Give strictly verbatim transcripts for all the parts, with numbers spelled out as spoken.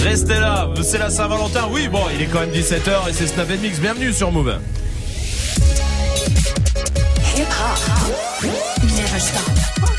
Restez là, c'est la Saint-Valentin. Oui, bon, il est quand même dix-sept heures et c'est Snap and Mix. Bienvenue sur Move. Hip-hop, never stop.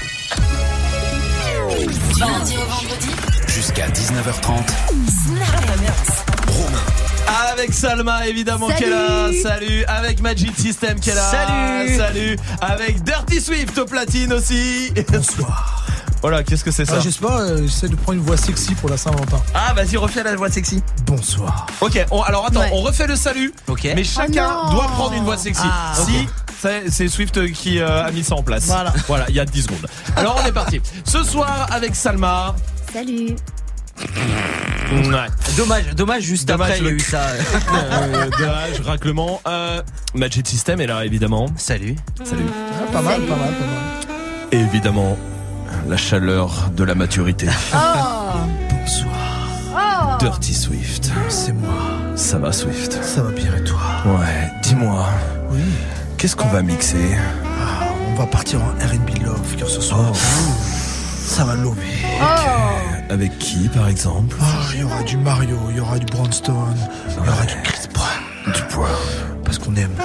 Du lundi au vendredi, jusqu'à dix-neuf heures trente. Snap and Mix. Romain. Avec Salma évidemment Salut. qui est là, salut. Avec Magic System qui est là, Salut. Salut. Avec Dirty Swift au platine aussi. Bonsoir. Voilà, qu'est-ce que c'est ça? Ah, je sais pas, euh, j'essaie de prendre une voix sexy pour la Saint-Valentin. Ah, vas-y, refais la voix sexy. Bonsoir. Ok, on, alors attends, Ouais. on refait le salut. Ok. Mais chacun Oh non. doit prendre une voix sexy. Ah, si, ok. c'est, c'est Swift qui euh, a mis ça en place. Voilà. Voilà, il y a dix secondes. Alors on est parti. Ce soir avec Salma. Salut. Ouais. Dommage, dommage, juste Dommage, après, il y a le- eu ça. Euh, dommage, raclement. Euh, Magic System est là évidemment. Salut. Salut. Ah, pas mal, pas mal, pas mal. Et évidemment, la chaleur de la maturité. Oh. Bonsoir. Oh. Dirty Swift. C'est moi. Ça va Swift? Ça va bien et toi? Ouais, dis-moi, Oui. qu'est-ce qu'on va mixer? Ah, on va partir en R and B love car ce soir, ça va lover. Oh. Avec qui par exemple? Ah, il y aura du Mario, il y aura du Brownstone, il y aura du Chris Brown. Du poids. Parce qu'on aime.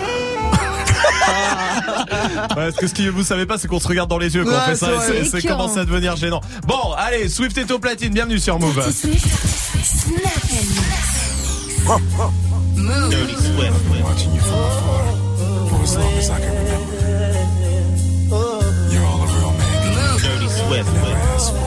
Ouais, parce que ce que vous savez pas, c'est qu'on se regarde dans les yeux quand Ouais, on fait ça, c'est et vrai. c'est, C'est c'est écœurant. commencé à devenir gênant. Bon, allez, Swift est au platine, bienvenue sur Move. Dirty Swift, Snap and Mix. Move. Dirty Swift. Watching you from afar for as long as I can remember. You're all a real man. Dirty Swift. Never asked for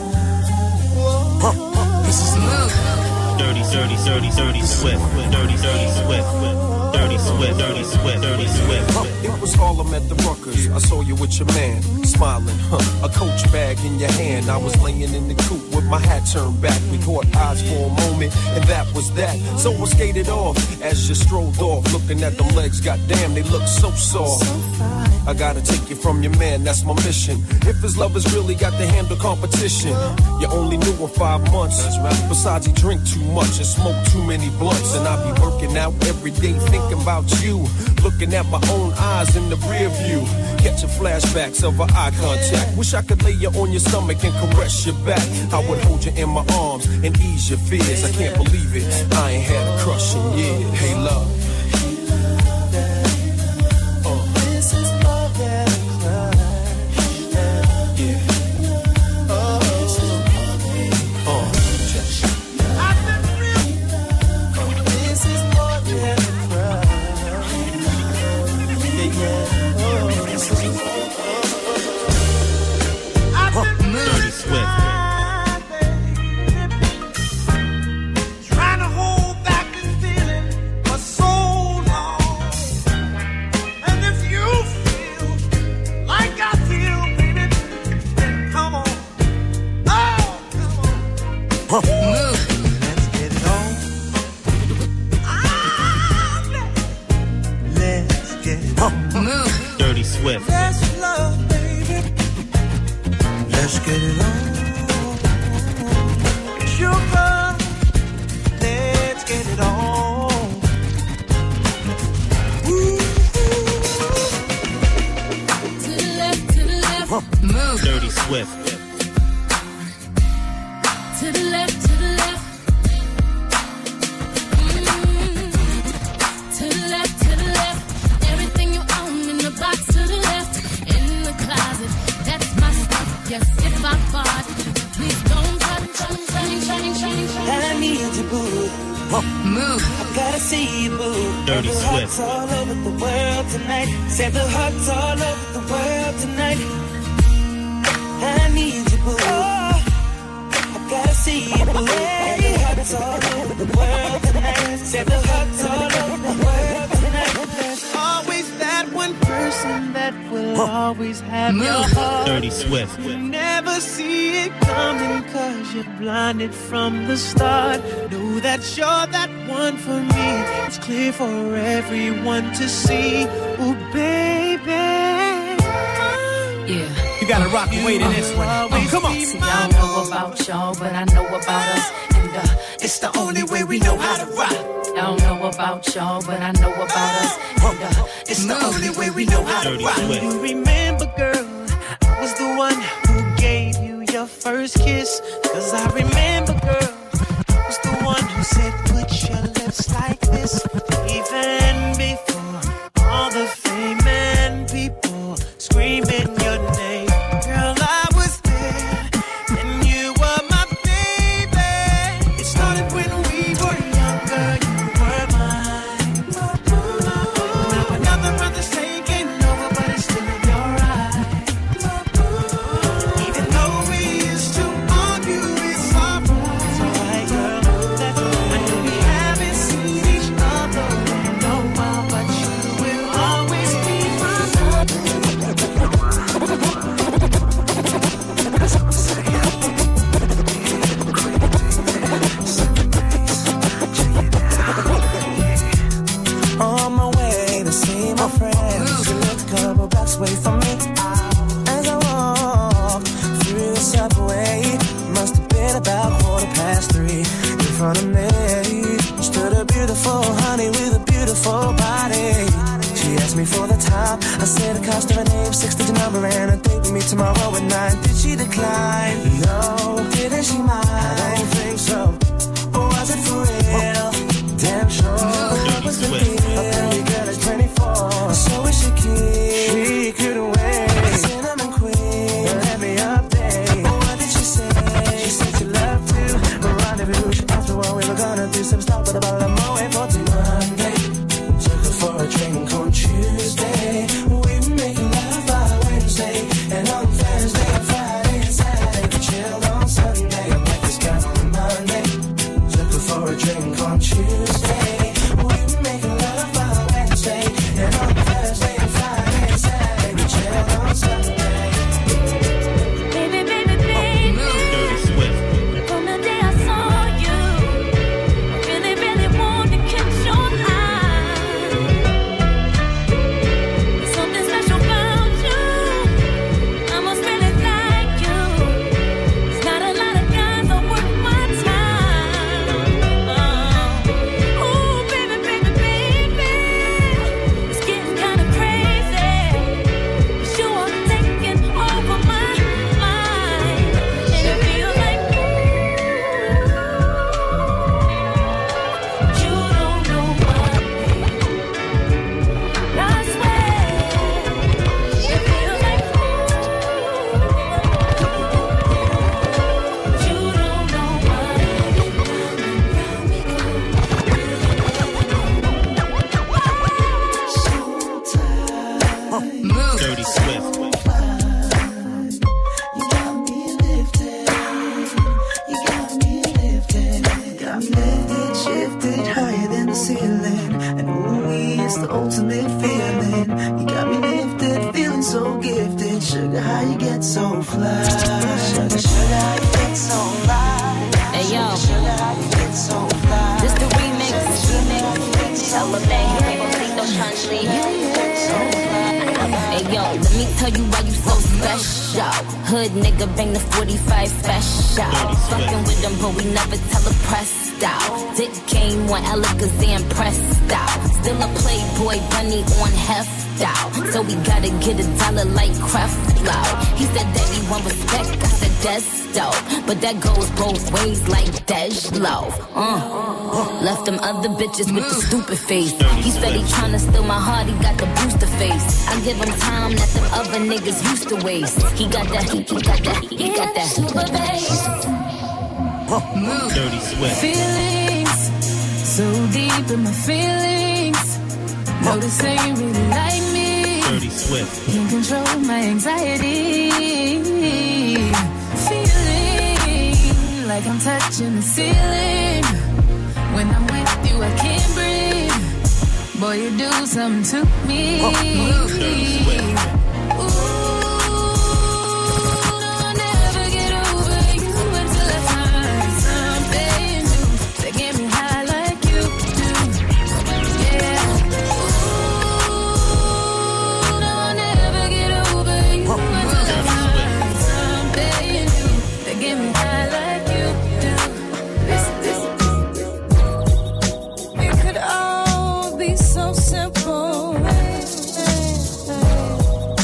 it. This is love. Dirty, dirty, dirty, dirty Swift. Dirty, dirty Swift. Dirty Swift. Dirty Swift. Dirty Swift. It was Harlem at the Ruckers. I saw you with your man, smiling, huh? A Coach bag in your hand. I was laying in the coupe with my hat turned back. We caught eyes for a moment, and that was that. So I skated off as you strolled off, looking at them legs. Goddamn, they look so soft. I gotta take you from your man, that's my mission. If his lovers really got to handle competition, you only knew him five months. Besides, he drink too much and smoke too many blunts. And I be working out every day thinking about you. Looking at my own eyes in the rear view. Catching flashbacks of our eye contact. Wish I could lay you on your stomach and caress your back. I would hold you in my arms and ease your fears. I can't believe it, I ain't had a crush in years. Hey love. Dirty Swift. Trying to hold back this feeling for so long. And if you feel like I feel, baby, then come on. Oh, come on. Let's get it on. Ah, let's get it on. Dirty Swift. Let's love, baby. Let's get it on. Sugar, let's get it on. Ooh. To the left, to the left. Move. Dirty Swift. To the left, to the left. Mm. To the left, to the left. Everything you own in the box to the left. In the closet, that's my stuff. Yes, if I bought it, please don't touch, touch, touch, touch, touch. I need you, boo. Move. I gotta see you, boo. Dirty the hearts Swift. all over the world tonight. Said the hearts all over the world tonight. I need you, boo. I gotta see you, boo. And the hearts all over the world tonight. Said the hearts all over the world tonight. There's always that one person that will always have your heart. Dirty Swift. You never see it coming cause you're blinded from the start. Know that you're that one for me. It's clear for everyone to see. Ooh, baby. Yeah. You gotta rock and wait in this one. Oh, come on. See, I don't know about y'all, but I know about us. And uh, It's the only way we know how to rock. I don't know about y'all, but I know about us. And uh, It's the only way we know how to Dirty rock. Swift. You remember, girl, I was the one who gave you your first kiss. Cause I remember, girl, I was the and before all the fame and people screaming your name. Girl, I was there and you were my baby. It started when we were younger, you were mine. Now another brother's taking over, but it's still your right. Even though we used to argue, it's alright. It's alright, girl. That's I know we haven't seen each other in a while, but you will always be my love. On my way to see my friends, you live a couple blocks away from me. As I walk through the subway, must have been about quarter past three. In front of me stood a beautiful honey with a beautiful body. She asked me for the time. I said the cost of her name, six-digit number, and a date with me tomorrow at nine. Did she decline? No. Didn't she mind? I don't think so. Or was it for real? Damn sure. What was the deal? A pretty girl is twenty-four. So is she keen? She couldn't wait. Cinnamon queen, let me update. What did she say? She said she loved to rendezvous. She asked me what we were gonna do. Some stop at a bottle of Moet for till Monday. Took her for a drink on Tuesday. We were making love by Wednesday. And on Thursday and Friday and Saturday we chilled on Sunday. I met this guy on Monday. Took her for a drink on Tuesday. We were making love by Wednesday. And on Thursday and Friday and Saturday we chilled on Sunday. Baby, baby, baby. Dirty Swift. From the day I saw you, I really, really want to catch your eye. There's something special about you. I must really like you. There's not a lot of guys that worth my time. Oh, ooh, baby, baby, baby. It's getting kind of crazy. But you are taking over my mind. And it feels like you don't know what I swear. It feels like you don't know what. Dirty Swift. You got me lifted, you got me lifted, got me lifted, shifted higher than the ceiling. And ooh, it's the ultimate feeling. You got me lifted, feeling so gifted. Sugar, how you get so fly? Sugar, sugar, how you get so fly? Hey, yo. Sugar, how you get so fly? This the remix. Elevate, ain't gon' take no translate. Hey yo, let me tell you why you so special. Hood nigga bang the forty-five special. Fucking with them, but we never tell a pressed out. Dick game on Alakazam pressed out. Still a playboy bunny on heft out. So we gotta get a dollar like Creflo. He said that he want respect, I said that's dope. But that goes both ways like Dej-Lo. Uh, left them other bitches with the stupid face. He said he tryna steal my heart, he got the booster face. I give him time that them other niggas used to waste. He got that, he, he got that, he got that super bass. Dirty Swift. Feelings so deep in my feelings. No, this ain't really like me. Dirty Swift. Can't control my anxiety. Feeling like I'm touching the ceiling. When I'm with you, I can't breathe. Boy, you do something to me. Dirty Swift. So simple.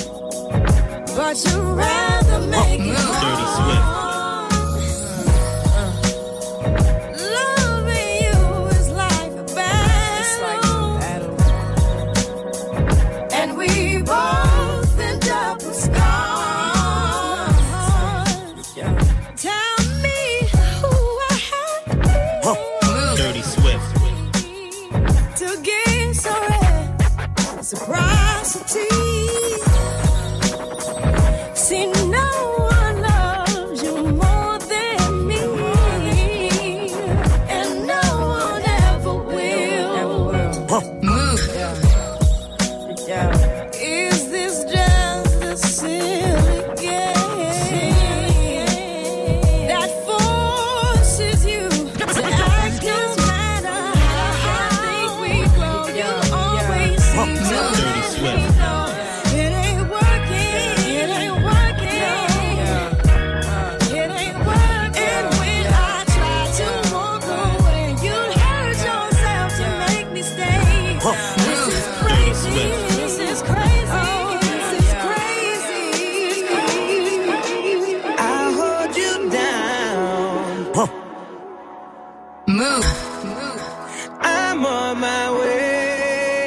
Move. I'm on my way.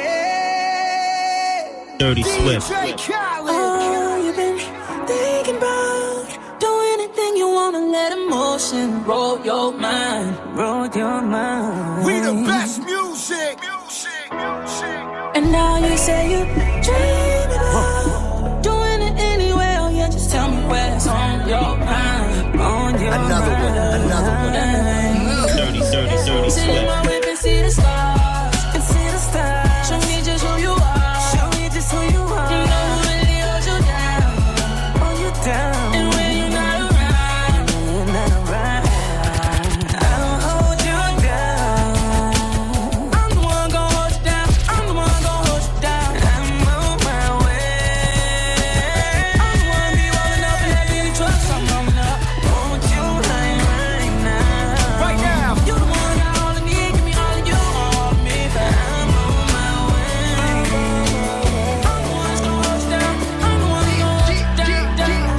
Dirty Swift. Oh, you've been thinking about do anything you wanna, let emotion roll your mind, roll your mind. We the best music. Music, music. And now you say you dream about doing it anyway. Oh yeah, just tell me where's on your mind, on your Another mind. one, another one. Dirty, dirty, dirty Sit in my Swift. whip and see the stars, and see the stars. Show me just who you are, show me just who you are. You know who really holds you down, hold you down. And when you're not around, when you're not around, I don't hold you down. I'm the one gon' hold you down, I'm the one gon' hold you down. I'm on my way. I'm the one be rolling up and letting you trust. I'm rolling up, want you right, right now. Right now. You the one got all I need, give me all of you, all of me. I'm on my way. I'm the one that's gon' hold you down, I'm the one gon' hold you down, down,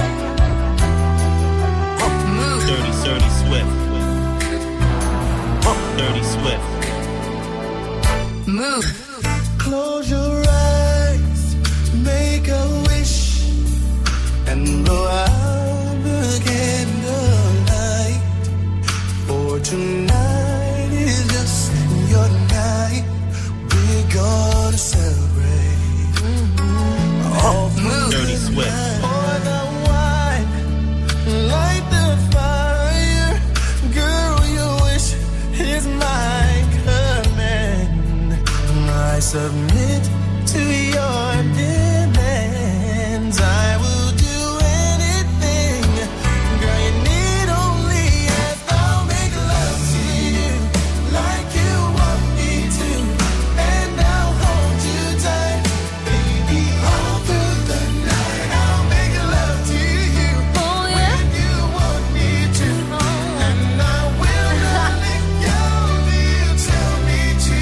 down. Move. Dirty, dirty Swift. Dirty Swift. Move. Close your eyes, make a wish, and blow out the candlelight. For tonight is just your night. We're gonna celebrate. All Move. Dirty Swift. for the wine, light the fire. Girl, your wish is my command. I submit to your demands. I will do anything. Girl, you need only ask. I'll make love to you like you want me to, and I'll hold you tight, baby, all through the night. I'll make love to you Oh yeah. when you want me to, and I will not let go till you tell me to.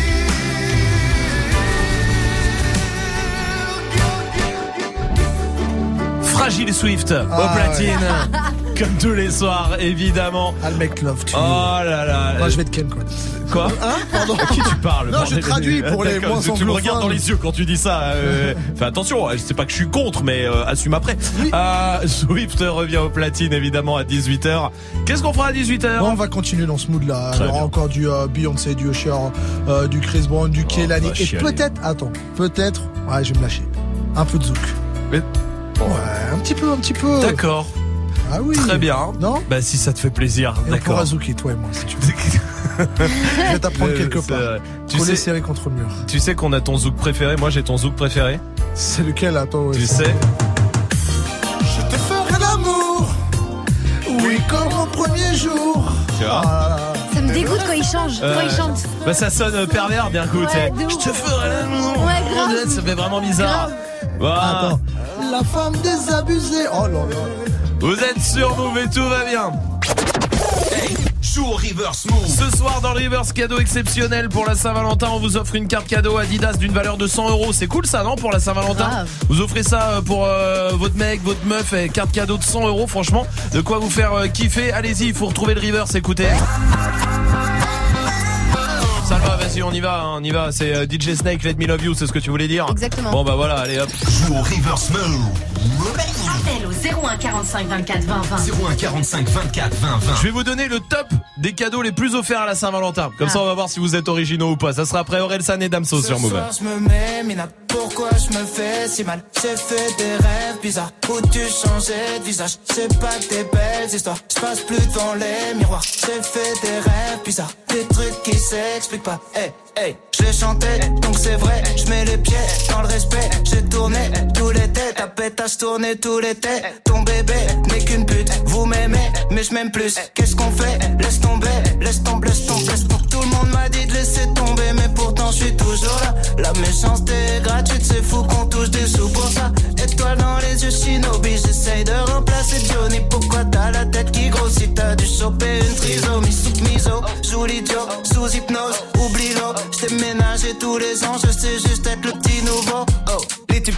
Fragile Swift au Ah, platine. Comme tous les soirs, évidemment. I'll make love to you. Oh là là. Moi, je vais te ken, quoi. Quoi Hein? Pardon. À qui tu parles? Non, je bordel traduis pour les D'accord, moins tu, tu me regardes anglophones. dans les yeux quand tu dis ça. Euh, fais attention, je sais pas que je suis contre, mais euh, assume après. Euh, Swift revient au platine, évidemment, à dix-huit heures. Qu'est-ce qu'on fera à dix-huit heures? Bon, on va continuer dans ce mood-là. Très Il y aura bien. encore du euh, Beyoncé, du Usher, euh, du Chris Brown, du Kehlani. va Et chialer. peut-être, attends, peut-être, ouais, je vais me lâcher. Un peu de zouk. Mais- Ouais, un petit peu, un petit peu. D'accord, Ah oui. très bien. Non? Bah si ça te fait plaisir, Et on d'accord. pourra zouker, toi et moi, si tu veux. Je vais t'apprendre Euh, quelque c'est part. vrai. Tu Coller sais, serré contre le mur. tu sais qu'on a ton zouk préféré. Moi, j'ai ton zouk préféré. C'est lequel, attends? ouais, Tu c'est- sais. Je te ferai l'amour. Oui, comme au premier jour. Tu vois. Ah, Ça me dégoûte quand il change, Euh, quand il chante. Bah ça sonne euh, pervers d'un coup. Ouais, tu sais. de Je ouf. te ferai l'amour. Ouais, grave. Ça fait vraiment bizarre. Voilà. attends. La femme désabusée. Oh là là. Vous êtes sur Move et tout va bien. Joue au reverse move. Ce soir dans le Reverse, cadeau exceptionnel pour la Saint-Valentin, on vous offre une carte cadeau Adidas d'une valeur de cent euros. C'est cool ça, non, pour la Saint-Valentin? Grave. Vous offrez ça euh, pour euh, votre mec, votre meuf, et carte cadeau de cent euros. Franchement, de quoi vous faire euh, kiffer. Allez-y, il faut retrouver le Reverse, écoutez. Ça va, vas-y, on y va, hein, on y va. C'est euh, D J Snake, Let Me Love You, c'est ce que tu voulais dire? Exactement. Bon bah voilà, allez hop. Joue au reverse move. Appel au zéro un quarante-cinq vingt-quatre vingt vingt. zéro un quarante-cinq vingt-quatre vingt vingt. Je vais vous donner le top des cadeaux les plus offerts à la Saint-Valentin. Comme ça, on va voir si vous êtes originaux ou pas. Ça sera après Orelsan et Damso sur Move. Ce soir je me mets, Mina, pourquoi je me fais si mal? J'ai fait des rêves bizarres où tu changeais de visage. C'est pas que des belles histoires, je passe plus devant les miroirs. J'ai fait des rêves bizarres, des trucs qui s'expliquent pas. Hey, hey, je chantais, donc c'est vrai, je mets les pieds dans le respect. J'ai tourné tout l'été, ta pétasse tournée tout l'été. Ton bébé n'est qu'une pute, vous m'aimez, mais je m'aime plus. Qu'est-ce qu'on fait? Laisse tomber, laisse tomber, laisse tomber, laisse tomber. Tout le monde m'a dit de laisser tomber, mais pourtant je suis toujours là. La méchanceté est gratuite, c'est fou qu'on touche des sous pour ça. Étoile dans les yeux, shinobi, j'essaye de remplacer Johnny. Pourquoi t'as la tête qui grossit? T'as dû choper une trisomie sous miso. Joue l'idiot, sous hypnose, oublie l'eau. J't'ai ménagé tous les ans, je sais juste être le petit nouveau. Oh, les types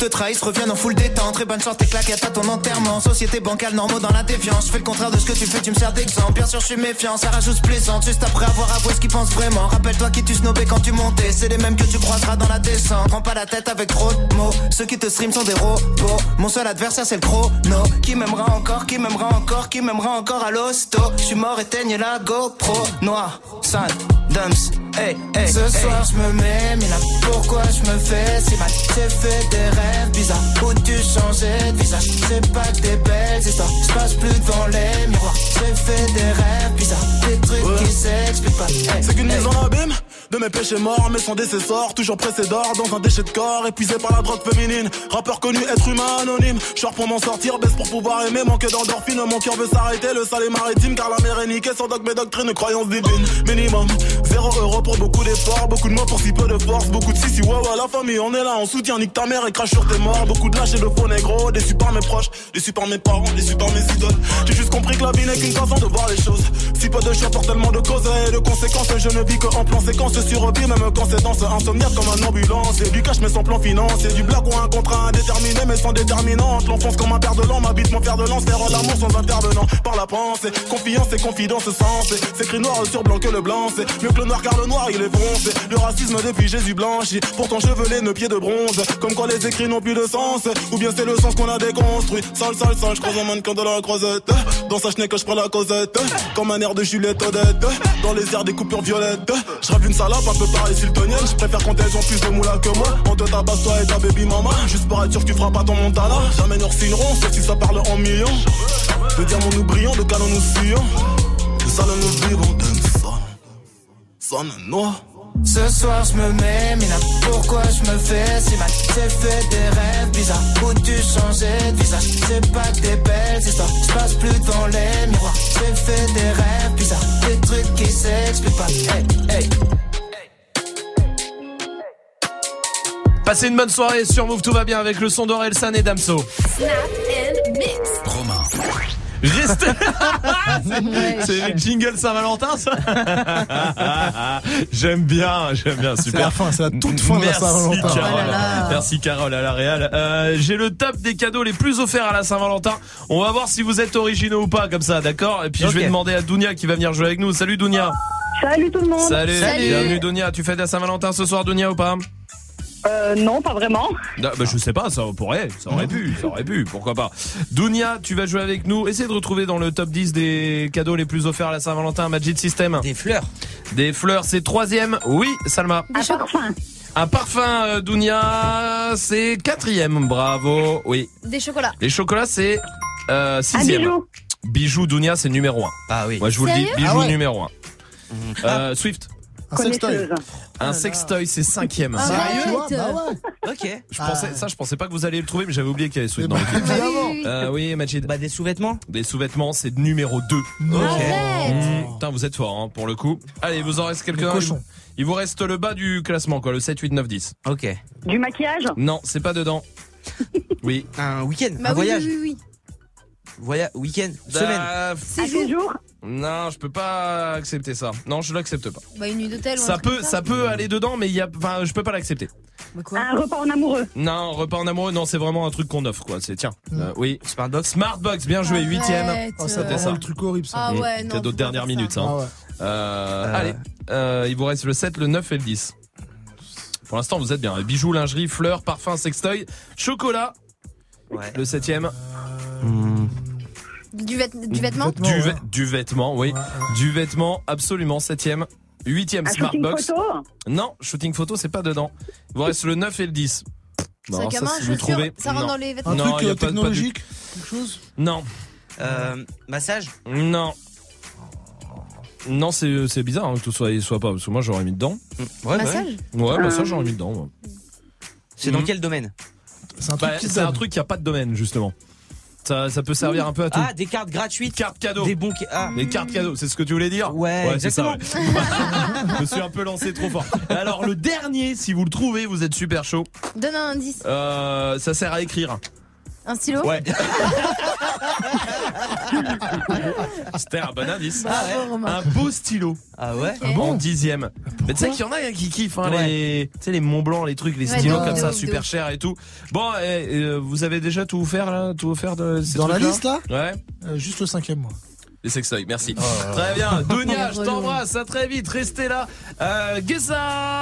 te trahissent, reviennent en full détente. Très bonne chance, tes claquettes à ton enterrement. Société bancale, normaux dans la défiance. Je fais le contraire de ce que tu fais, tu me sers d'exemple. Bien sûr, je suis méfiant, ça rajoute plaisante. Juste après avoir avoué ce qu'ils pensent vraiment. Rappelle-toi qui tu snobais quand tu montais. C'est les mêmes que tu croiseras dans la descente. Prends pas la tête avec trop de mots. Ceux qui te stream sont des robots. Mon seul adversaire, c'est le chrono. Qui m'aimera encore, qui m'aimera encore, qui m'aimera encore à l'hosto. Je suis mort, éteigne la GoPro. Noir, sale, dumps. Hey, hey, ce hey. soir je me mets, mais là pourquoi je me fais si mal? J'ai fait des rêves bizarres où tu changeais de visage. C'est pas que des belles histoires, je passe plus devant les miroirs. J'ai fait des rêves bizarres, des trucs ouais. qui s'expliquent pas. Hey, c'est qu'une hey. mise en abîme de mes péchés morts, mais sans décessor, toujours pressé d'or dans un déchet de corps, épuisé par la drogue féminine. Rappeur connu, être humain anonyme. Short pour m'en sortir, baisse pour pouvoir aimer. Manque d'endorphine, mon cœur veut s'arrêter. Le sale est maritime, car la mer est niquée sans dogme et doctrine, croyance divine. Minimum, zéro euro pour beaucoup d'efforts, beaucoup de mots pour si peu de force, beaucoup de si si ouais ouais la famille on est là, on soutient, nique ta mère et crache sur tes morts, beaucoup de lâches et de faux négros, déçus par mes proches, déçus par mes parents, déçus par mes idoles. J'ai juste compris que la vie n'est qu'une façon de voir les choses. Si peu de choix pour tellement de causes et de conséquences, je ne vis que en plan séquence survie, même quand c'est dans ce insomniaque comme un ambulance. Et du cash mais sans plan financier, du blague ou un contrat indéterminé mais sans déterminante. L'enfance comme un père de l'an, m'habite mon fer de lance, faire l'amour sans intervenant. Par la pensée, confiance et confidence sensée. C'est écrit noir sur blanc que le blanc, c'est mieux que le noir car le noir il est foncé. Le racisme depuis Jésus blanchi, pourtant chevelé, nos pieds de bronze. Comme quoi les écrits n'ont plus de sens, ou bien c'est le sens qu'on a déconstruit. Sale, sale, sale, je croise un mannequin de la croisette. Dans sa chenille que je prends la causette, comme un air de Juliette Odette. Dans les airs des coupures violettes, je rêve une salope un peu pareil siltonienne. Je préfère quand elles ont plus de moula que moi. On te tabasse toi et ta baby mama, juste pour être sûr que tu feras pas ton Montana. Jamais nous signerons, sauf si ça parle en millions. De diamants nous brillons, de canons nous fuyons. De salon nous vivons, de son, son noir. Ce soir je me mets, mais là pourquoi je me fais si mal? J'ai fait des rêves bizarres où tu changeais de visage. C'est pas que des belles histoires, je passe plus devant les miroirs. J'ai fait des rêves bizarres, des trucs qui s'expliquent pas. Hey, hey. Passez une bonne soirée sur Move, tout va bien avec le son d'Orelsan et Damso. Snap and mix. Romain. Restez. c'est, c'est le jingle Saint-Valentin, ça. J'aime bien, j'aime bien, super. C'est la fin, c'est la toute fin de la Saint-Valentin. Carole. Oh là là. Merci Carole à la Réal. Euh, j'ai le top des cadeaux les plus offerts à la Saint-Valentin. On va voir si vous êtes originaux ou pas, comme ça, d'accord? Et puis okay. Je vais demander à Dounia qui va venir jouer avec nous. Salut Dounia. Salut tout le monde. Salut. Salut. Bienvenue Dounia. Tu fêtes la Saint-Valentin ce soir, Dounia, ou pas? Euh, non, pas vraiment. Non, bah, je sais pas, ça pourrait, ça aurait pu, ça aurait pu, pourquoi pas. Dounia, tu vas jouer avec nous. Essayez de retrouver dans le top dix des cadeaux les plus offerts à la Saint-Valentin, Magic System. Des fleurs. Des fleurs, c'est troisième. Oui, Salma. Un parfum. Un parfum, euh, Dounia, c'est quatrième. Bravo, oui. Des chocolats. Les chocolats, c'est euh, sixième. Un bijou. Bijou, Dounia, c'est numéro un. Ah oui. Moi, je vous Sérieux le dis, bijou ah ouais. numéro un. Mmh. Euh, Swift. Un sextoy. Un oh sextoy, c'est cinquième. Ah, Sérieux? Bah ouais. Ok. Je pensais, ça, je pensais pas que vous alliez le trouver, mais j'avais oublié qu'il y avait Swift dans bah, l'équipe. évidemment. Euh, oui, Majid. Bah, des sous-vêtements. Des sous-vêtements, c'est numéro deux. Non. Mmh. Putain, vous êtes fort, hein, pour le coup. Allez, il vous en reste quelques-uns. Il vous reste le bas du classement, quoi, le sept, huit, neuf, dix. Ok. Du maquillage? Non, c'est pas dedans. Oui. Un week-end, bah un oui, voyage. Oui, oui, oui. Voyage, week-end, semaine. Euh, Un séjour? Non, je peux pas accepter ça. Non, je l'accepte pas. Bah une nuit d'hôtel. Ça peut, ça peut aller dedans, mais il y a, enfin, je peux pas l'accepter. Mais quoi? Un repas en amoureux? Non, repas en amoureux, non, c'est vraiment un truc qu'on offre, quoi. C'est tiens, Mm. euh, oui. Smartbox. Smartbox, bien joué, huitième. Oh, ça C'était te ça. rend le truc horrible, ça. Ah ouais, non. Cadeau de dernière minute, ça. Ah ouais. Euh, Euh. Allez, euh, il vous reste le sept, le neuf et le dix. Pour l'instant, vous êtes bien. Bijoux, lingerie, fleurs, parfum, sextoy, chocolat. Ouais. Le septième. Mmh. Du, vêt- du vêtement? Vêtements, Du, ouais. vê- du vêtement, oui. Ouais, ouais. Du vêtement, absolument. Septième. Huitième, Un shooting Smartbox. photo? Non, shooting photo, c'est pas dedans. Il vous reste le neuf et le dix. Bon, alors Sac à ça, main, si vous chaussures, trouvez. ça rentre Non. dans les Un vêtements. Non, truc y a euh, pas- pas technologique, quelque chose? Non, Euh, massage. non. Non, c'est, c'est bizarre hein, que tout soit, il soit pas, parce que moi j'aurais mis dedans. Ouais, bah Massage? ouais. Ouais, bah Euh. ça j'aurais mis dedans. moi. C'est dans Mhm. quel domaine? C'est un truc Bah, qui c'est un donne. truc qui a pas de domaine, justement. Ça, ça peut servir un peu à tout. Ah, des cartes gratuites. Cartes cadeaux. Des bons. ca- Ah. Les cartes cadeaux, c'est ce que tu voulais dire? Ouais, c'est ça. exactement. ouais. Je me suis un peu lancé trop fort. Alors le dernier, si vous le trouvez, vous êtes super chaud. Donne un indice. Euh, ça sert à écrire. Un stylo. Ouais. C'était un bon indice. Ah ouais. Un beau stylo. Ah ouais. Ok. En dixième. Mais tu sais qu'il y en a hein, qui kiffent hein, Ouais. les, tu sais les Mont Blanc, les trucs, les Ouais, stylos de comme ouf, ça, de ouf, super de ouf. chers et tout. Bon, eh, euh, vous avez déjà tout offert là, tout offert de ces Dans la trucs-là liste là Ouais. Euh, Juste le cinquième, moi. Les sextoys, merci. Oh. Très bien. Dounia, je Relou. t'embrasse. À très vite. Restez là. Euh, Geza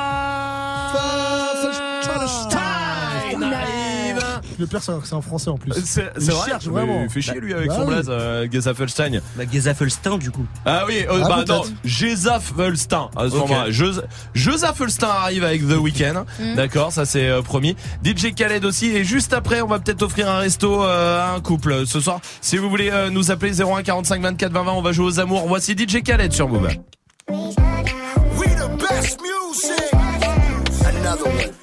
Stein arrive. Le pire, c'est que c'est en français en plus. C'est Il c'est vrai. cherche Mais vraiment. Il fait chier lui avec Bah son oui. blaze, euh, Geza Felstein. Bah, Gezafelstein, du coup. Ah oui, euh, Ah, bah peut-être. non, Geza Felstein. À ce Ok. moment-là, Geza- Geza Felstein arrive avec The Weeknd. Mm. D'accord, ça c'est euh, promis. D J Khaled aussi. Et juste après, on va peut-être offrir un resto euh, à un couple ce soir. Si vous voulez euh, nous appeler zéro un quarante-cinq vingt-quatre vingt vingt, on va jouer aux amours. Voici D J Khaled sur Move. We the best music. Another one.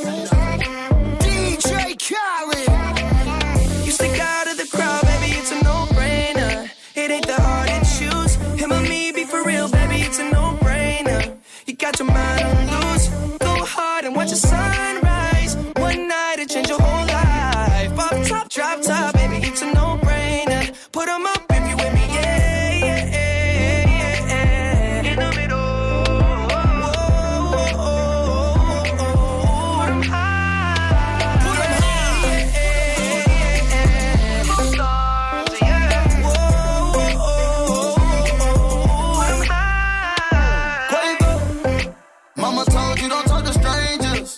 D J Khaled. You stick out of the crowd, baby, it's a no-brainer. It ain't the hard to choose. Him or me, be for real, baby, it's a no-brainer. You got your mind on loose. Go hard and watch the sunrise. One night it change your whole life. Off top, drop top, baby, it's a no-brainer. Put 'em up if you with me, yeah, yeah, yeah, yeah, yeah. In the middle. Whoa, whoa, whoa, whoa. Put 'em high. Put 'em high. Stars, yeah. Whoa, whoa, whoa. Put 'em high. Quavo. Mama told you don't talk to strangers.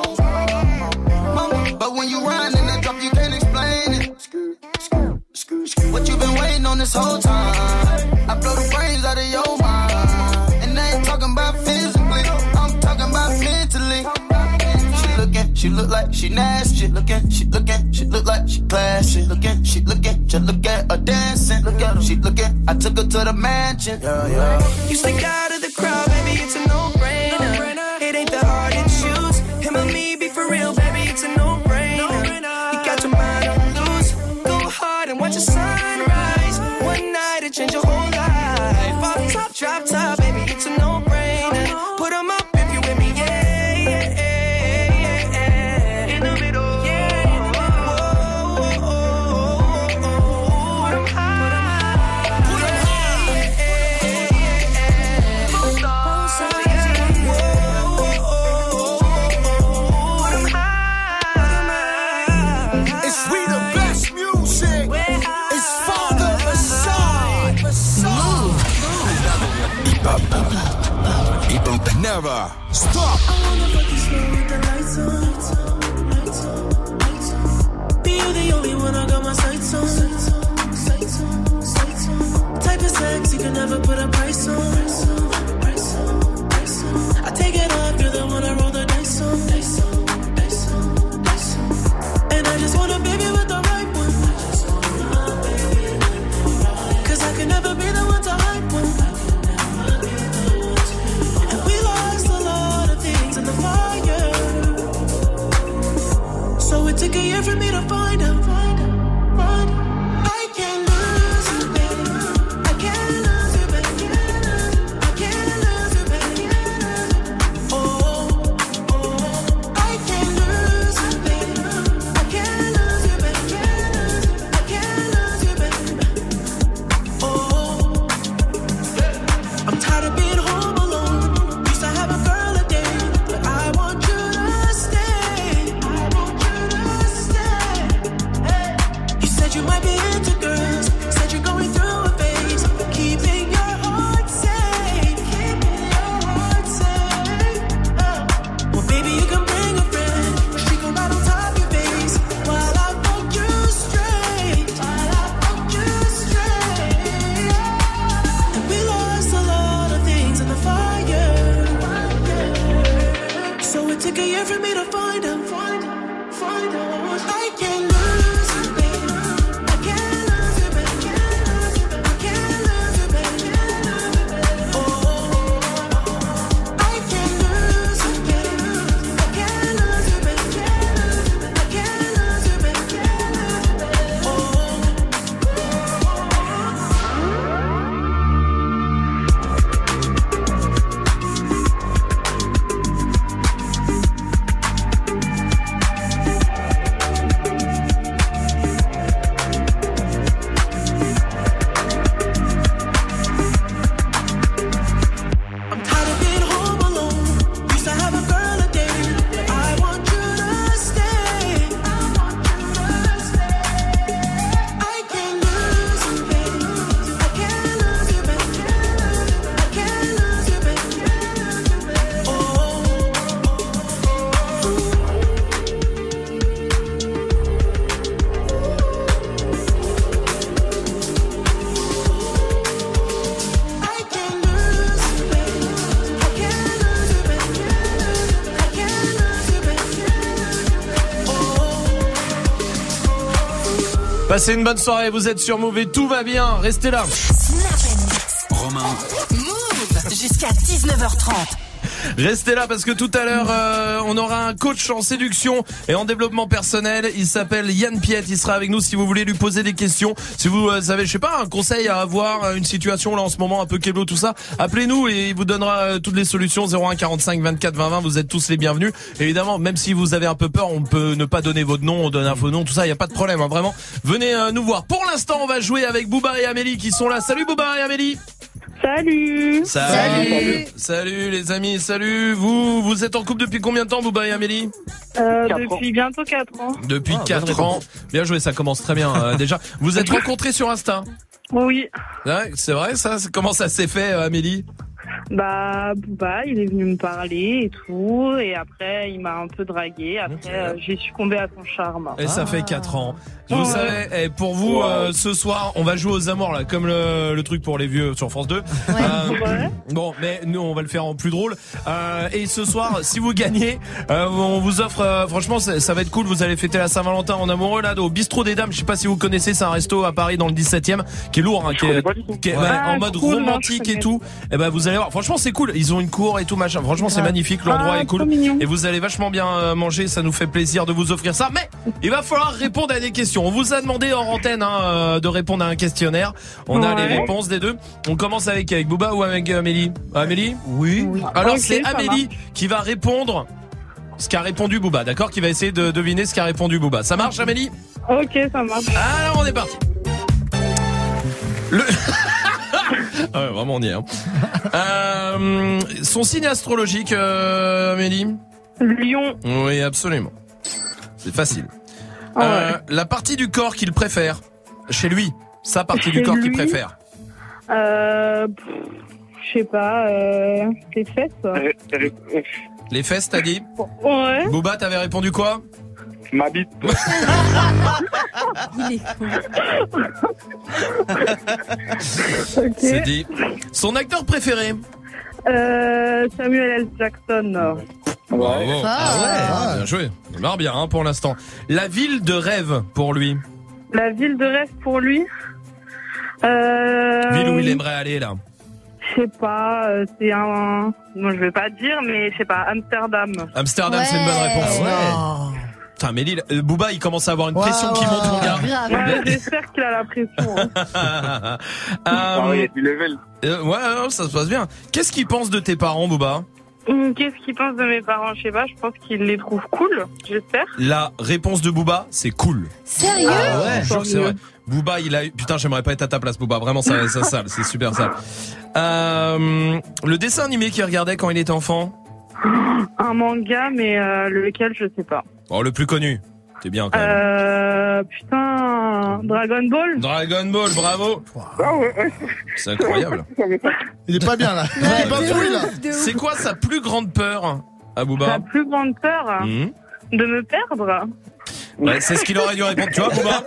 Mama, but when you run in that drop, you can't explain it. What you been waiting on this whole time? I blow the brains out of your mind. And I ain't talking about physically, I'm talking about mentally. She looking, she look like she nasty. Looking, she looking, she look like she classy. Looking, she looking, just look at her dancing. Look at her, she looking. I took her to the mansion. Yeah, yeah. You stick out of the crowd, baby, it's a no-brainer. It ain't the hard to choose. Him or me, be for real, baby, it's a no-brainer. You got your mind on loose. Go hard and watch the sunrise. One night it change your whole life. Off top, drop top, baby, it's a no-brainer. Put 'em up if you with me, yeah, yeah, yeah, yeah. In the middle, yeah, in the middle. Whoa, whoa, whoa, whoa. Put 'em high. Put 'em high. Both sides, yeah. Whoa, whoa, whoa. Put 'em high. It's we the best music. It's Father Aside. Never stop. Be you the only one I got my sights on. Type of sex you can never put a price on. I take it off, you're the one I roll the dice on. And I just want a baby with the right one. Cause I can never be the one to hype one. And we lost a lot of things in the fire. So it took a year for me to find out. I can't lose you, baby. I can't lose you, baby. I can't lose you, baby. Oh, oh. I can't lose you, baby. I can't lose you, baby. I can't lose you, baby. Oh, I'm tired of being home alone. Used to have a girl a day, but I want you to stay. I want you to stay. Hey. You said you might be into girls. Said you're going through a phase. Keeping your heart safe. Keeping your heart safe. Oh. Well, baby, you can bring a friend. She can ride on top of your face while I fuck you straight. While I fuck you straight. And we lost a lot of things in the fire. So it took a year for me to find out. Find out. Find out. I can't lose you, baby. I can't lose you, baby. I can't lose you, baby. Oh, I can't lose you, baby. I can't lose you, baby. I can't lose you, baby. Passez une bonne soirée, vous êtes sur Move et tout va bien, restez là. Romain. Move jusqu'à dix-neuf heures trente. Restez là parce que tout à l'heure euh, on aura un coach en séduction et en développement personnel. Il s'appelle Yann Piette. Il sera avec nous si vous voulez lui poser des questions. Si vous euh, avez, je sais pas, un conseil à avoir, une situation là en ce moment un peu kélo tout ça, appelez-nous et il vous donnera euh, toutes les solutions. Zéro un quarante-cinq vingt-quatre vingt vingt. Vous êtes tous les bienvenus. Évidemment, même si vous avez un peu peur, on peut ne pas donner votre nom, on donne un faux nom, tout ça. Il y a pas de problème. Hein, vraiment, venez euh, nous voir. Pour l'instant, on va jouer avec Booba et Amélie qui sont là. Salut Booba et Amélie. Salut. Salut. Salut. Salut les amis, salut. Vous, vous êtes en couple depuis combien de temps, Booba et Amélie? euh, Depuis bientôt quatre ans. Depuis ah, quatre ans. Bien joué, ça commence très bien euh, déjà. Vous êtes rencontrés sur Insta? Oui. Ouais, c'est vrai ça? Comment ça s'est fait, euh, Amélie? Bah, Booba, il est venu me parler et tout, et après, il m'a un peu dragué. Après, okay. euh, j'ai succombé à son charme. Et ah. ça fait quatre ans. Vous ouais. savez, eh, pour vous, ouais. euh, ce soir, on va jouer aux amours, là, comme le, le truc pour les vieux sur France deux. Ouais. Euh, ouais. Bon, mais nous, on va le faire en plus drôle. Euh, et ce soir, si vous gagnez, euh, on vous offre, euh, franchement, ça, ça va être cool. Vous allez fêter la Saint-Valentin en amoureux, là, au Bistrot des Dames. Je sais pas si vous connaissez, c'est un resto à Paris dans le dix-septième, qui est lourd, hein, qui est, qui est ouais. ah, en mode cool, romantique non, et tout. Et ben, vous allez voir. Franchement, c'est cool. Ils ont une cour et tout, machin. Franchement, c'est ah. magnifique. L'endroit ah, est cool. Et vous allez vachement bien manger. Ça nous fait plaisir de vous offrir ça. Mais il va falloir répondre à des questions. On vous a demandé hors antenne hein, de répondre à un questionnaire. On ouais. a les réponses des deux. On commence avec, avec Booba ou avec Amélie? Amélie? Oui. oui. Alors, okay, c'est Amélie marche. qui va répondre ce qu'a répondu Booba. D'accord? Qui va essayer de deviner ce qu'a répondu Booba. Ça marche, Amélie? Ok, ça marche. Alors, on est parti. Le... ah ouais, vraiment on y est. Hein. Euh, son signe astrologique, euh, Amélie? Lion. Oui, absolument. C'est facile. Oh ouais. euh, la partie du corps qu'il préfère chez lui, sa partie chez du corps lui, qu'il préfère. Euh, je sais pas. Euh, les fesses. Les fesses, t'as dit? Ouais. Booba, t'avais répondu quoi? Ma bite. Il est fou. Okay. C'est dit. Son acteur préféré? Euh, Samuel L. Jackson. Bravo. Oh. Ah ouais, bien joué. Il marre bien hein, pour l'instant. La ville de rêve pour lui? La ville de rêve pour lui? Euh... Ville où il aimerait aller là? Je sais pas, euh, c'est un... Moi je vais pas dire, mais je sais pas, Amsterdam. Amsterdam, ouais. C'est une bonne réponse. Ouais. Putain, mais Lille, euh, Booba, il commence à avoir une pression wow, qui monte, mon gars. Ouais, j'espère qu'il a la pression. Hein. euh, ah oui, il y a du level. Euh, ouais, ça se passe bien. Qu'est-ce qu'il pense de tes parents, Booba? Qu'est-ce qu'il pense de mes parents? Je sais pas, je pense qu'il les trouve cool, j'espère. La réponse de Booba, c'est cool. Sérieux? Ah ouais, je jure que c'est vrai. Booba, il a eu... Putain, j'aimerais pas être à ta place, Booba. Vraiment, ça, ça sale, c'est super sale. Euh, le dessin animé qu'il regardait quand il était enfant? Un manga, mais euh, lequel, je sais pas. Oh, le plus connu. T'es bien, quand même. Euh, putain, Dragon Ball. Dragon Ball, bravo. Ah ouais, ouais. C'est incroyable. Il est pas bien, là. Il est pas fouillé, là. C'est quoi sa plus grande peur, à Booba? Sa plus grande peur? Mmh. De me perdre? Ouais, c'est ce qu'il aurait dû répondre. Tu vois, Booba?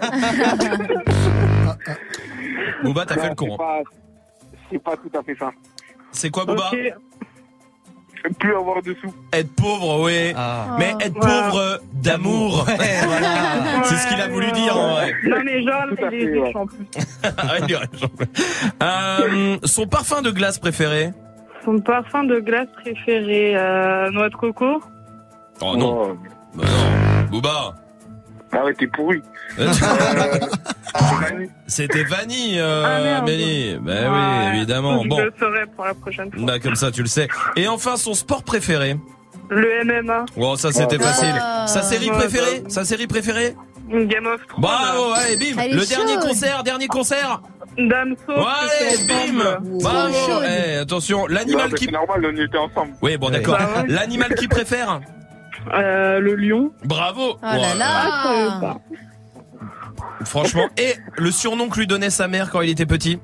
Booba, t'as fait le con. C'est pas tout à fait ça. C'est quoi, Booba? Okay. Plus avoir de sous. Être pauvre, oui. Ah. Mais être pauvre d'amour. Ouais, voilà. C'est ce qu'il a voulu dire, en vrai. Non, mais genre, il est riche en plus. Il est riche en plus. Euh, son parfum de glace préféré? Son parfum de glace préféré, euh, noix de coco. Oh non. Oh. Bah non. Booba. Ah ouais, t'es pourri. Euh, C'était vanille, euh, ah, Amélie. Ben ouais, oui, évidemment. Je bon. le saurai pour la prochaine fois. Bah, comme ça, tu le sais. Et enfin, son sport préféré? Le M M A. Bon, ça, c'était oh, facile. bah. Sa série préférée? Sa série préférée? Game of Thrones. Bravo, allez, bim. Elle le est dernier chaude. concert, dernier concert. Damso. Ouais, bim. Bravo. Eh, attention, l'animal non, qui... C'est normal, on était ensemble. Oui, bon, d'accord. Bah, ouais. L'animal qui préfère? Euh, le lion. Bravo. Oh là là. Ah, franchement. Et le surnom que lui donnait sa mère quand il était petit?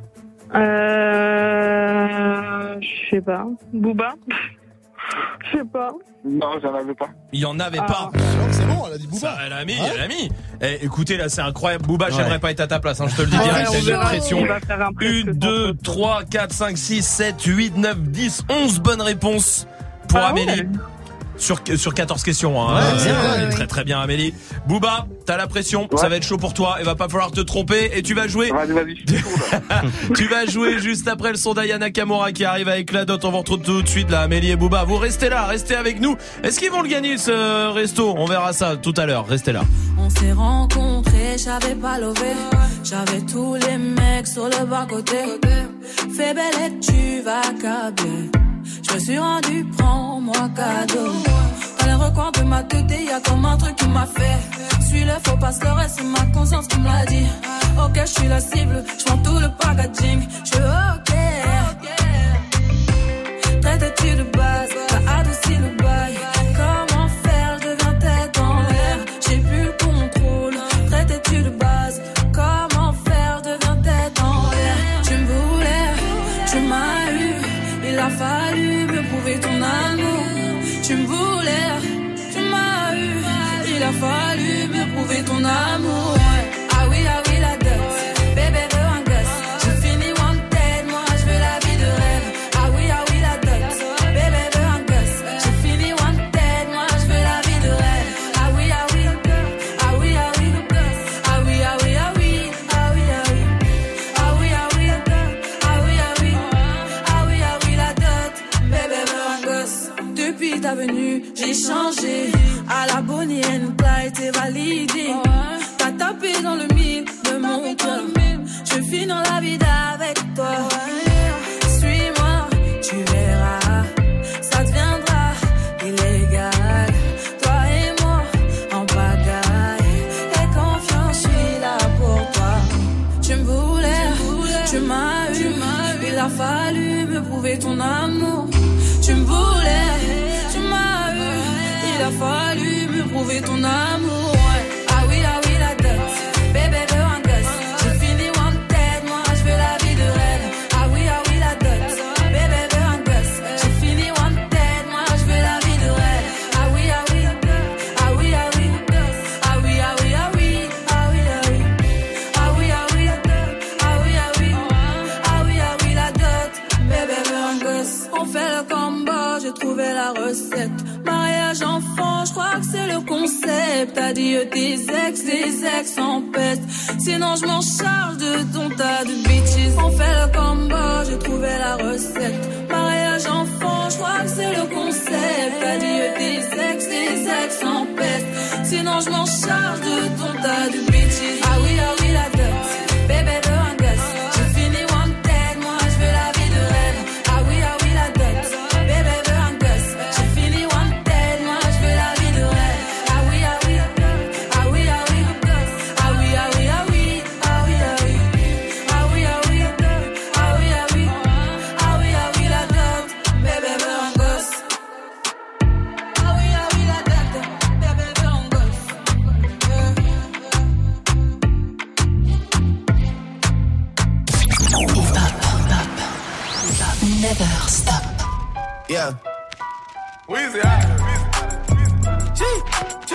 Euh... Je sais pas. Booba? Je sais pas. Non, j'en avais pas. Il y en avait ah. pas. C'est bon, elle a dit Booba. Ça, elle a mis, hein elle a mis. Eh, écoutez, là, c'est incroyable. Booba, ouais. J'aimerais pas être à ta place, hein, je te le dis ouais, direct. J'ai une pression. une, deux, trois, quatre, cinq, six, sept, huit, neuf, dix, onze bonnes réponses pour ah Amélie. Ouais. sur sur quatorze questions. Hein. Ouais, Euh, bien, euh, ouais, très très bien, Amélie. Booba, t'as la pression, Ouais. ça va être chaud pour toi. Il va pas falloir te tromper et tu vas jouer. Vas-y, vas-y, je suis chaud, là. Tu vas jouer juste après le son d'Ayana Kamura qui arrive avec la dot. On vous retrouve tout de suite là, Amélie et Booba. Vous restez là, restez avec nous. Est-ce qu'ils vont le gagner ce resto? On verra ça tout à l'heure. Restez là. On s'est rencontrés, j'avais pas levé. J'avais tous les mecs sur le bas-côté. Fais belle et tu vas câbler. Je me suis rendu, prends-moi cadeau. Dans les recoins de ma tête, y'a comme un truc qui m'a fait. Suis le faux pasteur et c'est ma conscience qui me l'a dit. Ok, je suis la cible, je prends tout le packaging. Je suis ok. Traite-tu de base, t'as adouci le bail. Comment faire, je deviens tête en l'air. J'ai plus le contrôle. Traite-tu de base, comment faire, je deviens tête en l'air. Tu me voulais, tu m'as eu. Il a fallu me prouver ton amour. Tu me voulais, tu m'as eu. Il a fallu me prouver ton amour. Ah oui, ah oui, la dot. Bébé veut un gosse. Je finis wanted, moi je veux la vie de rêve. Ah oui, ah oui, la dot. Bébé veut un gosse. Je finis wanted, moi je veux la vie de rêve. Ah oui, ah oui, ah oui, ah oui, ah oui, ah oui, ah oui, ah oui, ah oui, ah oui, ah oui, ah oui, ah oui, ah oui, ah oui, la dot. Bébé veut un gosse. Depuis ta venue, j'ai changé. À la Bonnie and Clyde, t'es validé. T'as tapé dans le mille de mon cœur. Je vis dans la vie avec toi. Suis-moi, tu verras. Ça deviendra illégal. Toi et moi, en pagaille. Et confiance, je suis là pour toi. Tu me voulais, tu m'as eu. Il a fallu me prouver ton amour. Tu me voulais, tu m'as eu. Il a fallu me prouver ton amour. Ah oui, ah oui, la dot. Bébé veut un gosse. J'ai fini wanted, moi je veux la vie de rêve. Ah oui, ah oui, la dot. Bébé veut un gosse. J'ai fini wanted, moi je veux la vie de rêve. Ah oui, ah oui, ah oui, ah oui, ah oui, ah oui, ah oui, ah oui, ah oui, ah oui, ah oui, ah oui, ah oui, ah oui, ah oui, la dot. Bébé veut un gosse. On fait le combo, j'ai trouvé la recette. Mariage enfant, je crois que c'est le concept. Adieu tes ex, des ex en peste. Sinon je m'en charge de ton tas de bitches. On fait le combo, j'ai trouvé la recette. Mariage enfant, je crois que c'est le concept. Adieu tes ex, des ex en peste. Sinon je m'en charge de ton tas de bitches. Ah oui, ah oui, la dot. Bébé veut un gosse. J'ai fini wanted, moi je veux la vie de rêve. Ah oui, ah oui, la dot. Bébé veut un gosse. J'ai fini wanted, moi je veux la vie de rêve. Ah oui, ah oui, ah oui, ah oui, ah oui, ah oui, ah oui, ah oui, ah oui, ah oui, ah oui, ah oui, ah oui, ah oui, ah oui, la dot. Bébé veut un gosse. Ah oui, ah oui, la dot. Bébé veut un gosse. Never stop. Yeah. Weezy, G, G.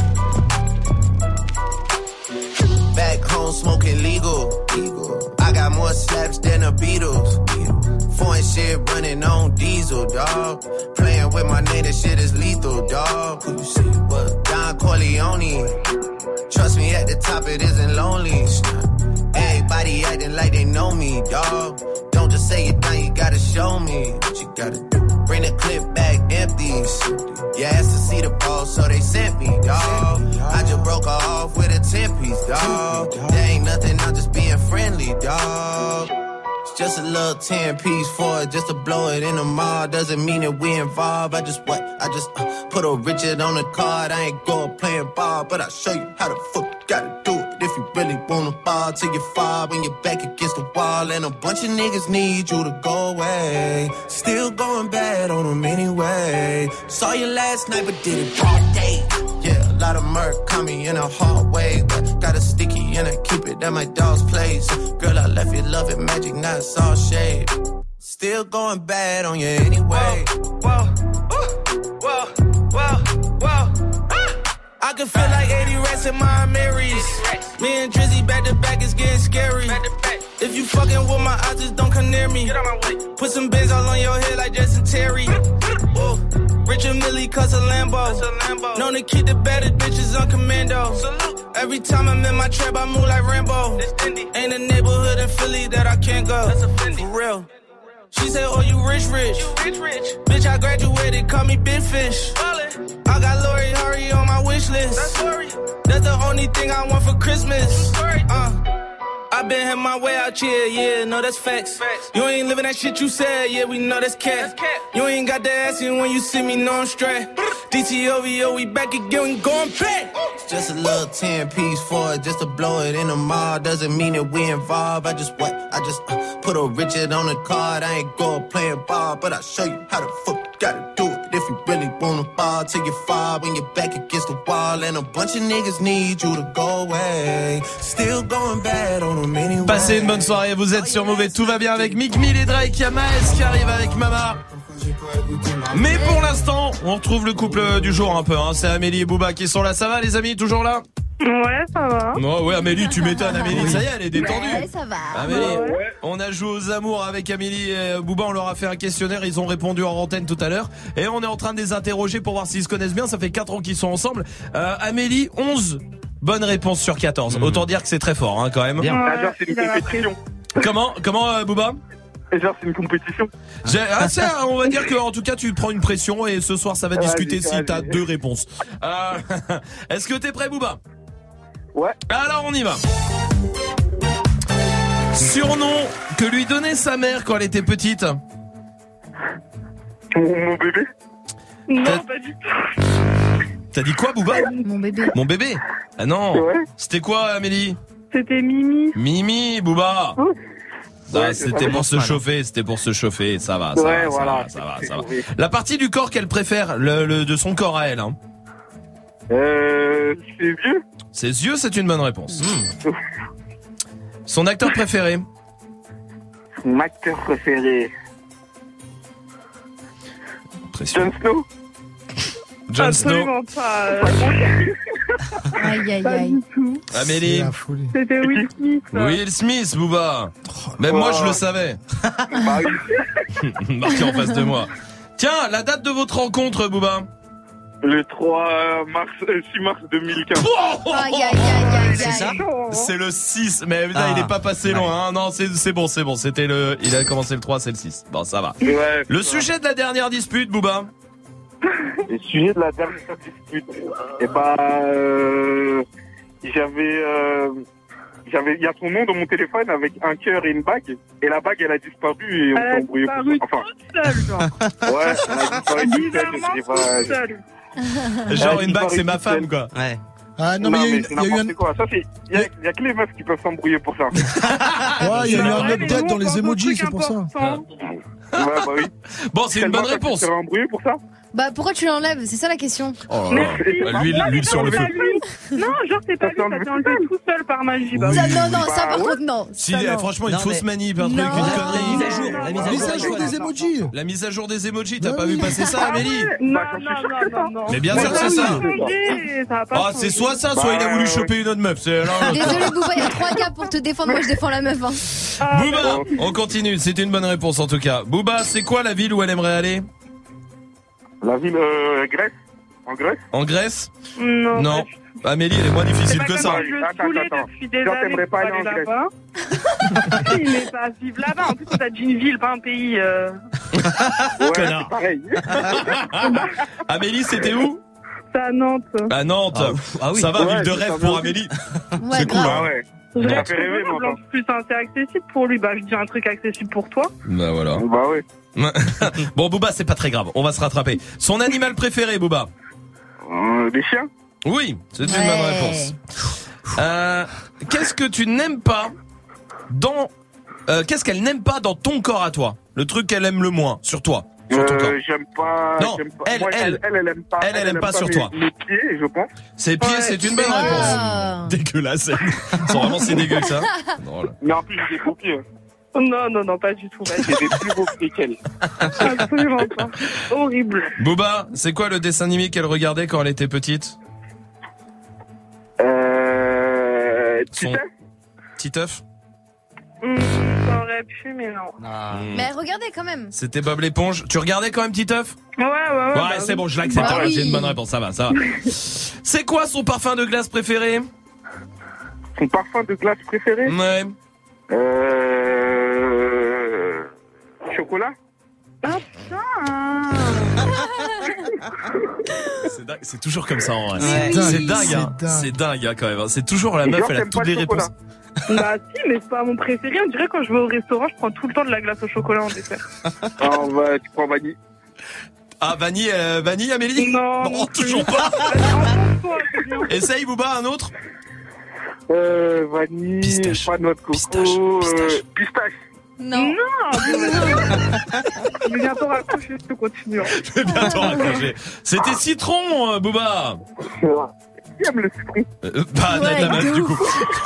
Back home smoking legal. legal. I got more slaps than the Beatles. Foreign shit running on diesel, dog. Playing with my name, that shit is lethal, dog. Who you see? What? Don Corleone. Trust me, at the top it isn't lonely. Everybody acting like they know me, dog. Don't just say it down, you gotta show me what you gotta do. Bring the clip back empties. You asked to see the ball, so they sent me, dog. I just broke her off with a ten piece, dog. There ain't nothing, I'm just being friendly, dog. It's just a little ten piece for it, just to blow it in the mall. Doesn't mean that we involved. I just what? I just uh, put a Richard on the card. I ain't going playing ball, but I'll show you how the fuck you gotta do it. If you really wanna fall till you fall when you're back against the wall. And a bunch of niggas need you to go away. Still going bad on them anyway. Saw you last night but did it all day. Yeah, a lot of murk coming in a hard way. But got a sticky and I keep it at my dog's place. Girl, I left you loving magic, not it's all shade. Still going bad on you anyway. Whoa, whoa, whoa, whoa. I can feel like eighty rats in my Marys. Me and Drizzy back to back, it's getting scary. If you fucking with my eyes, just don't come near me. Put some bins all on your head like Justin Terry. Whoa. Rich a milli cause a Lambo. Known to keep the better bitches on commando. Every time I'm in my trap, I move like Rambo. Ain't a neighborhood in Philly that I can't go. For real. She said, oh, you rich, rich. You rich, rich. Bitch, I graduated, call me Big Fish. Ballin'. I got Lori Hurry on my wish list. That's Lori. That's the only thing I want for Christmas. Uh, I been had my way out here, yeah, no, that's facts. facts. You ain't living that shit you said, yeah, we know that's cat. That's cat. You ain't got the ass in when you see me, no, I'm straight. D T O V O, we back again, we going back. It's just a little ten piece for it, just to blow it in the mall. Doesn't mean that we involved. I just what? I just uh, put a Richard on the card. I ain't go playing ball, but I'll show you how the fuck you gotta do it. If you really wanna ball till you fall when you're back against the wall. And a bunch of niggas need you to go away. Still going bad on them anyway. Passez une bonne soirée, vous êtes sur Mauvais, tout va bien avec Mick Mill et Drake. Il y a Maes qui arrive avec Mama. Mais pour l'instant, on retrouve le couple du jour un peu, hein. C'est Amélie et Booba qui sont là. Ça va les amis, toujours là? Ouais, ça va. Oh, ouais, Amélie, tu m'étonnes, Amélie, ça y est, elle est détendue. Ouais, ça va. Amélie, Ouais. on a joué aux amours avec Amélie et Booba, on leur a fait un questionnaire, ils ont répondu en antenne tout à l'heure. Et on est en train de les interroger pour voir s'ils se connaissent bien, ça fait quatre ans qu'ils sont ensemble. Euh, Amélie, onze bonnes réponses sur quatorze. Mmh. Autant dire que c'est très fort, hein, quand même. Bien. Ouais, Ah, genre, c'est une compétition. Comment, comment, euh, Booba? Et genre, c'est une compétition. J'ai, ah, ça, on va dire que en tout cas tu prends une pression et ce soir ça va Ouais, discuter vas-y, si t'as vas-y. deux réponses. Euh, est-ce que t'es prêt, Booba? Ouais. Alors on y va. Surnom que lui donnait sa mère quand elle était petite. Mon, mon bébé. Non, T'as- pas du tout. T'as dit quoi, Booba? Mon bébé. Mon bébé? Ah non. Ouais. C'était quoi, Amélie? C'était Mimi. Mimi, Booba. Oh. Ah, Ouais, c'était c'est pour se mal. chauffer, c'était pour se chauffer, ça va, ça Ouais, va, voilà. ça va, ça va, ça va. Oui. La partie du corps qu'elle préfère, le, le- de son corps à elle, hein. Euh, c'est vieux. Ses yeux, c'est une bonne réponse. Hmm. Son acteur préféré? Mon acteur préféré. Pression. Jon Snow. Jon Snow. Absolument pas. euh, Aïe, aïe, Pas aïe. du tout. Amélie. C'était Will Smith. Will Smith, Booba. Même moi, je le savais. Bah oui. Marqué en face de moi. Tiens, la date de votre rencontre, Booba. Le trois mars, euh, six mars deux mille quinze. Oh Aïe, aïe, aïe, aïe, C'est ça? aïe. C'est le six, mais putain, Ah. il est pas passé loin, hein. Non, c'est, c'est bon, c'est bon. C'était le, il a commencé le trois, c'est le six. Bon, ça va. Ouais. Le sujet de la dernière dispute, Booba. Le sujet de la dernière dispute. Et bah, euh, j'avais, euh, j'avais, il y a son nom dans mon téléphone avec un cœur et une bague. Et la bague, elle a disparu et on Elle a s'est embrouillé pour disparu ça. Enfin, toute seule, genre. ouais, elle a disparu toute seule. Bizarrement J'ai toute pas- seule. Genre Ouais, une bague, il c'est ma paraît femme, quoi. Ouais. Ah non, mais il y a eu, c'est il y a eu un, n'importe quoi. Ça, c'est, il y a, il y a que les meufs qui peuvent s'embrouiller pour ça. ouais, il y a eu Bah un ouais, mais update nous, dans on les pense aux emojis, trucs c'est pour ça. importants. Ouais, bah oui. Bon, c'est une Tellement bonne ça réponse. s'est fait embrouiller pour ça. Bah, pourquoi tu l'enlèves? C'est ça la question. Oh là là. L'huile, l'huile sur le feu. Non, genre, c'est pas lui, ça s'est enlevé tout seul par magie. Bah, Oui. Ça, non, non, ça Bah, par ouais. contre, non. Si, Ça, eh, non. franchement, une Non, fausse mais- manip, un truc, Non. une La mise connerie. à jour, la mise à Mise à jour. jour des emojis. La mise à jour des emojis, t'as Ouais, pas oui. vu passer ça, Amélie? Non, Bah, j'en suis non, sûr non, que non, non. Mais bien sûr, Ça c'est a ça. changé, ça a pas Ah, c'est changé. soit ça, soit il a voulu Bah, choper une autre meuf. C'est l'un ou l'autre. Désolé, Booba, il y a trois gars pour te défendre. Moi, je défends la meuf. Hein. Ah, Booba, on continue. C'était une bonne réponse en tout cas. Booba, c'est quoi la ville où elle aimerait aller? La ville, euh, Grèce. En Grèce. En Grèce? Non. Non. Amélie, elle est moins difficile C'est pas que comme ça. si je le Attends, saoulais attends. depuis des Toi, années t'aimerais pour pas aller en aller là-bas. Il n'est pas à vivre là-bas. En plus, on t'a dit une ville, pas un pays. euh. Ouais, Connard. c'est pareil. Amélie, c'était où? C'est à Nantes. À Nantes. Ah, ah oui. Ça va, Ouais, ville de c'est rêve ça, pour bien. Amélie. Ouais, C'est cool, grave. Ah ouais. Je Ça l'ai fait rêver, trouvé, moi, en plus, c'est accessible pour lui. Bah, je dis un truc accessible pour toi. Bah voilà. Bah ouais. Bon, Booba, c'est pas très grave. On va se rattraper. Son animal préféré, Booba? Euh, des chiens. Oui, c'est une Ouais. bonne réponse. Euh, qu'est-ce que tu n'aimes pas dans... Euh, qu'est-ce qu'elle n'aime pas dans ton corps à toi? Le truc qu'elle aime le moins sur toi, sur ton corps. Euh, j'aime pas. Non, j'aime pas. elle, Moi, elle. elle, elle aime pas. Elle, elle aime pas sur mes, toi. Mes pieds, je pense. Ses pieds, Ouais. c'est une bonne Ah. réponse. Dégueulasse. Ils sont vraiment si dégueux que ça. Drôle. Mais en plus, j'ai des beaux pieds. Non, non, non, pas du tout. J'ai des plus beaux pieds qu'elle. Absolument pas. Horrible. Booba, c'est quoi le dessin animé qu'elle regardait quand elle était petite? Euh. Tu Son- sais Titeuf? Hum, Ça aurait pu, mais non. Mais regardez quand même. C'était Bob l'éponge. Tu regardais quand même, petit œuf? Ouais, ouais, ouais. Ouais, bah c'est oui. bon, je l'accepte. Bah alors, oui. C'est une bonne réponse, ça va, ça va. C'est quoi son parfum de glace préféré? Son parfum de glace préféré? Ouais. Euh... Chocolat? Ah, putain. C'est dingue, c'est toujours comme ça en vrai. Ouais. C'est dingue, dingue, hein. c'est dingue. C'est dingue hein, quand même. hein. C'est toujours la Et meuf, genre, elle a t'aimes toutes pas les le réponses. chocolat? Bah si, mais c'est pas mon préféré. On dirait quand je vais au restaurant, je prends tout le temps de la glace au chocolat en dessert. Ah, bah, tu prends vanille. Ah, vanille, euh, vanille, Amélie? Non, Non, non plus. toujours pas. Toi, c'est bien. Essaye, Booba, un autre? Euh, vanille, Pistache. pas de noix de coco, Pistache, euh, pistache. pistache. Non. Non, je vais bientôt raccrocher, je te continue. Je vais bientôt raccrocher. C'était citron, euh, Booba. Qui aime le citron? Euh, bah, Ouais, de la meuf, de du ouf. coup.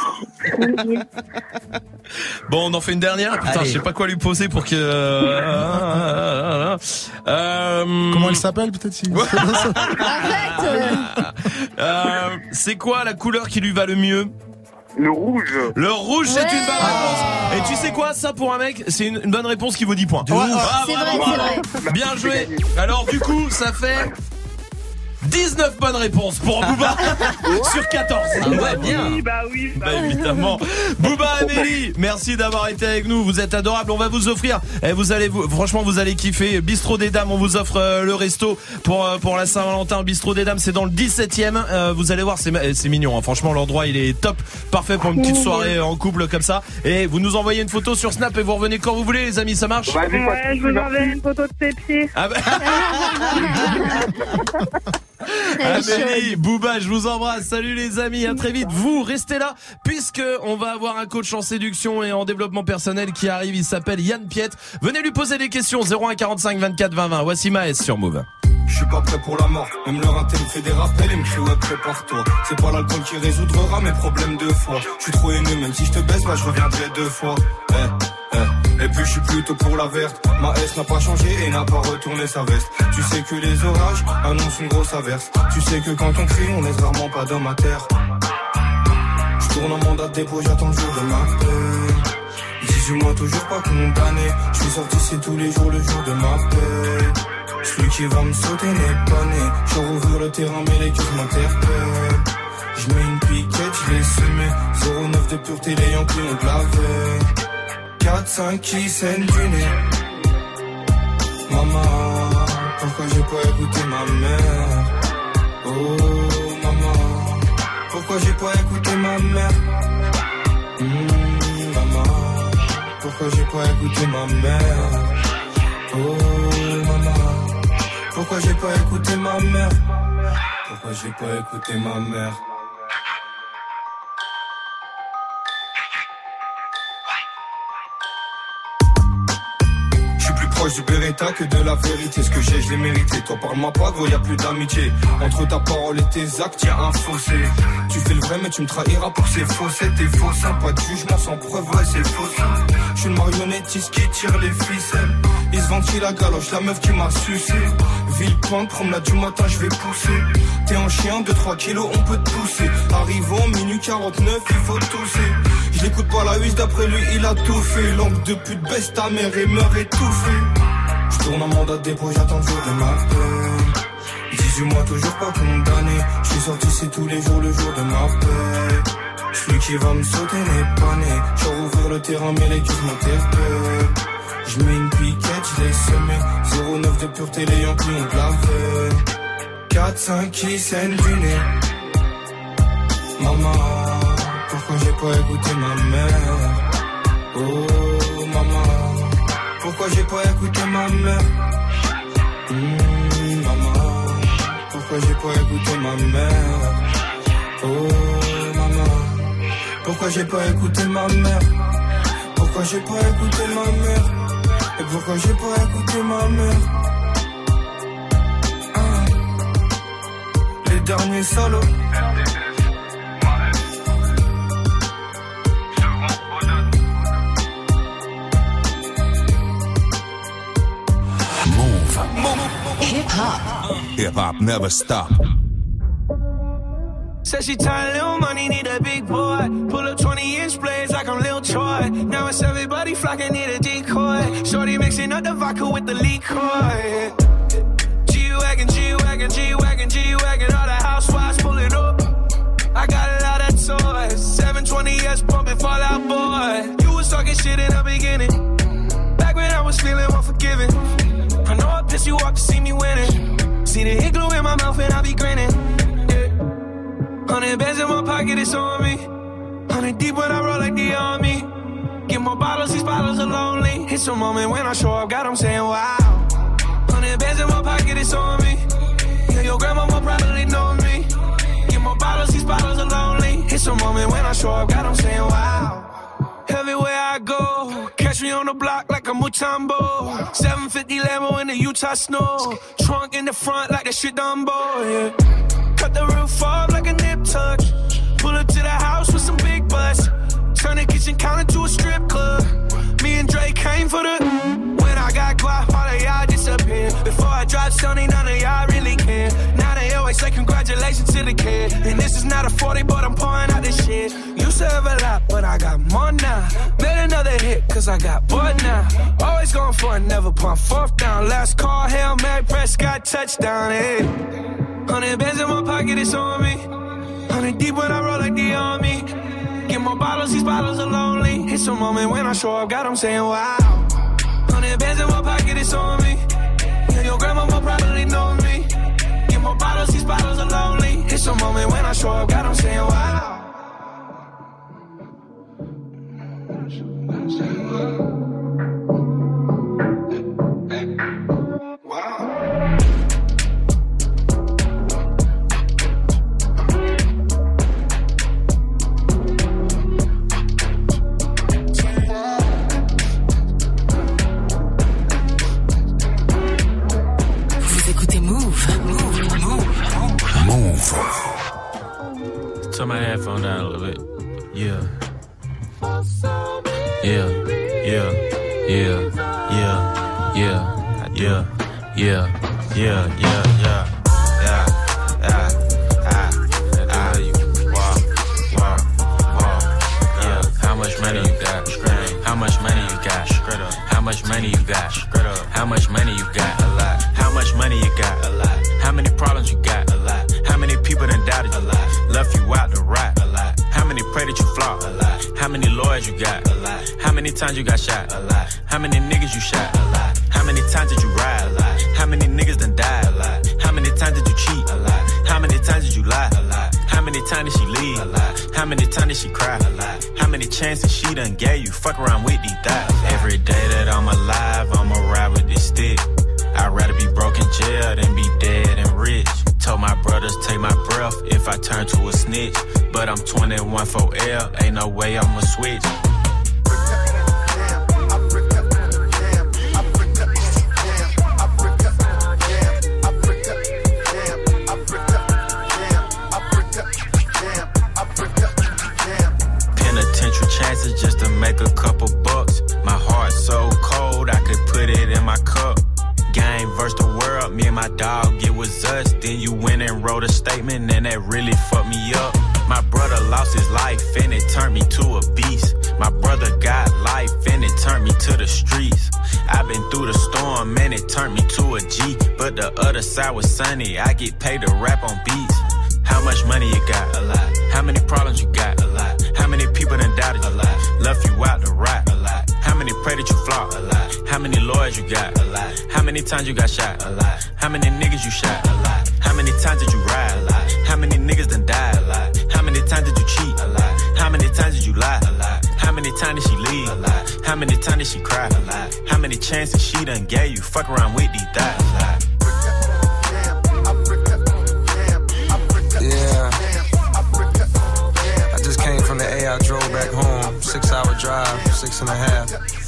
Bon, on en fait une dernière. Putain, Allez. je sais pas quoi lui poser pour que... Euh... euh, Comment elle s'appelle, peut-être si... Arrête. euh. euh, C'est quoi la couleur qui lui va le mieux? Le rouge. Le rouge, c'est Ouais. une bonne réponse. Et tu sais quoi, ça pour un mec, c'est une, une bonne réponse qui vaut dix points. Ah, C'est bravo, vrai, c'est bravo. vrai. Bien joué. Alors du coup, ça fait dix-neuf bonnes réponses pour Booba sur quatorze. Ah ouais, bien. Oui, bah oui. Bah Bah évidemment. Booba, Amélie, merci d'avoir été avec nous. Vous êtes adorables. On va vous offrir. Et vous allez, vous, franchement, vous allez kiffer. Bistrot des Dames, on vous offre euh, le resto pour euh, pour la Saint-Valentin. Bistrot des Dames, c'est dans le dix-septième. Euh, vous allez voir, c'est ma- c'est mignon. Hein. Franchement, l'endroit il est top, parfait pour une petite soirée en couple comme ça. Et vous nous envoyez une photo sur Snap et vous revenez quand vous voulez, les amis. Ça marche? Vas-y, pas de Ouais, je soucis, vous merci. enverrai une photo de tes pieds. Ah bah. Elle est Amélie, chaude. Booba, je vous embrasse. Salut les amis, à très vite. Vous restez là puisque on va avoir un coach en séduction et en développement personnel qui arrive. Il s'appelle Yann Piet. Venez lui poser des questions. zéro un quarante-cinq vingt-quatre vingt vingt. Voici Maës sur Move. Je suis pas prêt pour la mort, même leur intel me fait des rappels et me crie ouais prépare-toi. C'est pas l'alcool qui résoudra mes problèmes de foi. Je suis trop haineux, même si je te baisse, bah je reviendrai deux fois. Eh, eh. Et puis je suis plutôt pour la verte. Ma S n'a pas changé et n'a pas retourné sa veste. Tu sais que les orages annoncent une grosse averse. Tu sais que quand on crie, on laisse rarement pas d'homme à terre. Je tourne en mandat de dépôt, j'attends le jour de ma paix. dix-huit mois toujours pas condamné. Je suis sorti c'est tous les jours le jour de ma paix. Celui qui va me sauter n'est pas né. Je rouvre le terrain mais les cuisses m'interpellent. Je mets une piquette, je l'ai semé. zéro neuf de pureté, les Yankees ont de la veille. quatre cinq qui saignent du nez. Maman, pourquoi j'ai pas écouté ma mère? Oh maman, pourquoi j'ai pas écouté ma mère? Mmh, maman, pourquoi j'ai pas écouté ma mère? Oh maman, pourquoi j'ai pas écouté ma mère? Pourquoi j'ai pas écouté ma mère? Proche du Beretta que de la vérité. Ce que j'ai, je l'ai mérité. Toi, parle-moi pas, gros, y'a plus d'amitié. Entre ta parole et tes actes, y'a un fossé. Tu fais le vrai, mais tu me trahiras pour ces faussettes. T'es faux, hein, pas de jugement sans preuve, ouais, c'est faux. Je suis le marionnettiste qui tire les ficelles. Il se ventile la galoche, la meuf qui m'a sucé. Villepinte, promenade du matin, je vais pousser. T'es un chien, deux trois kilos, on peut te pousser. Arrivant, minuit quarante-neuf, il faut tousser. Je l'écoute pas la huisse, d'après lui, il a tout fait. Langue de pute, baisse ta mère et meurt étouffée. Je tourne en mandat de dépôt, j'attends le jour de ma peine. dix-huit mois, toujours pas condamné. Je suis sorti, c'est tous les jours le jour de ma paix. Celui qui va me sauter n'est pas né. Je rouvre le terrain, mais les cuisses m'interpellent. Je mets une piquette, je l'ai semé. zéro neuf de pureté, les Yankees ont de la veille. quatre cinq qui saignent du nez. Maman, pourquoi j'ai pas écouté ma mère? Oh maman, pourquoi j'ai pas écouté ma mère? Mmh, maman, pourquoi j'ai pas écouté ma mère? Oh maman, pourquoi j'ai pas écouté ma mère? Pourquoi j'ai pas écouté ma mère? Et pourquoi j'ai pas écouté ma mère? Ah, les derniers solos. Hip hop. Hip hop never stop. Said she tired, little money, need a big boy. Pull up twenty twenty inch blades like I'm Lil Troy. Now it's everybody flocking, need a decoy. Shorty mixing up the vodka with the liquor. G-Wagon, G-Wagon, G-Wagon, G-Wagon. All the housewives pulling up. I got a lot of toys. seven twenty S pumping Fall Out Boy. You was talking shit in the beginning. Back when I was feeling unforgiving. I know I pissed you off to see me winning. See the hit glue in my mouth and I be grinning. Yeah. Hundred bands in my pocket, it's on me. Hundred deep when I roll like the army. Get more bottles, these bottles are lonely. It's a moment when I show up, God, I'm saying wow. Hundred bands in my pocket, it's on me. Yeah, your grandma will probably know me. Get more bottles, these bottles are lonely. It's a moment when I show up, God, I'm saying wow. Everywhere I go, catch me on the block like a Mutombo. seven fifty Lambo in the Utah snow. Trunk in the front like that shit Dumbo, yeah. Cut the roof off like a nip tuck. Pull up to the house with some big butts. Turn the kitchen counter to a strip club. Me and Drake came for the... When I got guap, all of y'all disappear. Before I dropped Sony, none of y'all really care. Now they always say congratulations to the kid. And this is not a forty, but I'm pouring out this shit. Used to have a lot, but I got more now. Made another hit, cause I got bored now. Always going for it, never pump fourth down. Last call, Hail Mary, Prescott, touchdown, hey. Hundred bands in my pocket, it's on me. Hundred deep when I roll like the army. Get more bottles, these bottles are lonely. It's a moment when I show up, God, I'm saying wow. Hundred bands in my pocket, it's on me. Yeah, your grandma will probably know me. Get more bottles, these bottles are lonely. It's a moment when I show up, God, I'm saying wow. Turn my headphone down a little bit. Yeah. Yeah. Yeah. Yeah. Yeah. Yeah. Yeah. Yeah. Yeah. Yeah. Yeah. Yeah. Yeah. Ah. You walk. Walk. Walk. Yeah. How much money you got? How much money you got? How much money you got? How much money you got? A lot. How much money you got? A lot. How many problems you got? A lot. How many people done doubted you? A lot. Left you out the right? A lot. How many pray that you flop? A lot. How many lawyers you got? A lot. How many times you got shot? A lot. How many niggas you shot? A lot. How many times did you ride? A lot. How many niggas done died? A lot. How many times did you cheat? A lot. How many times did you lie? A lot. How many times did she leave? A lot. How many times did she cry? A lot. How many chances she done gave you? Fuck around with these thoughts. Every day that I'm alive, I'ma ride with this stick. I'd rather be broke in jail than be dead and rich. Told my brothers take my breath if I turn to a snitch. But I'm twenty-one for L, ain't no way I'ma switch. Penitentiary chances just to make a couple bucks. My heart so cold I could put it in my cup. Game versus the world, me and my dog, it was us. Then you went and wrote a statement and that really fucked me up. My brother lost his life and it turned me to a beast. My brother got life and it turned me to the streets. I've been through the storm and it turned me to a G. But the other side was sunny, I get paid to rap on beats. How much money you got? A lot. How many problems you got? A lot. How many people done doubted you? A lot. Left you out the right? A lot. How many pray that you flop? A lot. How many lawyers you got? A lot. How many times you got shot? A lot. How many niggas you shot? A lot. How many times did you ride? A lot. How many niggas done died? A lot. How many times did you cheat? A lot. How many times did you lie? A lot. How many times did she leave? A lot. How many times did she cry? A lot. How many chances she done gave you? Fuck around with these thoughts. A lot. Yeah. I just came from the A, I drove back home. Six hour drive, six and a half.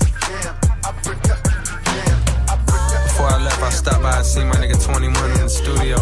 Before I left, I stopped by and see my nigga twenty-one in the studio.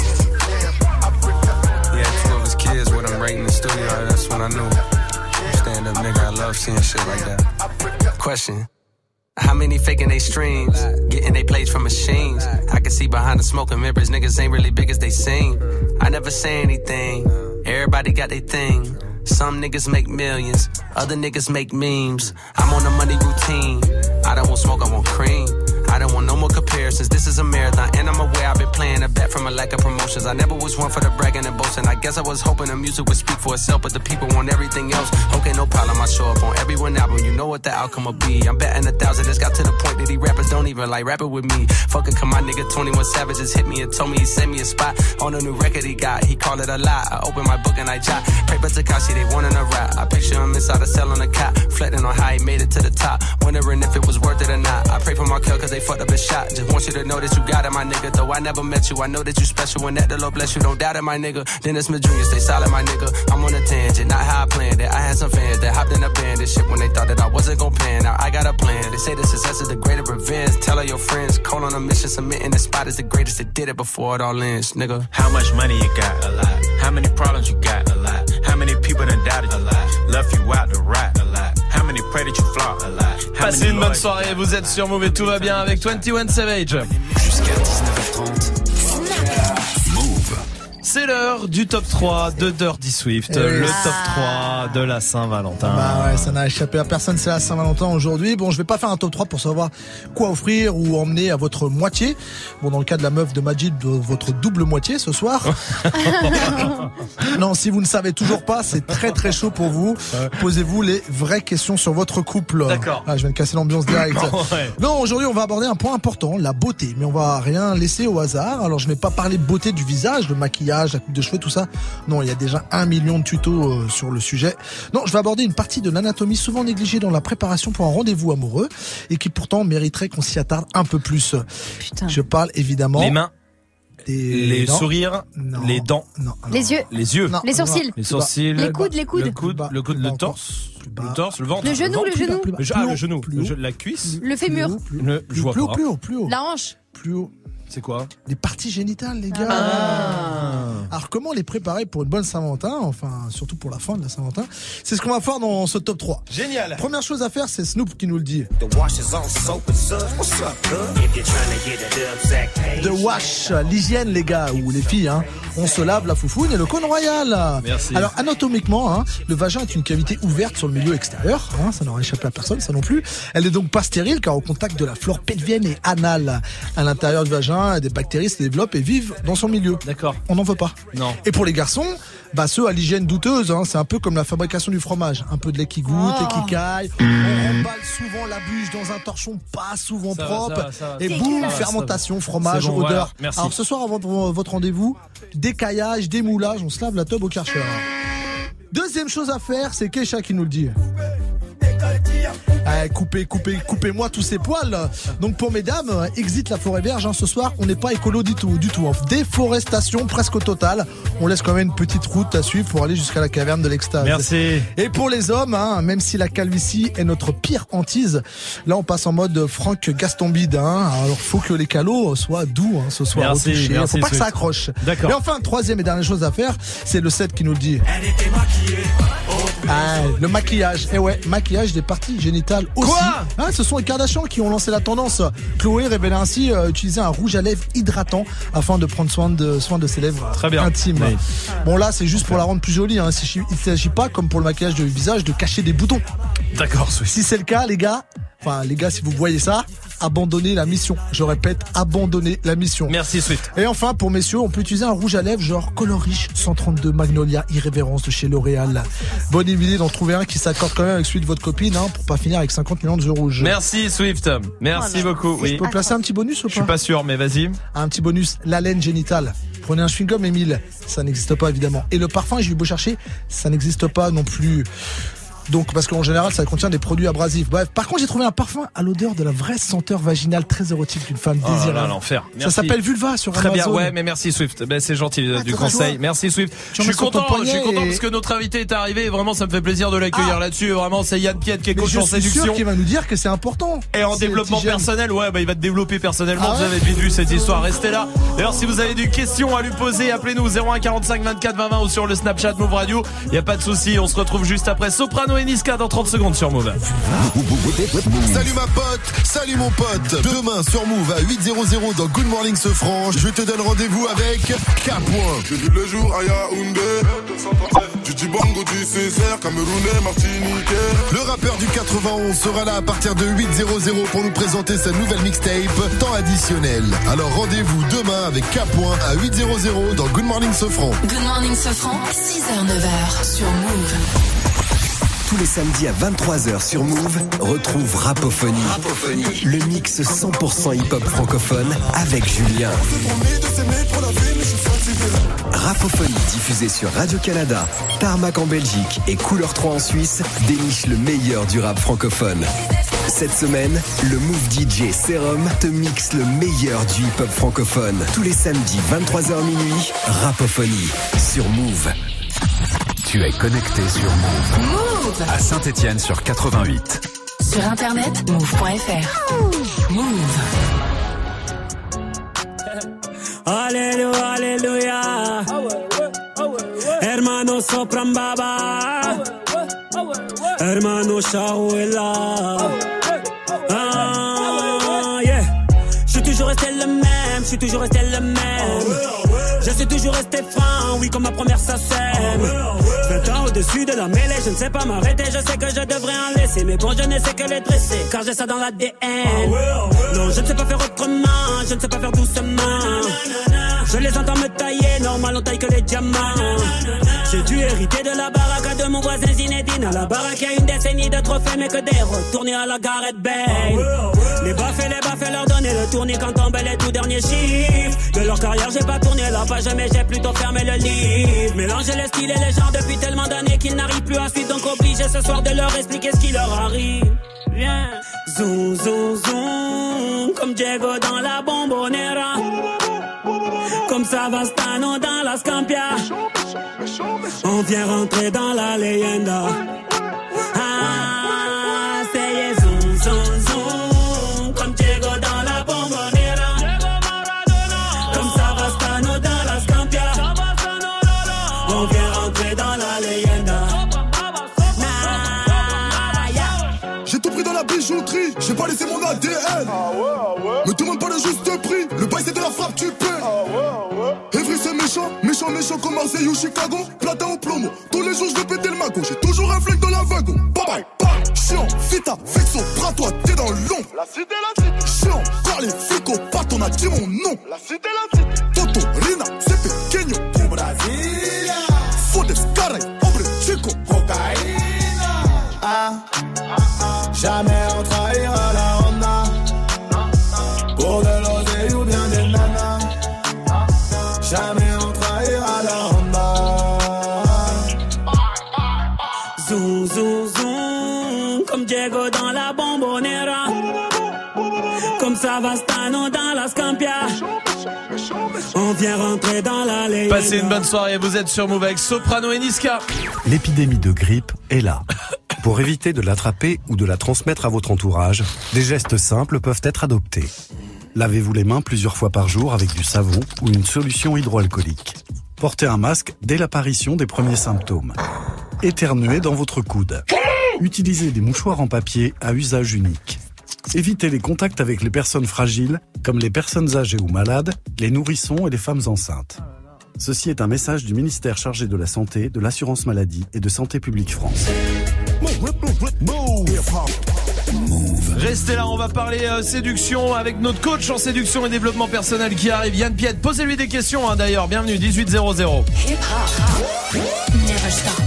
He had two of his kids with him right in the studio. That's when I knew. Stand up nigga, I love seeing shit like that. Question. How many faking they streams? Getting they plays from machines. I can see behind the smoking mirrors, niggas ain't really big as they seem. I never say anything. Everybody got their thing. Some niggas make millions, other niggas make memes. I'm on a money routine. I don't want smoke, I want cream. I don't want no more comparisons. This is a marathon, and I'm aware I've been playing a bet from a lack of promotions. I never was one for the bragging and boasting. I guess I was hoping the music would speak for itself, but the people want everything else. Okay, no problem, I show up on every one album. You know what the outcome will be. I'm betting a thousand. It's got to the point that these rappers don't even like rapping with me. Fuck it, come my nigga twenty-one Savage just hit me and told me he sent me a spot on a new record he got. He called it a lie. I open my book and I jot. Pray for Takashi, they wanting a rap. I picture him inside a cell on a cot, reflecting on how he made it to the top, wondering if it was worth it or not. I pray for my kill cause they fucked up his shot. Just want you to know that you got it, my nigga. Though I never met you, I know that you special and that the Lord bless you. Don't doubt it, my nigga. Dennis Smith Junior, stay solid, my nigga. I'm on a tangent, not how I planned it. I had some fans that hopped in a band and shit when they thought that I wasn't gon' pan. Now I got a plan. They say the success is the greater revenge. Tell all your friends, call on a mission, submitting the spot is the greatest that did it before it all ends, nigga. How much money you got? A lot. How many problems you got? A lot. How many people done doubted you? A lot. Left you out to rot? A lot. How many pray that you flop? A lot. Passez une bonne soirée, vous êtes sur Move et tout va bien avec twenty-one Savage. Jusqu'à dix-neuf heures trente. Move. C'est l'heure du top trois de Dirty Swift, Et le oui. top trois de la Saint-Valentin. Bah ouais, ça n'a échappé à personne, c'est la Saint-Valentin aujourd'hui. Bon, je vais pas faire un top trois pour savoir quoi offrir ou emmener à votre moitié. Bon, dans le cas de la meuf de Majid, de votre double moitié ce soir. Non, si vous ne savez toujours pas, c'est très très chaud pour vous. Posez-vous les vraies questions sur votre couple. D'accord. Ah, je viens de casser l'ambiance directe. Ouais. Non, aujourd'hui, on va aborder un point important, la beauté. Mais on va rien laisser au hasard. Alors, je n'ai pas parlé de beauté du visage, de maquillage, la coupe de cheveux, tout ça. Non, il y a déjà un million de tutos euh, sur le sujet. Non, je vais aborder une partie de l'anatomie souvent négligée dans la préparation pour un rendez-vous amoureux et qui pourtant mériterait qu'on s'y attarde un peu plus. Putain. Je parle évidemment Les mains, des les dents. sourires, Non. les dents, Non, non. Les yeux. les yeux, Non, Les sourcils. non. les sourcils, Les coudes, les coudes. le coude, Plus bas, le coude, plus le bas torse, bas. le torse, le ventre, Le genou, ventre, le Plus bas, genou. plus bas. le, ah, Plus le haut, genou, plus le haut. ge- la cuisse, Le fémur. Plus haut, plus haut. le, je vois plus haut, pas. plus haut, plus haut. La hanche. Plus haut. C'est quoi? Les parties génitales, les gars. Ah. Alors, comment les préparer pour une bonne Saint-Valentin? Enfin, surtout pour la fin de la Saint-Valentin. C'est ce qu'on va faire dans ce top trois. Génial. Première chose à faire, c'est Snoop qui nous le dit. The wash, l'hygiène, les gars, ou les filles, hein. On se lave la foufoune et le cône royal. Merci. Alors, anatomiquement, hein, le vagin est une cavité ouverte sur le milieu extérieur. Hein, ça n'aura échappé à personne, ça non plus. Elle est donc pas stérile, car au contact de la flore pelvienne et anale, à l'intérieur du vagin, des bactéries se développent et vivent dans son milieu. D'accord. On n'en veut pas. Non. Et pour les garçons, bah ceux à l'hygiène douteuse, hein, c'est un peu comme la fabrication du fromage. Un peu de lait qui goûte Oh. et qui caille. On remballe souvent la bûche dans un torchon pas souvent Ça va, propre. ça va, ça va. Et C'est boum, clair. fermentation, fromage, C'est bon, odeur. voilà. Merci. Alors ce soir, avant votre, votre rendez-vous, décaillage, démoulage, on se lave la tub au Karcher. Deuxième chose à faire, c'est Keisha qui nous le dit. Eh, coupez, coupez, coupez-moi tous ces poils. Donc pour mesdames, euh, exit la forêt vierge. Hein, ce soir, on n'est pas écolo du tout, du tout. Hein. Déforestation presque au total. On laisse quand même une petite route à suivre pour aller jusqu'à la caverne de l'extase. Merci. Et pour les hommes, hein, même si la calvitie est notre pire hantise, là on passe en mode Franck Gastambide. Hein. Alors faut que les calots soient doux hein, ce soir. Merci, retouchés. merci, Faut pas que Swift. ça accroche. D'accord. Et enfin, troisième et dernière chose à faire, c'est le set qui nous le dit. Ah, le maquillage. Eh ouais, maquillage des parties génitales aussi. Quoi Hein, ce sont les Kardashians qui ont lancé la tendance. Chloé révélait ainsi euh, utiliser un rouge à lèvres hydratant afin de prendre soin de, soin de ses lèvres Très bien. intimes. Oui. Bon là, c'est juste pour la rendre plus jolie. Hein. Il ne s'agit pas, comme pour le maquillage du visage, de cacher des boutons. D'accord, Swift. Si c'est le cas, les gars, enfin les gars, si vous voyez ça, abandonnez la mission. Je répète, abandonnez la mission. Merci, Swift. Et enfin, pour messieurs, on peut utiliser un rouge à lèvres genre Color Riche cent trente-deux Magnolia Irrévérence de chez L'Oréal. Bonne idée d'en trouver un qui s'accorde quand même avec celui de votre copine, hein, pour pas finir avec cinquante millions de rouges. Merci, Swift. Merci Oh, beaucoup. Oui. Je peux placer un petit bonus ou Je suis pas? pas sûr, mais vas-y. Un petit bonus, la laine génitale. Prenez un chewing-gum, Émile. Ça n'existe pas, évidemment. Et le parfum, j'ai eu beau chercher, ça n'existe pas non plus. Donc, parce qu'en général, ça contient des produits abrasifs. Bref, par contre, j'ai trouvé un parfum à l'odeur de la vraie senteur vaginale très érotique d'une femme Oh là désirable. là, l'enfer. Ça Merci. s'appelle Vulva sur Très Amazon. bien, ouais, mais merci Swift. Ben, c'est gentil euh, du t'as conseil. raison. Merci Swift. Tu Je en suis mets sur ton content, je poignet suis content et- parce que notre invité est arrivé et vraiment ça me fait plaisir de l'accueillir Ah. là-dessus. Vraiment, c'est Yann Piette qui est Mais coach je en suis sûr séduction. qu'il va nous dire que c'est important. Et en C'est développement l'hygiène. personnel, ouais, bah il va te développer personnellement. Ah vous ouais avez vite vu cette histoire. Restez là. D'ailleurs, si vous avez des questions à lui poser, appelez-nous zéro un quarante-cinq vingt-quatre vingt vingt ou sur le Snapchat Move Radio. Y a pas de souci. On se retrouve juste après Soprano et Niska dans trente secondes sur Move. Salut ma pote, salut mon pote. Demain sur Move à huit heures dans Good Morning Sofranche, je te donne rendez-vous avec K. J'ai vu le jour à Yaoundé. Du du Bango, du Césaire, Camerounais, Martiniquais. Le rappeur du quatre-vingt-onze sera là à partir de huit heures pour nous présenter sa nouvelle mixtape, temps additionnel. Alors rendez-vous demain avec K. à huit heures dans Good Morning Sofran. Good Morning Sofran, six heures neuf heures sur Move. Tous les samedis à vingt-trois heures sur Move, retrouve Rapophonie. Rapophonie. Le mix cent pour cent hip-hop francophone avec Julien. Rapophonie diffusée sur Radio-Canada, Tarmac en Belgique et Couleur trois en Suisse déniche le meilleur du rap francophone. Cette semaine, le Move D J Serum te mixe le meilleur du hip-hop francophone. Tous les samedis vingt-trois heures minuit, Rapophonie sur Move. Tu es connecté sur Move. Move à Saint-Étienne sur quatre-vingt-huit. Sur internet, move point f r. Move. Alléluia, alléluia. Hermano sopran baba. Hermano Shaouela. Ah, yeah. Je suis toujours resté le même, je suis toujours resté le même. Je suis toujours resté franc, oui, comme ma première sacème. vingt ans au-dessus de la mêlée, je ne sais pas m'arrêter, je sais que je devrais en laisser. Mais bon, je ne sais que les dresser, car j'ai ça dans l'A D N. Non, je ne sais pas faire autrement, je ne sais pas faire doucement. Je les entends me tailler, normal on taille que les diamants. J'ai dû hériter de la baraque de mon voisin Zinedine. À la baraque, il y a une décennie de trophées, mais que des retournés à la Gareth Bale. Les baffes et les baffes, leur donner le tournis quand tombent les tout derniers chiffres. De leur carrière, j'ai pas tourné la page, mais j'ai plutôt fermé le livre. Mélanger les styles et les genres depuis tellement d'années qu'ils n'arrivent plus à suivre. Donc obligé ce soir de leur expliquer ce qui leur arrive. Viens, zoom, zoom, zoom, comme Diego dans la Bombonera. Comme Savastano dans la Scampia. On vient rentrer dans la leyenda. Ah, c'est zoom, zoom, zoom, comme Diego dans la Bombonera. Comme Savastano dans la Scampia. On vient rentrer dans la leyenda. J'ai tout pris dans la bijouterie, j'ai pas laissé mon A D N. Me demande pas le juste prix, le bail c'est de la frappe, tu paies. Evry c'est méchant, méchant, méchant comme Marseille ou Chicago. Platin ou plomo, tous les jours je vais péter le magot. J'ai toujours un flingue dans la wagon. Bye bye, bye. Chiant, vita, vexo, bras toi, t'es dans l'ombre. La cité, la cité. Chiant, car les flics au pat, on a dit mon nom. La cité, la cité. Toto, Rina, c'est pequeño. Au Brasilia. Fodes, caray, hombre, chico. Cocaïna. Ah, jamais on trahira la Honda. Pour de l'oseille ou bien des nanas. Jamais on trahira la Honda. Zoom, zoom, zoom, comme Diego dans la Bombonera. Comme Savastano dans la Scampia. On vient rentrer dans la leyenda. Passez une bonne soirée, vous êtes sur Move avec Soprano et Niska. L'épidémie de grippe est là. Pour éviter de l'attraper ou de la transmettre à votre entourage, des gestes simples peuvent être adoptés. Lavez-vous les mains plusieurs fois par jour avec du savon ou une solution hydroalcoolique. Portez un masque dès l'apparition des premiers symptômes. Éternuez dans votre coude. Utilisez des mouchoirs en papier à usage unique. Évitez les contacts avec les personnes fragiles, comme les personnes âgées ou malades, les nourrissons et les femmes enceintes. Ceci est un message du ministère chargé de la Santé, de l'Assurance Maladie et de Santé Publique France. Restez là, on va parler euh, séduction avec notre coach en séduction et développement personnel qui arrive, Yann Piette. Posez-lui des questions hein, d'ailleurs, bienvenue, dix-huit zéro zéro. Never stop.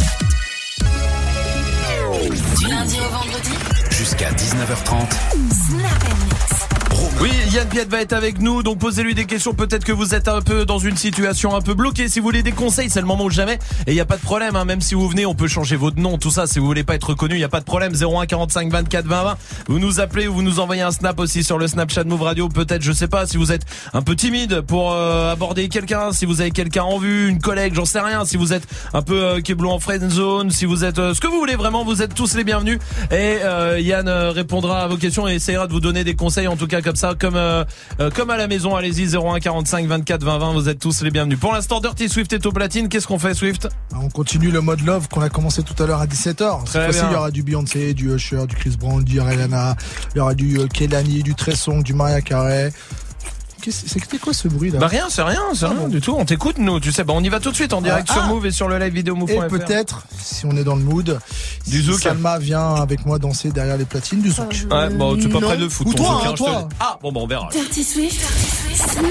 Du lundi au vendredi, jusqu'à dix-neuf heures trente. Snap and Mix. Oui, Yann Piette va être avec nous, donc posez-lui des questions. Peut-être que vous êtes un peu dans une situation un peu bloquée. Si vous voulez des conseils, c'est le moment ou jamais. Et il n'y a pas de problème, hein. Même si vous venez, on peut changer votre nom, tout ça. Si vous voulez pas être reconnu, il n'y a pas de problème. zéro un quarante-cinq vingt-quatre vingt vingt. Vous nous appelez ou vous nous envoyez un snap aussi sur le Snapchat Move Radio. Peut-être, je sais pas, si vous êtes un peu timide pour euh, aborder quelqu'un, si vous avez quelqu'un en vue, une collègue, j'en sais rien. Si vous êtes un peu euh, keblo en friend zone, si vous êtes euh, ce que vous voulez vraiment, vous êtes tous les bienvenus. Et euh, Yann euh, répondra à vos questions et essaiera de vous donner des conseils, en tout cas comme ça, comme euh, euh, comme à la maison. Allez-y, zéro un quarante-cinq vingt-quatre vingt vingt. Vous êtes tous les bienvenus. Pour l'instant, Dirty Swift est au platine. Qu'est-ce qu'on fait, Swift? On continue le mode love qu'on a commencé tout à l'heure à dix-sept heures. Cette fois-ci, il y aura du Beyoncé, du Usher, du Chris Brown, du Rihanna, il y aura du euh, Kehlani, du Trey Songz, du Mariah Carey. C'était quoi ce bruit là? Bah rien, c'est rien, c'est Ah rien bon. du tout. On t'écoute, nous. Tu sais, bah on y va tout de suite en direct Ah, sur ah. Move et sur le live vidéo move Et point F R. peut-être, si on est dans le mood, Du si zouk. Salma vient avec moi danser derrière les platines du zouk. Ouais, bon, tu es pas Non. près de foot. Ou ton toi, zouk, hein, hein, je te toi. le dis. Ah, bon, bon, on verra. Dirty Swift, snapping.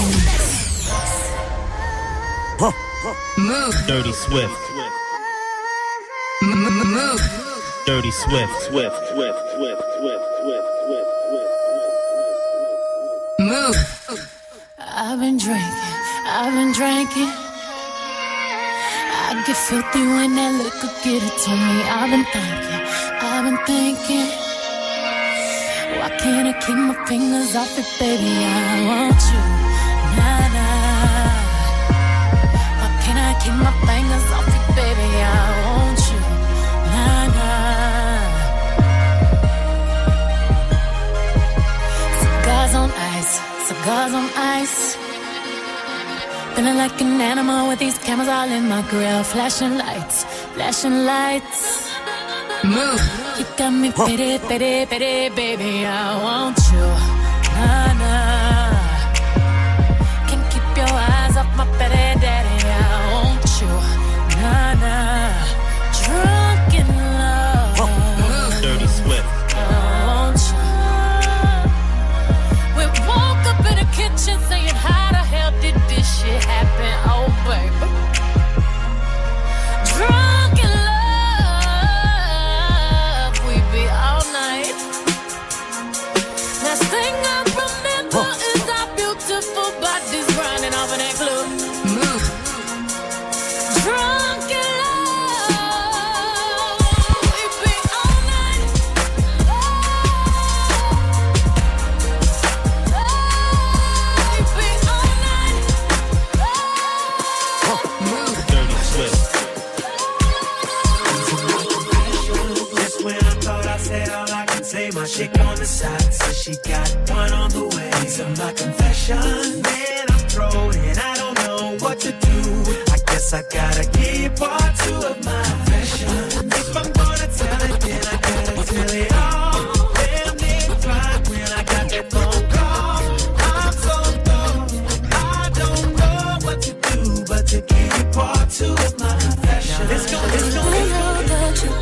Move. Dirty Swift. Move. Dirty Swift. Swift. Swift. Swift. Swift. Swift. Swift. Move. I've been drinking, I've been drinking. I get filthy when that liquor get it to me. I've been thinking, I've been thinking. Why can't I keep my fingers off it, baby? I want you, nah, nah. Why can't I keep my fingers off it, baby? I want you, nah, nah. Cigars on ice, cigars on ice. Feeling like an animal with these cameras all in my grill. Flashing lights, flashing lights. Move. You got me pity, pity, pity, baby. I want you. Nah, nah. Can't keep your eyes off my pity, daddy. I want you. Nah, nah. Drunk in love. Dirty Swift. I want you. We woke up in the kitchen saying, how the hell did this shit happen? Oh, baby. Drunk in love, we be all night. Last thing I remember is our beautiful bodies grinding off in that club. Move. Drunk in love, we be all night. We be all night. Move. Dirty Swift. Just when I thought I said all I can say, my chick on the side says she got one on the way. So my confession, man, I'm thrown and I don't know what to do. I guess I gotta keep part two of my confession. If I'm gonna tell it, then I gotta tell it all. Damn nigga right when I got that phone call. I'm so dumb, I don't know what to do but to keep part two of my confession. Let's go, let's go, let's go.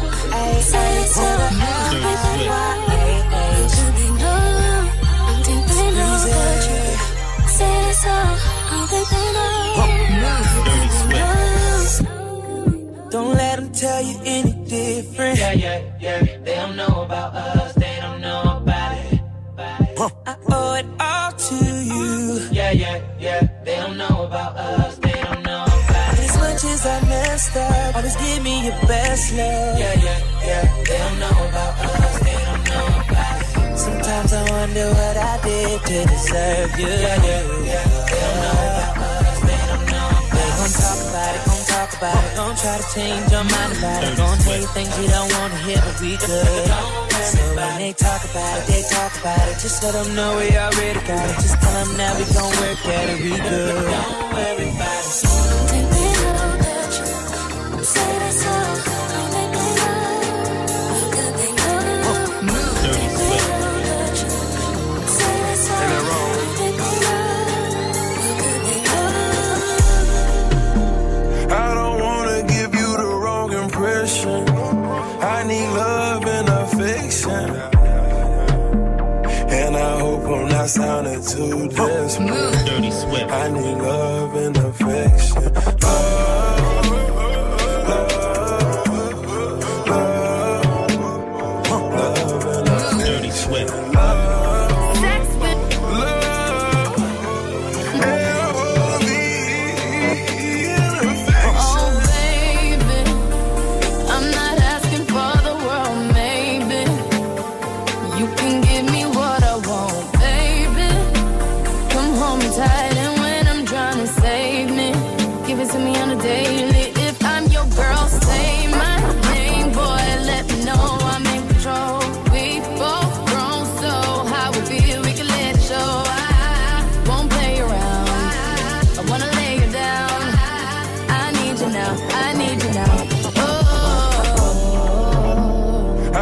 Don't let them tell you any different. Yeah, yeah, yeah. They don't know about us. They don't know about it. I owe it all to you. Yeah, yeah, yeah. They don't know about us. They don't know about it. As much as I messed up, always give me your best love. Yeah, yeah, yeah. They don't know about us. They don't know about it. Sometimes I wonder what I did to deserve you. Yeah, yeah, yeah. They don't know about us. They don't know about it. They gon' talk about it, gon' talk about it, gon' try to change your mind about it, gon' tell you things you don't wanna hear, but we good. So when they talk about it, they talk about it. Just let them know we already got it. Just tell them now we gon' work at it, we good. Don't worry about it. Think they know that you say that's all. Think they know. Think they know. Move. Think they know that you say that's all. Think they know. I don't wanna give you the wrong impression. I need love and affection. And I hope I'm not sounding too desperate. Dirty Swift. I need love and affection. Love, love, love and affection. Dirty Swift.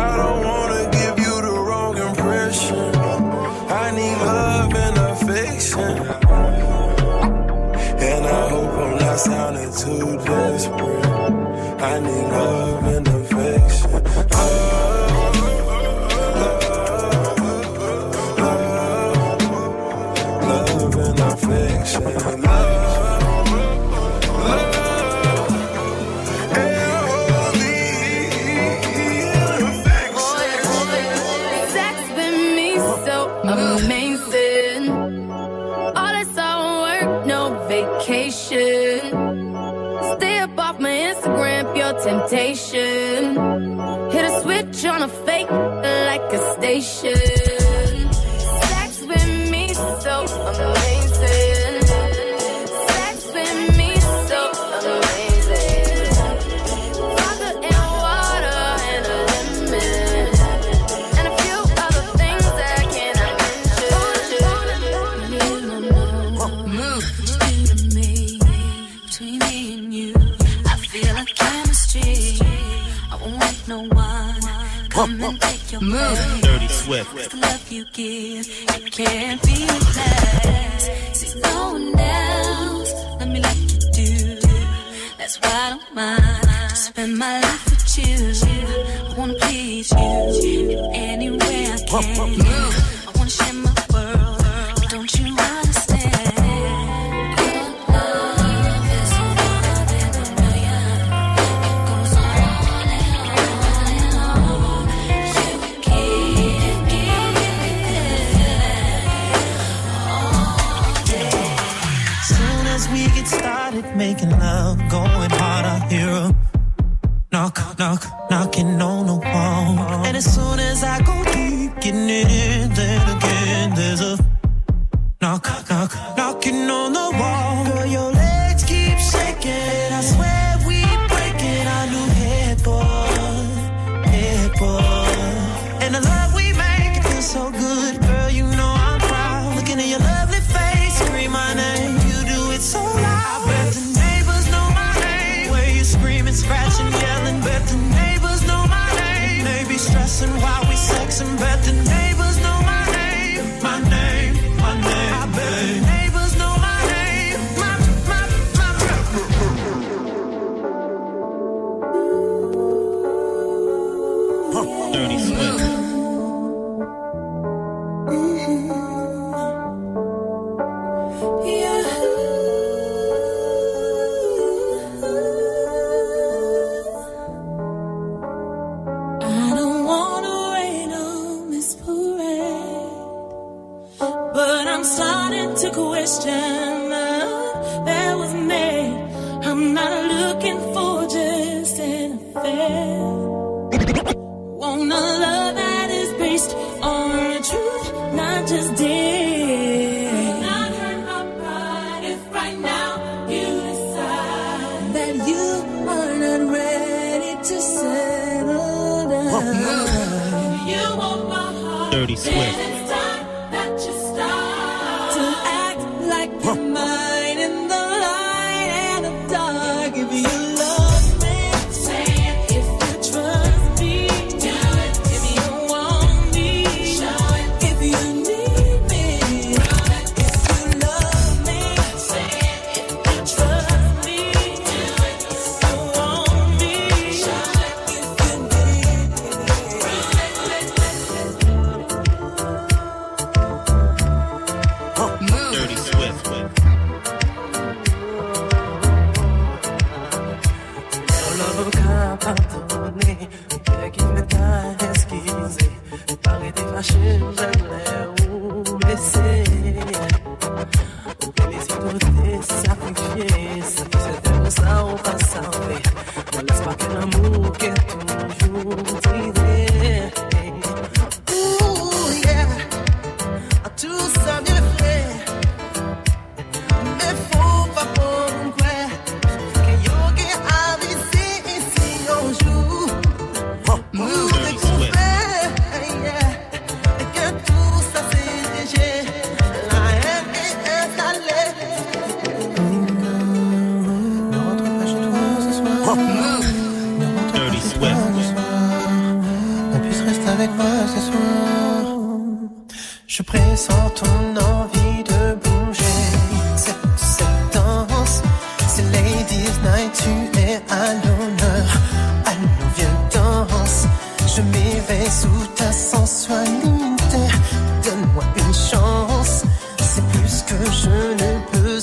I need love and affection. affection. And I hope I'm not sounding too desperate. I need love and affection. Love, love, love and affection. Love, love, and affection. Sex with me so amazing. All this all work, no vacation. Stay up off my Instagram, pure temptation. Hit a switch on a fake like a station. Sex with me so amazing. Sex with me so amazing. Vodka and water and a lemon. And a few other things that I cannot mention. Move to me, between me and you. I feel a chemistry. I won't wait no one. Come and take your place. Dirty Swift. The love you give, it can't be less. See no one else, let me let you do. That's why I don't mind to spend my life with you. I wanna please you in any way I can. I wanna share my world, but don't you understand? Your love is more than a million. It goes on and on and on. You keep, keep all day. Soon as we get started making love, going hard, I hear a knock, knock, knocking on the wall. And as soon as I go deep, getting it in, then again there's a knock, knock, knocking on the wall. Girl, your legs keep shaking. I swear we breaking our new headboard, headboard. And the love we make, it feels so good. Girl, you know I'm proud. Looking at your lovely face, scream my name. You do it so loud. I bet the neighbors know my name. Where you screaming, scratching, yelling. Bet the neighbors know my name. They be stressing while we sexing. Bet the neighbors know my name. My name, my name. I bet the neighbors know my name. My, my, my, my. Dirty Swift. I don't wanna rain on this parade, but I'm starting to question love that was made. I'm not looking for just an affair. Want a love that is based on the truth, not just dare. Not hurt my pride if right now you decide that you are not ready to settle down. You want my heart, Dirty then Swift. it's time that you start to act like you're mine in the light and the dark. If you love me, say it. If you trust me, do it. If you want me, show it. If you need me, run it. If you love me, say it. If you trust me, do it. If you want me, show it. If you need me, run it. Dirty Swift. L'homme pardonné, qui me t'a esquissé. Par été fâché, j'allais ou blessé. Félicité, sacrifié. Si c'était pour ça, on va s'enlever. Ne laisse pas que l'amour qui est toujours tiré. Ooh, yeah. Tout ça bien fait. Mais faut pas pour croire que yoga a visé ici un jour. Move et qu'on fait, yeah. Et que tout ça c'est léger. La haine est installée. Ne rentre pas chez toi ce soir. Ne rentre pas Dirty chez toi Swift. ce soir. On puisse rester avec moi ce soir. Je pressens ton envie de bouger.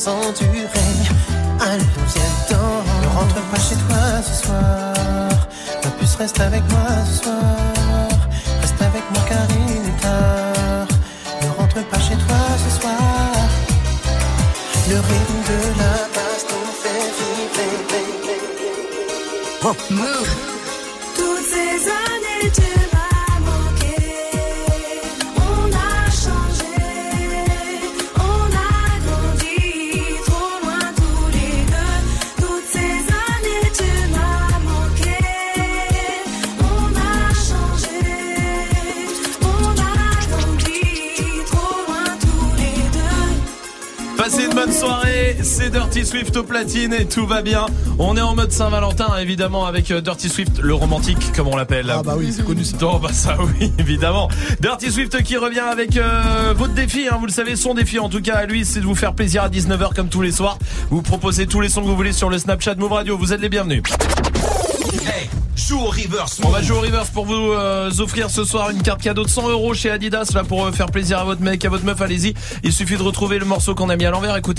sans durée. Allez, viens donc, ne rentre pas chez toi ce soir. La puce reste avec moi ce soir. Reste avec moi car il est tard. Ne rentre pas chez toi ce soir. Le rythme de la basse nous fait vibrer. Oh. Move. Toutes ces années tu m'as manqué. On a changé. On a grandi trop loin tous les deux. Toutes ces années tu m'as manqué. On a changé. On a grandi trop loin tous les deux. Passez une bonne soirée, c'est Dirty Swift au platine et tout va bien. On est en mode Saint-Valentin évidemment avec Dirty Swift, le romantique comme on l'appelle. Ah bah oui, c'est connu ça. Oh bah ça oui, évidemment. Dirty Swift qui revient avec euh, votre défi, hein, vous le savez, son défi en tout cas à lui, c'est de vous faire plaisir à dix-neuf heures comme tous les soirs. Vous proposez tous les sons que vous voulez sur le Snapchat Move Radio, vous êtes les bienvenus. Hey, joue au reverse. On va jouer au reverse pour vous euh, offrir ce soir une carte cadeau de cent euros chez Adidas là pour euh, faire plaisir à votre mec, à votre meuf, allez-y. Il suffit de retrouver le morceau qu'on a mis à l'envers, écoutez.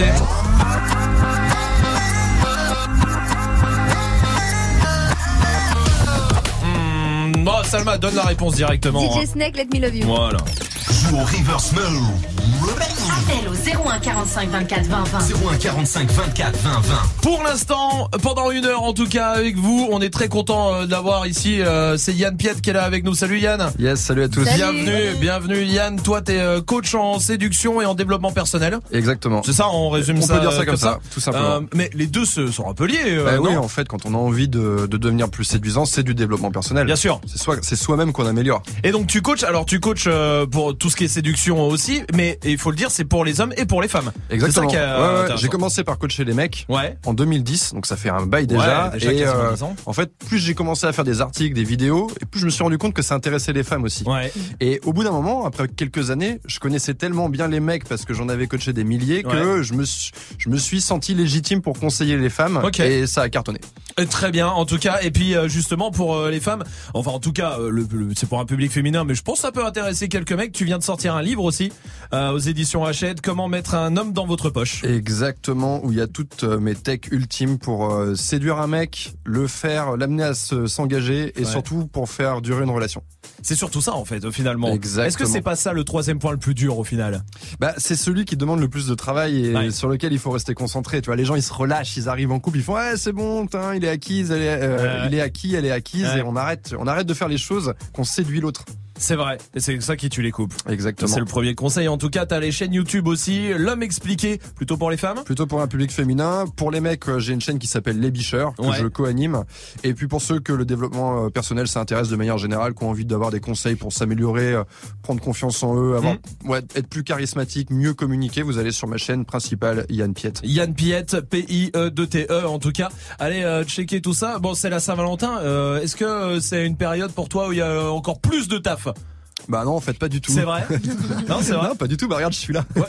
Hmm, bon, Salma donne la réponse directement. D J hein. Snake, Let Me Love You. Voilà. Joue au reverse mode. Appel au zéro un quarante-cinq vingt-quatre vingt vingt. zéro un quarante-cinq vingt-quatre vingt vingt. Pour l'instant, pendant une heure en tout cas avec vous, on est très content euh, d'avoir ici, euh, c'est Yann Piette qui est là avec nous. Salut Yann. Yes, salut à tous. Salut. Bienvenue, bienvenue Yann. Toi t'es euh, coach en séduction et en développement personnel. Exactement. C'est ça, on résume on ça. On peut dire ça comme, comme ça, tout simplement. Euh, mais les deux se, sont un peu liés. Euh, bah, oui, non en fait, quand on a envie de, de devenir plus séduisant, c'est du développement personnel. Bien sûr. C'est soi, c'est soi-même qu'on améliore. Et donc tu coaches, alors tu coaches euh, pour tout ce qui est séduction aussi, mais il faut le dire, c'est pour les hommes et pour les femmes. Exactement. C'est ça qui est, euh, ouais, ouais, intéressant. j'ai commencé par coacher les mecs ouais. en deux mille dix, donc ça fait un bail déjà. Ouais, déjà et quasiment euh, dix ans. en fait, plus j'ai commencé à faire des articles, des vidéos, et plus je me suis rendu compte que ça intéressait les femmes aussi. Ouais. Et au bout d'un moment, après quelques années, je connaissais tellement bien les mecs parce que j'en avais coaché des milliers ouais. que je me suis, je me suis senti légitime pour conseiller les femmes. Okay. Et ça a cartonné. Très bien, en tout cas. Et puis euh, justement pour euh, les femmes, enfin en tout cas, euh, le, le, c'est pour un public féminin, mais je pense que ça peut intéresser quelques mecs. Tu viens de sortir un livre aussi euh, aux éditions Hachette. Comment mettre un homme dans votre poche. Exactement, où il y a toutes mes techs ultimes pour euh, séduire un mec, le faire, l'amener à se, s'engager et ouais. surtout pour faire durer une relation. C'est surtout ça en fait, finalement. Exactement. Est-ce que c'est pas ça le troisième point le plus dur au final? Bah c'est celui qui demande le plus de travail et ouais. sur lequel il faut rester concentré. Tu vois, les gens ils se relâchent, ils arrivent en couple, ils font ouais c'est bon, tain, il est acquise, elle est, euh, ouais. il est acquis, elle est acquise ouais. et on arrête, on arrête de faire les choses qu'on séduit l'autre. C'est vrai, et c'est ça qui tue les couples. Exactement. C'est le premier conseil. En tout cas, t'as les chaînes YouTube aussi. L'homme expliqué, plutôt pour les femmes? Plutôt pour un public féminin. Pour les mecs, j'ai une chaîne qui s'appelle Les Bicheurs, que ouais. je co-anime. Et puis pour ceux que le développement personnel s'intéresse de manière générale, qui ont envie d'avoir des conseils pour s'améliorer, prendre confiance en eux, avoir, mmh. ouais, être plus charismatique, mieux communiquer, vous allez sur ma chaîne principale, Yann Piette. Yann Piette, P I E deux T E en tout cas. Allez euh, checker tout ça. Bon, c'est la Saint-Valentin. Euh, est-ce que c'est une période pour toi où il y a encore plus de taf? Bah non, en fait, pas du tout. C'est vrai? Non, c'est vrai. Non, pas du tout. Bah regarde, je suis là. Ouais.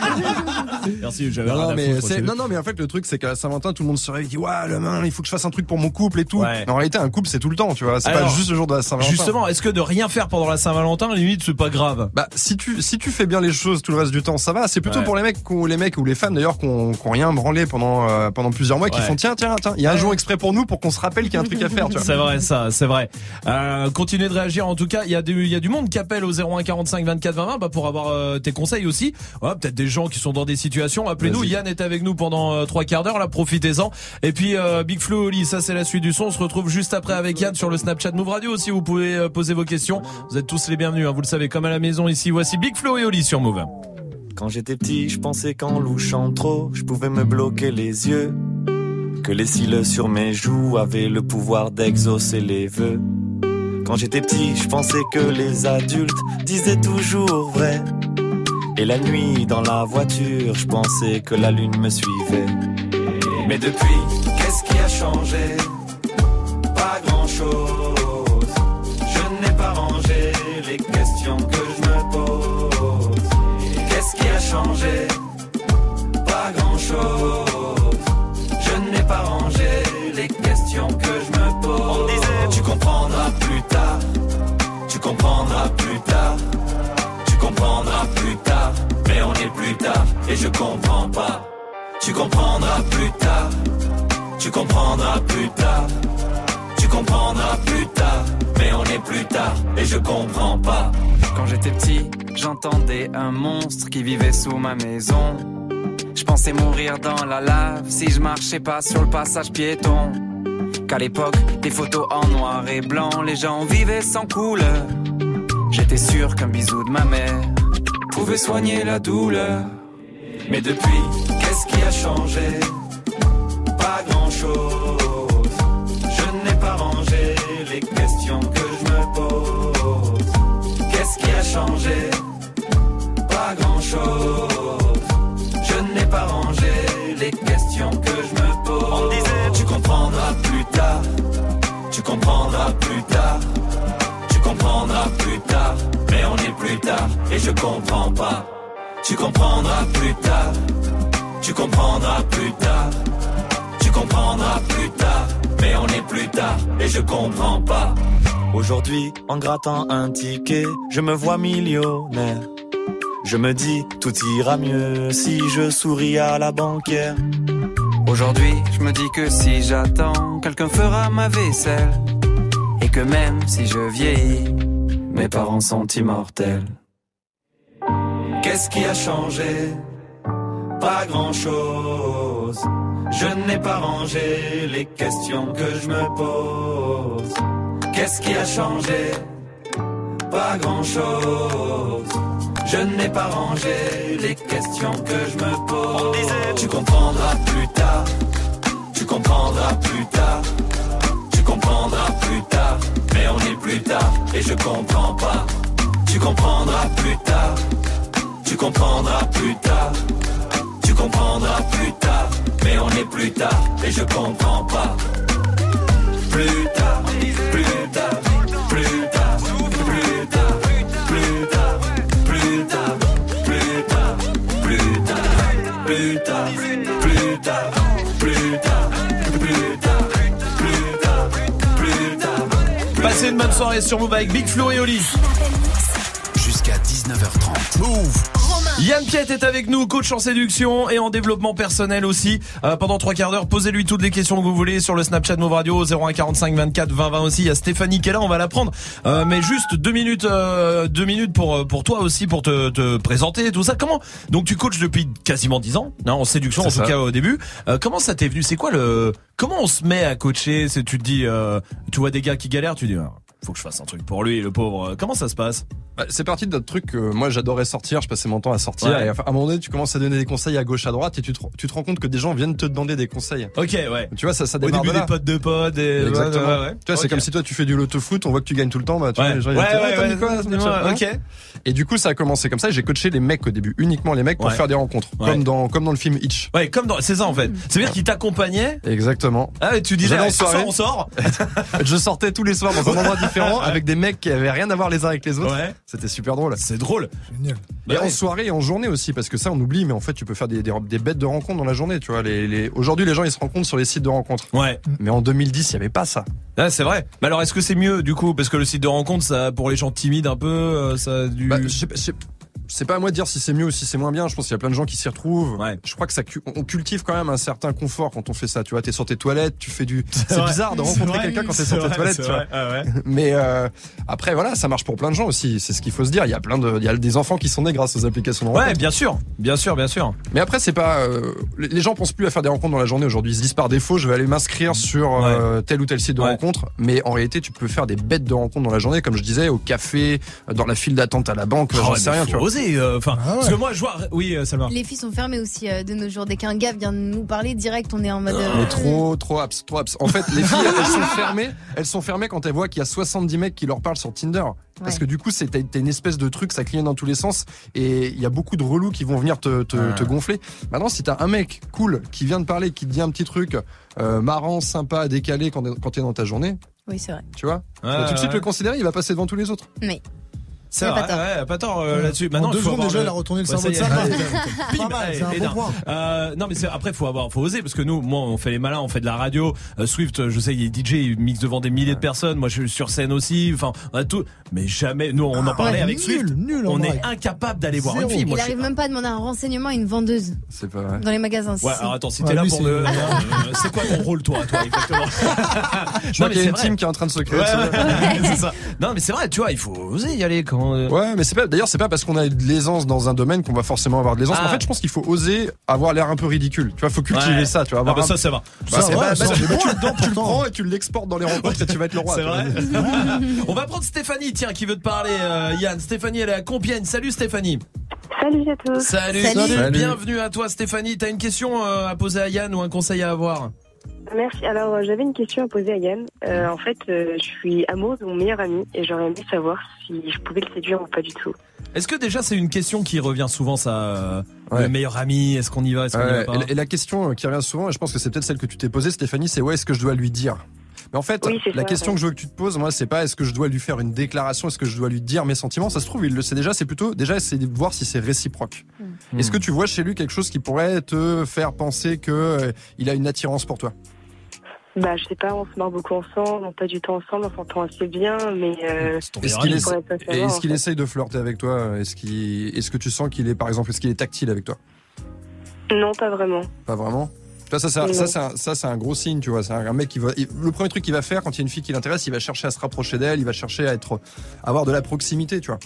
Merci, j'avais non, rien à mais foutre, c'est, non, non, mais en fait, le truc, c'est qu'à la Saint-Valentin, tout le monde se réveille, dit, ouais, le main, il faut que je fasse un truc pour mon couple et tout. Ouais. Mais en réalité, un couple, c'est tout le temps, tu vois. C'est Alors, pas juste le jour de la Saint-Valentin. Justement, est-ce que de rien faire pendant la Saint-Valentin, limite, c'est pas grave? Bah, si tu, si tu fais bien les choses tout le reste du temps, ça va. C'est plutôt ouais. pour les mecs, ou les mecs ou les femmes d'ailleurs, qui ont rien branlé pendant, euh, pendant plusieurs mois, ouais. qui font, tiens, tiens, tiens, il y a un jour exprès pour nous pour qu'on se rappelle qu'il y a un truc à faire, tu vois. C'est vrai, ça, c'est vrai. Euh, continuez de réagir, en tout cas. Il y a du, il y a du monde qui appelle au zéro un quarante-cinq vingt-quatre vingt vingt, bah, pour avoir euh, tes conseils aussi. Ouais, peut-être des gens qui sont dans des situations. Appelez-nous. Vas-y. Yann est avec nous pendant euh, trois quarts d'heure. Là, profitez-en. Et puis euh, Big Flo, Oli, ça c'est la suite du son. On se retrouve juste après avec Yann sur le Snapchat Move Radio. Si vous pouvez euh, poser vos questions, vous êtes tous les bienvenus. Hein, vous le savez, comme à la maison ici. Voici Big Flo et Oli sur Move. Quand j'étais petit, je pensais qu'en louchant trop, je pouvais me bloquer les yeux. Que les cils sur mes joues avaient le pouvoir d'exaucer les vœux. Quand j'étais petit, je pensais que les adultes disaient toujours vrai. Et la nuit, dans la voiture, je pensais que la lune me suivait. Mais depuis, qu'est-ce qui a changé? Pas grand-chose. Je n'ai pas rangé les questions que je me pose. Qu'est-ce qui a changé? Pas grand-chose. Je n'ai pas rangé les questions que je me pose. On disait, tu comprendras plus tard. Tu comprendras plus tard. Tu comprendras plus tard. Mais on est plus tard et je comprends pas. Tu comprendras plus tard. Tu comprendras plus tard. Tu comprendras plus tard. Mais on est plus tard et je comprends pas. Quand j'étais petit, j'entendais un monstre qui vivait sous ma maison. Je pensais mourir dans la lave si je marchais pas sur le passage piéton. Qu'à l'époque, des photos en noir et blanc, les gens vivaient sans couleur. J'étais sûr qu'un bisou de ma mère pouvait soigner la douleur. Mais depuis, qu'est-ce qui a changé? Pas grand-chose. Je n'ai pas rangé les questions que je me pose. Qu'est-ce qui a changé? Pas grand-chose. Je n'ai pas rangé les questions que je me pose. On disait, tu comprendras plus tard. Tu comprendras plus tard. Tu comprendras plus tard. Mais on est plus tard et je comprends pas. Tu comprendras plus tard. Tu comprendras plus tard. Tu comprendras plus tard. Mais on est plus tard et je comprends pas. Aujourd'hui, en grattant un ticket, je me vois millionnaire. Je me dis, tout ira mieux si je souris à la banquière. Aujourd'hui, je me dis que si j'attends, quelqu'un fera ma vaisselle. Et que même si je vieillis, mes parents sont immortels. Qu'est-ce qui a changé? Pas grand-chose. Je n'ai pas rangé les questions que je me pose. Qu'est-ce qui a changé? Pas grand-chose. Je n'ai pas rangé les questions que je me pose. On disait, tu comprendras plus tard. Tu comprendras plus tard. Tu comprendras plus tard. Mais on est plus tard et je comprends pas. Tu comprendras plus tard. Tu comprendras plus tard. Tu comprendras plus tard. Mais on est plus tard et je comprends pas. Plus tard, plus tard, plus tard, plus tard, plus tard, plus tard, plus tard, plus tard, plus tard, plus tard, plus tard, plus tard, plus tard, plus tard. Passez une bonne soirée sur Move avec Big Flo et Oli. Jusqu'à dix-neuf heures trente. Move. Yann Piet est avec nous, coach en séduction et en développement personnel aussi. Euh, pendant trois quarts d'heure, posez-lui toutes les questions que vous voulez sur le Snapchat Move Radio zéro un quarante-cinq vingt-quatre vingt vingt aussi. Il y a Stéphanie qui est là, on va la prendre. Euh, mais juste deux minutes, euh, deux minutes pour pour toi aussi pour te, te présenter tout ça. Comment? Donc tu coaches depuis quasiment dix ans, non, en séduction C'est en tout ça. cas au début. Euh, comment ça t'est venu? C'est quoi le? Comment on se met à coacher? C'est tu te dis, euh, tu vois des gars qui galèrent, tu dis. Ah, faut que je fasse un truc pour lui, le pauvre. Comment ça se passe? Bah, c'est parti d'un truc que moi j'adorais sortir, je passais mon temps à sortir Ouais. et à un moment donné tu commences à donner des conseils à gauche à droite et tu te, tu te rends compte que des gens viennent te demander des conseils. Ok, ouais. Tu vois, ça, ça Au démarre début de là. des potes de potes et Exactement. ouais, ouais, ouais. Tu vois, c'est Ok. comme si toi tu fais du loto foot, on voit que tu gagnes tout le temps, bah tu Ouais. vois, les gens ils Ouais, vont te dire, ouais, Ah, t'as ouais, mis quoi, ouais, ce machin, ok. hein. Et du coup ça a commencé comme ça, j'ai coaché les mecs au début, uniquement les mecs pour Ouais. faire des rencontres, Ouais. comme dans comme dans le film Hitch. Ouais, comme dans, c'est ça en fait. C'est-à-dire qu'il t'accompagnait. Exactement. Ah, et tu disais, J'allais en allez, ce soir, soirée. on sort. Je sortais tous les soirs dans un endroit différent Ouais. avec des mecs qui avaient rien à voir les uns avec les autres. Ouais. C'était super drôle. C'est drôle. Génial. Et Bah ouais. en soirée et en journée aussi, parce que ça on oublie, mais en fait tu peux faire des, des, des bêtes de rencontres dans la journée, tu vois. Les, les... Aujourd'hui les gens ils se rencontrent sur les sites de rencontres. Ouais. Mais en deux mille dix il y avait pas ça. Ah, c'est vrai. Mais alors, est-ce que c'est mieux du coup, parce que le site de rencontre, ça, pour les gens timides un peu, euh, ça a du. Bah, je sais pas- je sais- c'est pas à moi de dire si c'est mieux ou si c'est moins bien. Je pense qu'il y a plein de gens qui s'y retrouvent. Ouais. Je crois que ça, cu- on cultive quand même un certain confort quand on fait ça. Tu vois, t'es sur tes toilettes, tu fais du. C'est vrai. bizarre de C'est rencontrer vrai. quelqu'un quand t'es C'est sur tes vrai, toilettes. c'est Tu vois. vrai. Ah ouais. Mais euh, après voilà, ça marche pour plein de gens aussi. C'est ce qu'il faut se dire. Il y a plein de, il y a des enfants qui sont nés grâce aux applications de rencontres. Ouais, bien sûr, bien sûr, bien sûr. Mais après c'est pas. euh, les les gens pensent plus à faire des rencontres dans la journée aujourd'hui. Ils se disent par défaut, je vais aller m'inscrire sur euh, tel ou tel site de Ouais. rencontre. Mais en réalité, tu peux faire des bêtes de rencontres dans la journée, comme je disais, au café, dans la file d'attente à la banque. Oh, J'en ouais, sais mais rien. faut Tu vois. oser, euh, enfin, Ah ouais. parce que moi, je vois. Oui, euh, Salma. Les filles sont fermées aussi euh, de nos jours. Dès qu'un gars vient de nous parler direct, on est en mode. euh, Mais trop, trop abs, trop abs. En fait, les filles, elles sont fermées. Elles sont fermées quand elles voient qu'il y a soixante-dix mecs qui leur parlent sur Tinder. Parce Ouais. que du coup, c'est, t'as, t'as une espèce de truc, ça clignote dans tous les sens. Et il y a beaucoup de relous qui vont venir te, te, Ah. te gonfler. Maintenant, si t'as un mec cool qui vient de parler, qui te dit un petit truc euh, marrant, sympa, décalé quand, quand t'es dans ta journée, Oui, c'est vrai. tu vois, Ouais, tu vas tout de suite ouais. le considérer, il va passer devant tous les autres. Mais. C'est Il y a vrai, pas tort. ouais, pas tort euh, Ouais. là-dessus. En Maintenant, deux il faut secondes, avoir déjà, le- il a retourné le Ouais, cerveau ça de y est, sa allez, part. bim, Pas mal, allez, c'est un et bon d'un. point. Euh, non, mais c'est, après, faut avoir, faut oser, parce que nous, moi, on fait les malins, on fait de la radio. Euh, Swift, je sais, il est D J, il mixe devant des milliers de personnes. Moi, je suis sur scène aussi. Enfin, on a tout. Mais jamais, nous, on en Ah, parlait ouais, avec nul, Swift. nul, en on vrai. est incapable d'aller voir Zéro. une fille. Moi, Il je suis- arrive même pas à demander un renseignement à une vendeuse C'est pas vrai. dans les magasins. si, Ouais, si. alors attends, si Ouais, t'es là lui, pour c'est- le, euh, c'est quoi ton rôle, toi, toi, exactement? Je vois qu'il y a c'est une vrai. team qui est en train de se créer. Ouais, tu sais. ouais, c'est ça. Non, mais c'est vrai, tu vois, il faut oser y aller quand. euh, Ouais, mais c'est pas. D'ailleurs, c'est pas parce qu'on a de l'aisance dans un domaine qu'on va forcément avoir de l'aisance. Ah. En fait, je pense qu'il faut oser avoir l'air un peu ridicule. Tu vois, faut cultiver Ouais. ça. Tu vois, Ah avoir bah un- ça, ça va. Bah, Ça, c'est ouais, pas- ça, bah, on tu, est bon tu le- tu le pourtant. prends et tu l'exportes dans les rencontres et tu vas être le roi. C'est tu vois. vrai. On va prendre Stéphanie, tiens, qui veut te parler, euh, Yann. Stéphanie, elle est à Compiègne. Salut Stéphanie. Salut à tous. Salut. Salut. Salut. Bienvenue à toi Stéphanie. T'as une question euh, à poser à Yann ou un conseil à avoir? Merci. Alors, euh, j'avais une question à poser à Yann. Euh, en fait, euh, je suis amoureuse de mon meilleur ami et j'aurais aimé savoir si je pouvais le séduire ou pas du tout. Est-ce que déjà c'est une question qui revient souvent, ça, euh, Ouais. le meilleur ami, est-ce qu'on y va, est-ce qu'on y Ouais, va pas? et, la- et la question euh, qui revient souvent, et je pense que c'est peut-être celle que tu t'es posée, Stéphanie, c'est ouais, est-ce que je dois lui dire? Mais en fait, Oui, c'est la ça, question ouais. que je veux que tu te poses, moi, c'est pas est-ce que je dois lui faire une déclaration, est-ce que je dois lui dire mes sentiments. Ça se trouve, il le sait déjà. C'est plutôt déjà essayer de voir si c'est réciproque. Hmm. Est-ce que tu vois chez lui quelque chose qui pourrait te faire penser que euh, il a une attirance pour toi? Bah, je sais pas, on se marre beaucoup ensemble, on passe du temps ensemble, on s'entend assez bien, mais euh, Est-ce qu'il je essaie, pourrais pas et savoir, est-ce en qu'il fait. essaye de flirter avec toi? Est-ce qu'il, est-ce que tu sens qu'il est, par exemple, est-ce qu'il est tactile avec toi? Non, pas vraiment. Pas vraiment. Tu vois, ça, ça, Non. ça, c'est un, ça, c'est un gros signe, tu vois. C'est un, un mec qui va. il- le premier truc qu'il va faire quand il y a une fille qui l'intéresse, il va chercher à se rapprocher d'elle, il va chercher à être, à avoir de la proximité, tu vois.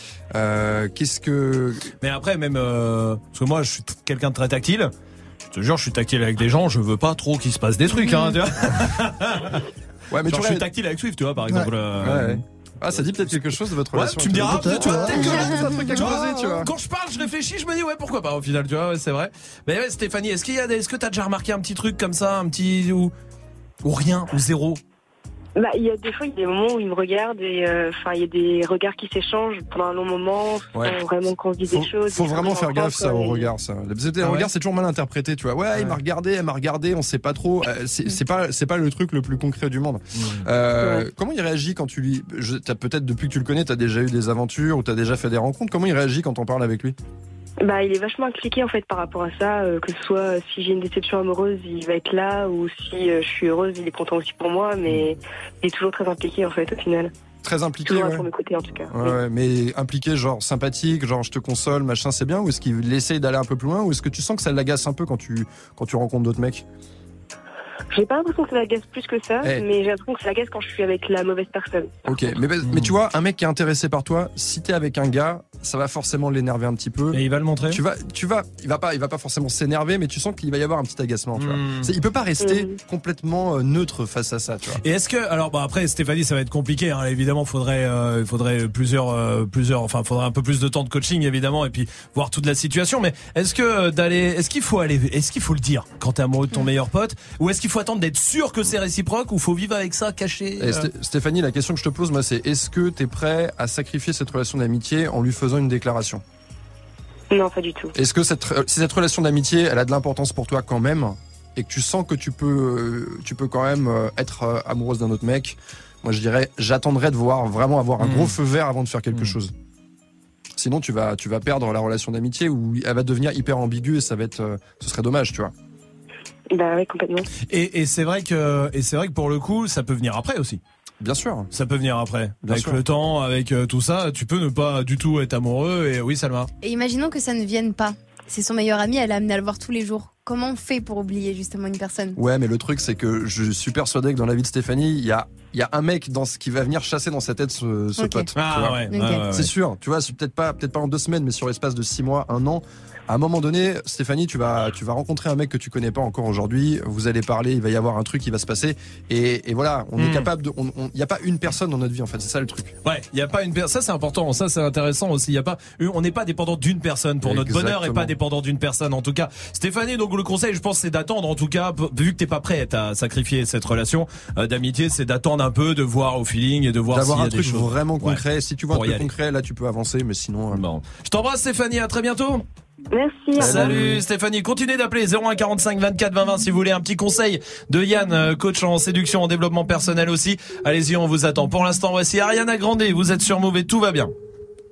Euh, qu'est-ce que. Mais après, même, euh, parce que moi, je suis t- quelqu'un de très tactile. Je te jure, je suis tactile avec des gens, je veux pas trop qu'il se passe des trucs, hein, tu vois. Ouais, mais Genre, tu je suis vois- tactile avec Swift, tu vois, par exemple. euh, Ouais, ouais. Ah, ça dit peut-être quelque chose de votre Ouais, relation. tu me diras, Peut-être, tu vois, ouais. peut-être que- C'est un truc à Tu vois, creuser, tu vois. Quand je parle, je réfléchis, je me dis ouais, pourquoi pas au final, tu vois, ouais, c'est vrai. Mais ouais, Stéphanie, est-ce qu'il y a des, est-ce que t'as déjà remarqué un petit truc comme ça, un petit ou ou rien ou zéro? Bah, il y a des fois, il y a des moments où il me regarde et euh, enfin, il y a des regards qui s'échangent pendant un long moment, Ouais. sans vraiment qu'on se dise Faut, des choses. faut des vraiment choses faire gaffe ça ensemble, au et- regard ça. Le Ah ouais regard c'est toujours mal interprété, tu vois. Ouais, il m'a regardé, elle m'a regardé, on sait pas trop. Euh, c'est c'est pas c'est pas le truc le plus concret du monde. Euh, Comment il réagit quand tu lui je- t'as peut-être depuis que tu le connais, t'as déjà eu des aventures ou t'as déjà fait des rencontres. Comment il réagit quand on parle avec lui? Bah, il est vachement impliqué en fait par rapport à ça, euh, que ce soit euh, si j'ai une déception amoureuse, il va être là, ou si euh, je suis heureuse, il est content aussi pour moi, mais il est toujours très impliqué en fait au final. Très impliqué, Toujours là ouais. pour mes côtés en tout cas. Ouais, ouais, mais impliqué, genre sympathique, genre je te console, machin, c'est bien. Ou est-ce qu'il essaye d'aller un peu plus loin, ou est-ce que tu sens que ça l'agace un peu quand tu quand tu rencontres d'autres mecs? J'ai pas l'impression que ça l'agace plus que ça, Eh. mais j'ai l'impression que ça l'agace quand je suis avec la mauvaise personne. Ok, mais, mais tu vois, un mec qui est intéressé par toi, si t'es avec un gars, ça va forcément l'énerver un petit peu. Et il va le montrer. Tu vas, tu vas, il va pas, il va pas forcément s'énerver, mais tu sens qu'il va y avoir un petit agacement. Tu vois. Mm. C'est- Il peut pas rester Mm. complètement euh, neutre face à ça. Tu vois. Et est-ce que alors bah après Stéphanie ça va être compliqué hein, évidemment faudrait euh, il faudrait plusieurs euh, plusieurs enfin faudrait un peu plus de temps de coaching évidemment et puis voir toute la situation mais est-ce que euh, d'aller est-ce qu'il faut aller est-ce qu'il faut le dire quand t'es amoureux de ton meilleur pote ou est-ce qu'il faut attendre d'être sûr que c'est réciproque ou faut vivre avec ça caché Et euh Sté- Stéphanie, la question que je te pose, moi, c'est est-ce que t'es prêt à sacrifier cette relation d'amitié en lui faisant une déclaration? Non, pas du tout. Est-ce que cette, si cette relation d'amitié, elle a de l'importance pour toi quand même, et que tu sens que tu peux, euh, tu peux quand même euh, être euh, amoureuse d'un autre mec, moi je dirais, j'attendrais de voir vraiment avoir un Mmh. gros feu vert avant de faire quelque chose. Sinon, tu vas, tu vas perdre la relation d'amitié où elle va devenir hyper ambiguë et ça va être, euh, ce serait dommage, tu vois. Bah oui, complètement. Et, et c'est vrai que et c'est vrai que pour le coup ça peut venir après aussi. Bien sûr. Ça peut venir après. Bien avec sûr. le temps, avec euh, tout ça, tu peux ne pas du tout être amoureux et oui Salma. Et imaginons que ça ne vienne pas. C'est son meilleur ami, elle a amené à le voir tous les jours. Comment on fait pour oublier justement une personne? Ouais, mais le truc, c'est que je suis persuadé que dans la vie de Stéphanie, il y a, il y a un mec dans ce qui va venir chasser dans sa tête ce, ce Ok. pote. Ah, tu vois. ouais, ouais, ouais, ouais. C'est sûr. Tu vois, c'est peut-être pas, peut-être pas en deux semaines, mais sur l'espace de six mois, un an. À un moment donné, Stéphanie, tu vas, tu vas rencontrer un mec que tu connais pas encore aujourd'hui. Vous allez parler, il va y avoir un truc qui va se passer. Et, et voilà, on est Hmm. capable de, on, on- il y a pas une personne dans notre vie, en fait. C'est ça le truc. Ouais, il y a pas une per- ça c'est important, ça c'est intéressant aussi, il y a pas on n'est pas dépendant d'une personne pour notre bonheur et Exactement. pas dépendant d'une personne en tout cas. Stéphanie, donc le conseil je pense c'est d'attendre en tout cas p- vu que t'es pas prête à sacrifier cette relation euh, d'amitié, c'est d'attendre un peu, de voir au feeling et de voir s'il D'avoir y a un des truc choses. vraiment Ouais. concret. Si tu vois un Pour y truc aller. concret, là, tu peux avancer, mais sinon. euh, Bon. Je t'embrasse Stéphanie, à très bientôt. Merci. Salut Stéphanie, continuez d'appeler zéro un quarante-cinq vingt-quatre vingt vingt si vous voulez un petit conseil de Yann, euh, coach en séduction, en développement personnel aussi. Allez-y, on vous attend. Pour l'instant, voici Ariana Grande, vous êtes sur Move et tout va bien.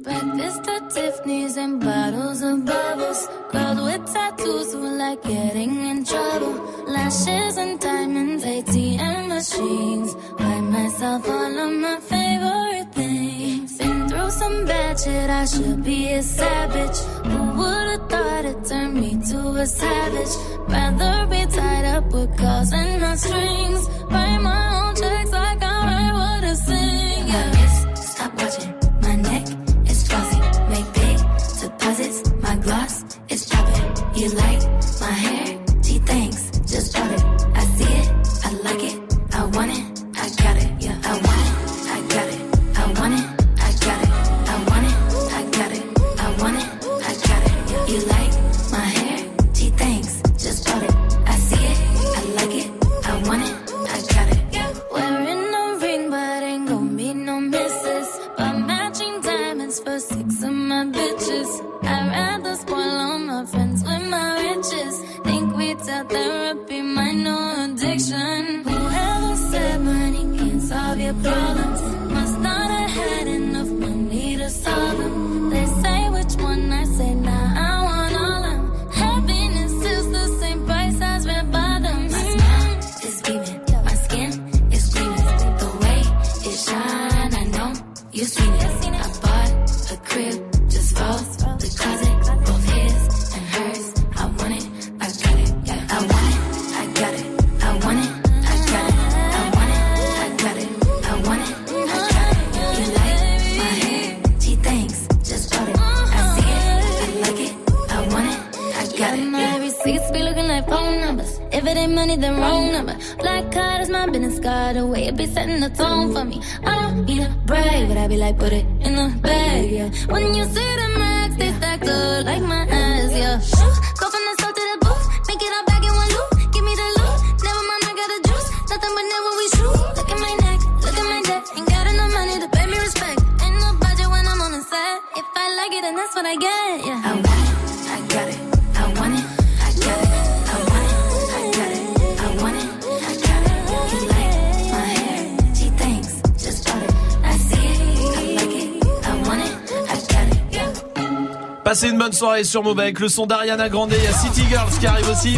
Breakfast at Tiffany's and bottles of bubbles. Girls with tattoos who like getting in trouble. Lashes and diamonds, A T M machines. Buy myself all of my favorite things. Been through some bad shit, I should be a savage. Who would've thought it turned me to a savage? Rather be tied up with calls and not strings. Write my own checks like I write what I sing. Yeah, wrist, stop watching. My neck is fuzzy. Make big deposits. My gloss is dropping. You like my hair? Gee, thanks. Just bought it. I see it. I like it. I want it. I got it. Yeah, I want it. I got it. I want it. I got it. I want it. I got it. I want it. I got it. Yeah. You like my hair? Gee, thanks. Just bought it. I see it. I like it. I want it. I got it. Yeah. Wearing a ring, but ain't gon' be no misses. But matching diamonds for six of my bitches. I'd rather spoil all my friends with my riches. Think we tell therapy, my no addiction. Whoever said money can't solve your problems must not have had enough money to solve them. They say which one, I say nah, I want all of them. Happiness is the same price as red bottoms. My smile is beaming, my skin is gleaming. The way it shine, I know you seen it. I bought a crib just for the closet, both his and hers. I want it, I got it, yeah. I want it, I got it, I want it, I got it, I want it, I got it, I want it, I got it. You like my hair? Gee, thanks, just bought it. I see it, I like it, I want it, I got it. My receipts be looking like phone numbers. If it ain't money, then wrong number. Black card is my business card, the way it be setting the tone for me. I don't need a brag, but I be like, put it in the bag, yeah. When you see the max, they stacked up like my ass, yeah. Go from the south to the booth, make it all back in one loop. Give me the loot, never mind, I got the juice. Nothing but never we shoot. Look at my neck, look at my neck. Ain't got enough money to pay me respect. Ain't no budget when I'm on the set. If I like it, then that's what I get, yeah. I want it, I got it, I want it, I got it. I want it, I got it, I want it, I got it. You like my hair? Gee, thanks, just bought it. I see it, I like it, I want it, I got it, yeah. Passez une bonne soirée sur Move avec le son d'Ariana Grande. Il y a City Girls qui arrive aussi.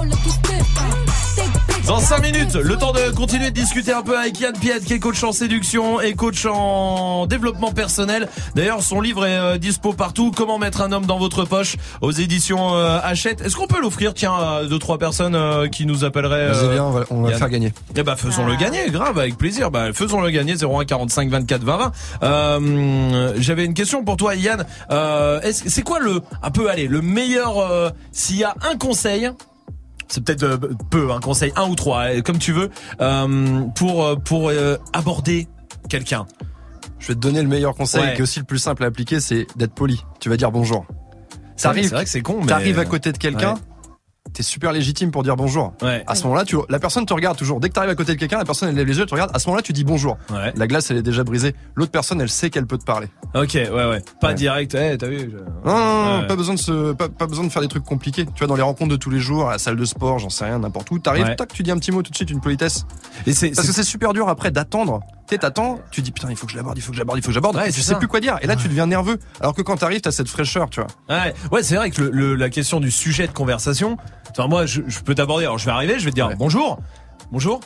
Dans cinq minutes, le temps de continuer de discuter un peu avec Yann Piette, qui est coach en séduction et coach en développement personnel. D'ailleurs, son livre est euh, dispo partout. Comment mettre un homme dans votre poche, aux éditions euh, Hachette. Est-ce qu'on peut l'offrir, tiens, à deux trois personnes euh, qui nous appelleraient Vas-y, euh, viens, on va, on va le faire gagner. Eh bah, faisons-le gagner, grave, avec plaisir. Bah, faisons-le gagner, zéro un quarante-cinq vingt-quatre vingt vingt. Euh, j'avais une question pour toi, Yann. Euh, est-ce, c'est quoi le, un peu, allez, le meilleur, euh, s'il y a un conseil, c'est peut-être euh, peu, un conseil, un ou trois, euh, comme tu veux, euh, pour euh, pour euh, aborder quelqu'un. Je vais te donner le meilleur conseil, Ouais. qui est aussi le plus simple à appliquer, c'est d'être poli. Tu vas dire bonjour. C'est vrai- T'arrives, c'est vrai que c'est con, mais- t'arrives à côté de quelqu'un, Ouais. t'es super légitime pour dire bonjour. Ouais. À ce moment-là, tu, la personne te regarde toujours. Dès que t'arrives à côté de quelqu'un, la personne elle lève les yeux, elle te regarde. À ce moment-là, tu dis bonjour. Ouais. La glace, elle est déjà brisée. L'autre personne, elle sait qu'elle peut te parler. Ok, ouais, ouais. Pas Ouais. direct. Eh, t'as vu je- Non, non, non, Ouais. pas besoin de se, pas, pas besoin de faire des trucs compliqués. Tu vois, dans les rencontres de tous les jours, à la salle de sport, j'en sais rien, n'importe où. T'arrives, Ouais. tac, tu dis un petit mot tout de suite, une politesse. Et c'est, Parce c'est- que c'est super dur après d'attendre. Tu sais, t'attends, tu dis putain, il faut que je l'aborde, il faut que je l'aborde, il faut que j'aborde. Ouais, tu c'est sais ça. plus quoi dire. Et là, tu deviens nerveux. Alors que quand t'arrives, t'as cette fraîcheur, tu vois. Ouais, ouais, c'est vrai que le, le- la question du sujet de conversation. Enfin, moi, je, je peux t'aborder. Alors, je vais arriver, je vais te dire bonjour, bonjour.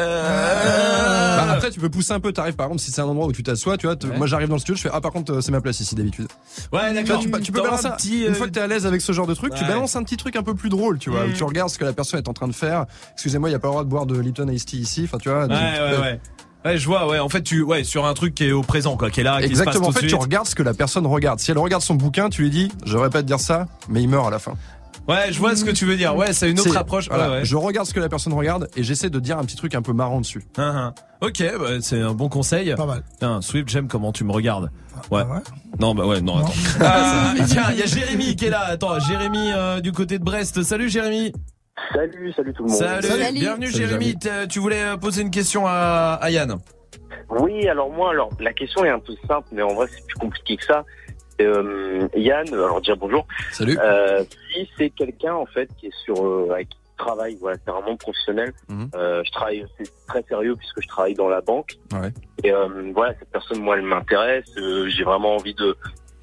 Euh... Bah, après, tu peux pousser un peu. T'arrives, par exemple, si c'est un endroit où tu t'assois, tu vois. te- Ouais. Moi, j'arrive dans le studio, je fais ah, par contre, euh, c'est ma place ici d'habitude. Ouais, Tu, vois, d'accord. tu, peux- tu peux T'auras balancer un un- petit, une euh, fois que t'es à l'aise avec ce genre de truc, tu Ouais. balances un petit truc un peu plus drôle, tu vois, Mm. où tu regardes ce que la personne est en train de faire. Excusez-moi, il y a pas le droit de boire de Lipton Iced Tea ici. Enfin, tu vois. tu- Ouais, tu ouais, peux- ouais. Ouais, je vois, ouais. En fait, tu, ouais, sur un truc qui est au présent, quoi, qui est là, qui se Exactement. passe En tout fait, de tu suite. regardes ce que la personne regarde. Si elle regarde son bouquin, tu lui dis, j'aurais pas à te dire ça, mais il meurt à la fin. Ouais, je vois ce que tu veux dire. Ouais, c'est une autre C'est- approche. voilà, Ouais, ouais. Je regarde ce que la personne regarde et j'essaie de dire un petit truc un peu marrant dessus. Hein, hein. Ok, bah, c'est un bon conseil. Pas mal. Tiens, Swift, j'aime comment tu me regardes. Ouais. Ah ouais Non, bah ouais, non, attends. Ah, ça- Tiens, il y a Jérémy qui est là. Attends, Jérémy euh, du côté de Brest. Salut Jérémy. Salut, salut tout le monde. Salut. Salut. Bienvenue Salut, Jérémy. T'as- Tu voulais euh, poser une question à, à Yann. Oui, alors moi, alors la question est un peu simple, mais en vrai c'est plus compliqué que ça. Euh, Yann, alors dire bonjour. Salut. Euh, si c'est quelqu'un en fait qui est sur euh, avec qui travaille, voilà, c'est vraiment professionnel. Mhm. Euh, je travaille, c'est très sérieux puisque je travaille dans la banque. Ouais. Et euh, voilà, cette personne, moi, elle m'intéresse. Euh, j'ai vraiment envie de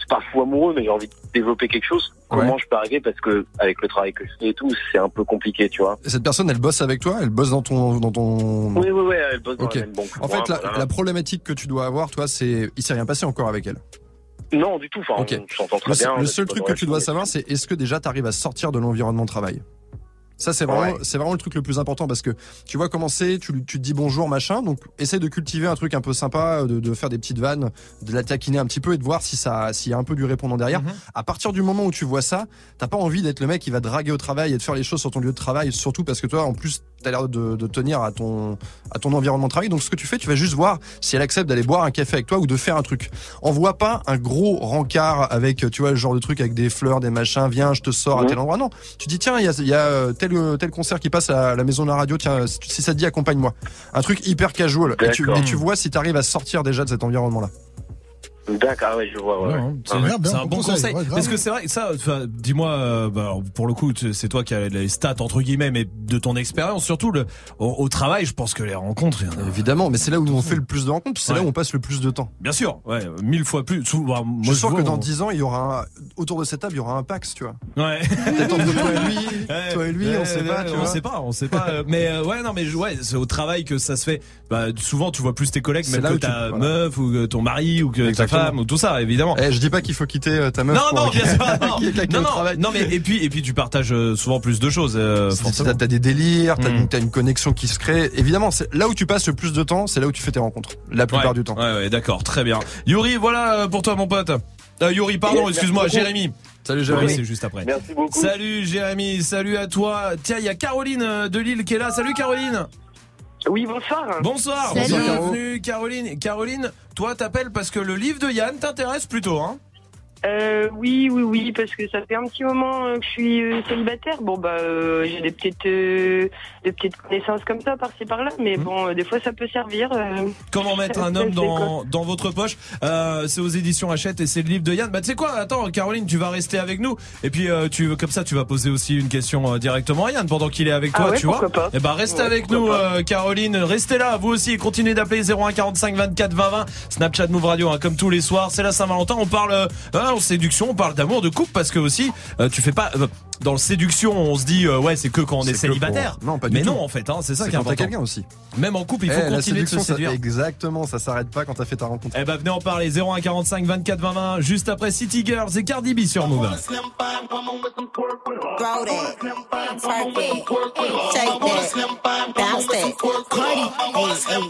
pas fou amoureux, mais j'ai envie de développer quelque chose. Comment Ouais. je peux arriver? Parce que avec le travail que je fais et tout, c'est un peu compliqué, tu vois. Et cette personne, elle bosse avec toi, elle bosse dans ton, dans ton. Oui, oui, oui, elle bosse dans Ok. la même banque. En fait, la, Voilà. la problématique que tu dois avoir, toi, c'est, il s'est rien passé encore avec elle. Non, du tout. Enfin, Ok. on s'entend très Le, bien. le on a seul une truc bonne que tu dois relation, savoir, c'est est-ce que déjà tu arrives à sortir de l'environnement de travail. Ça, c'est vraiment, Ouais. c'est vraiment le truc le plus important parce que tu vois commencer, tu, tu te dis bonjour, machin, donc essaie de cultiver un truc un peu sympa, de, de faire des petites vannes, de la taquiner un petit peu et de voir si ça, s'il y a un peu du répondant derrière. Mm-hmm. À partir du moment où tu vois ça, t'as pas envie d'être le mec qui va draguer au travail et de faire les choses sur ton lieu de travail, surtout parce que toi, en plus, t'as l'air de, de tenir à ton, à ton environnement de travail. Donc, ce que tu fais, tu vas juste voir si elle accepte d'aller boire un café avec toi ou de faire un truc. Envoie pas un gros rencard avec, tu vois, le genre de truc avec des fleurs, des machins, viens, je te sors à tel endroit. Non. Tu dis, tiens, il y a, il y a euh, tel, euh, tel concert qui passe à la maison de la radio, tiens, si, si ça te dit, accompagne-moi. Un truc hyper casual. Et tu, D'accord. et tu vois si t'arrives à sortir déjà de cet environnement-là. D'accord, ouais, je vois. Ouais, ouais. C'est Ah ouais. c'est un bon conseil. Parce que c'est vrai que ça, enfin, dis-moi, euh, bah, alors, pour le coup, tu- c'est toi qui as les stats entre guillemets, mais de ton expérience, surtout le, au, au travail, je pense que les rencontres, il y en a- Évidemment, mais c'est là où on fait le plus de rencontres, c'est Ouais. là où on passe le plus de temps. Bien sûr, ouais, mille fois plus. Sou- bah, moi, Je suis sûr vois, que dans on- dix ans, il y aura un, autour de cette table, il y aura un Pax, tu vois. Ouais. Peut-être entre toi et lui, Ouais, toi et lui, ouais, on sait pas, tu on vois. sait pas, on sait pas. euh, mais euh, ouais, non, mais je- ouais, c'est au travail que ça se fait. Bah, souvent, tu vois plus tes collègues, C'est même là que où tu- ta voilà. meuf ou que ton mari ou que Exactement. ta femme ou tout ça, évidemment. Eh, je dis pas qu'il faut quitter euh, ta meuf. Non, pour non, bien sûr, non. quelqu'un qui est Non, au non, travail. non, mais et puis et puis tu partages euh, souvent plus de choses. Euh, Si forcément. T'as t'as des délires, t'as Mm. une, t'as une connexion qui se crée. Évidemment, c'est là où tu passes le plus de temps, c'est là où tu fais tes rencontres. La plupart Ouais, du temps. Ouais, ouais, d'accord, très bien. Yuri, voilà euh, pour toi, mon pote. Euh, Yuri, pardon, Yes, excuse-moi, merci beaucoup. Jérémy. Salut Jérémy, c'est juste après. Merci beaucoup. Salut Jérémy, salut à toi. Tiens, il y a Caroline euh, de Lille qui est là. Salut Caroline. Oui, bonsoir. Bonsoir. Salut. Bienvenue Caroline. Caroline, toi t'appelles parce que le livre de Yann t'intéresse plutôt, hein? Euh, oui, oui, oui, parce que ça fait un petit moment euh, que je suis euh, célibataire. Bon, bah, euh, j'ai des petites, euh, des petites connaissances comme ça, par-ci par-là, mais bon, euh, des fois, ça peut servir. euh. Comment mettre un homme dans, dans votre poche. Euh, c'est aux éditions Hachette et c'est le livre de Yann. Bah tu sais quoi, attends Caroline, tu vas rester avec nous et puis euh, tu comme ça tu vas poser aussi une question euh, directement à Yann pendant qu'il est avec Ah toi, ouais, tu vois. pourquoi pas. Et bah reste Ouais, avec pourquoi nous pas. euh, Caroline, restez là, vous aussi, continuez d'appeler zéro un quarante-cinq vingt-quatre vingt vingt, Snapchat Move Radio, hein, comme tous les soirs, c'est la Saint-Valentin, on parle euh, hein, en séduction, on parle d'amour, de couple parce que aussi euh, tu fais pas euh, dans le séduction, on se dit euh, ouais, c'est que quand on est, C'est que célibataire. pour- non, pas du Mais tout. non en fait, hein, c'est ça C'est qui est quand t'as important. quelqu'un aussi. Même en couple, il Eh, faut la continuer de se séduction, ça- séduire. exactement, ça s'arrête pas quand t'as fait ta rencontre. Eh ben venez en parler, zéro un quarante-cinq vingt-quatre vingt vingt, juste après City Girls et Cardi B sur Move. Roll that, twerk it, shake that, bounce that, Cardi, ay,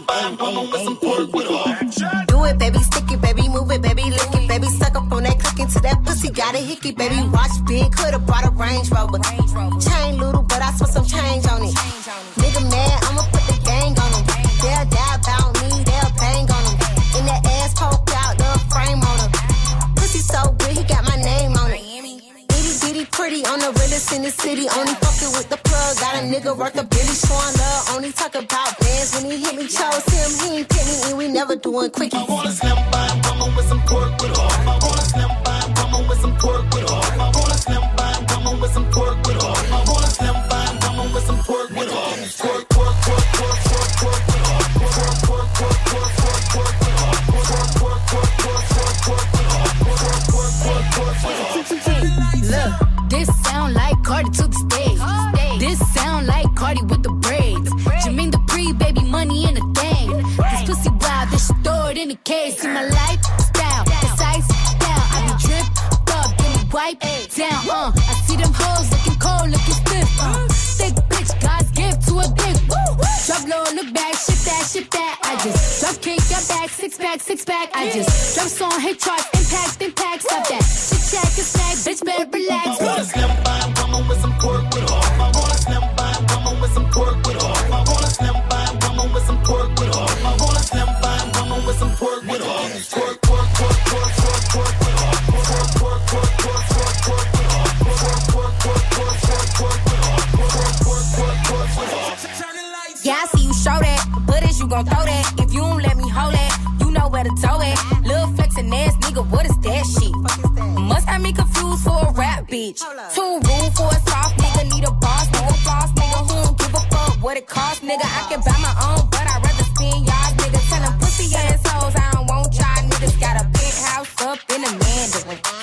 ay, ay, ay. Do it, baby, stick it, baby, move it, baby, lick it, baby, suck up on that click into that pussy, got a hickey, baby, watch big, coulda brought a Range Rover, chain little, but I spent some change on it. Nigga mad, I'ma put the gang on him. They'll die about me, they'll bang on him. In that ass poke out the frame on him. Pussy so good, he got my name on it. Itty bitty pretty on the realest in the city. Only fucking with the plug. Got a nigga worth a billy showing love. Only talk about bands when he hit me. Chose him, he ain't pick me, and we never doing quickies. I want a slim fine woman with some pork with her. I want a slim fine woman with some pork with her. I want a slim fine woman with some pork with her. I want a slim fine woman with some pork with her. Pork, pork, pork, pork, pork, pork with her. Pork, pork, pork, pork, pork, pork with her. Pork, pork, pork, pork, pork, pork with her. Pork, pork, pork, pork, pork, pork. Look, this sound like Cardi to the stage. This sound like Cardi with the braids. Jermaine Dupri, baby, money in a thing. This pussy wild, this shit throw it in the case. See my lifestyle, precise style. I be dripped up, get me wipe down. Uh, I see them hoes looking cold, looking stiff. Uh, thick bitch, God's gift to a dick. Woo, woo. Drop low, look back, shit that, shit that. I just drop kick, your back, six pack, six pack. I just drop song, hit charts, impact, impact. Stop that. Shit check and snack, bitch, better relax. I want a slim fine woman with some pork with her. I want a slim fine woman with some pork with her. I want a slim fine woman with some pork with her. I want a slim fine woman with some pork with her. Pork, pork, pork, pork, pork, pork with her. Pork, pork, pork, pork, pork, pork with her. Pork, pork, pork, pork, pork, pork with her. Pork, pork, pork, pork with her. Yeah, I see you show that, but is you gon' throw that? If you don't let me hold it, you know where to tow it. Lil' flexin' ass nigga, what is that shit? Must have me confused for a rap bitch. Too rude for a soft nigga, need a boss, nigga, floss nigga, who don't give a fuck what it cost, nigga. I can buy my own, but I'd rather spend y'all niggas. Tell them pussy assholes I don't want y'all niggas. Got a penthouse up in the Mandarin.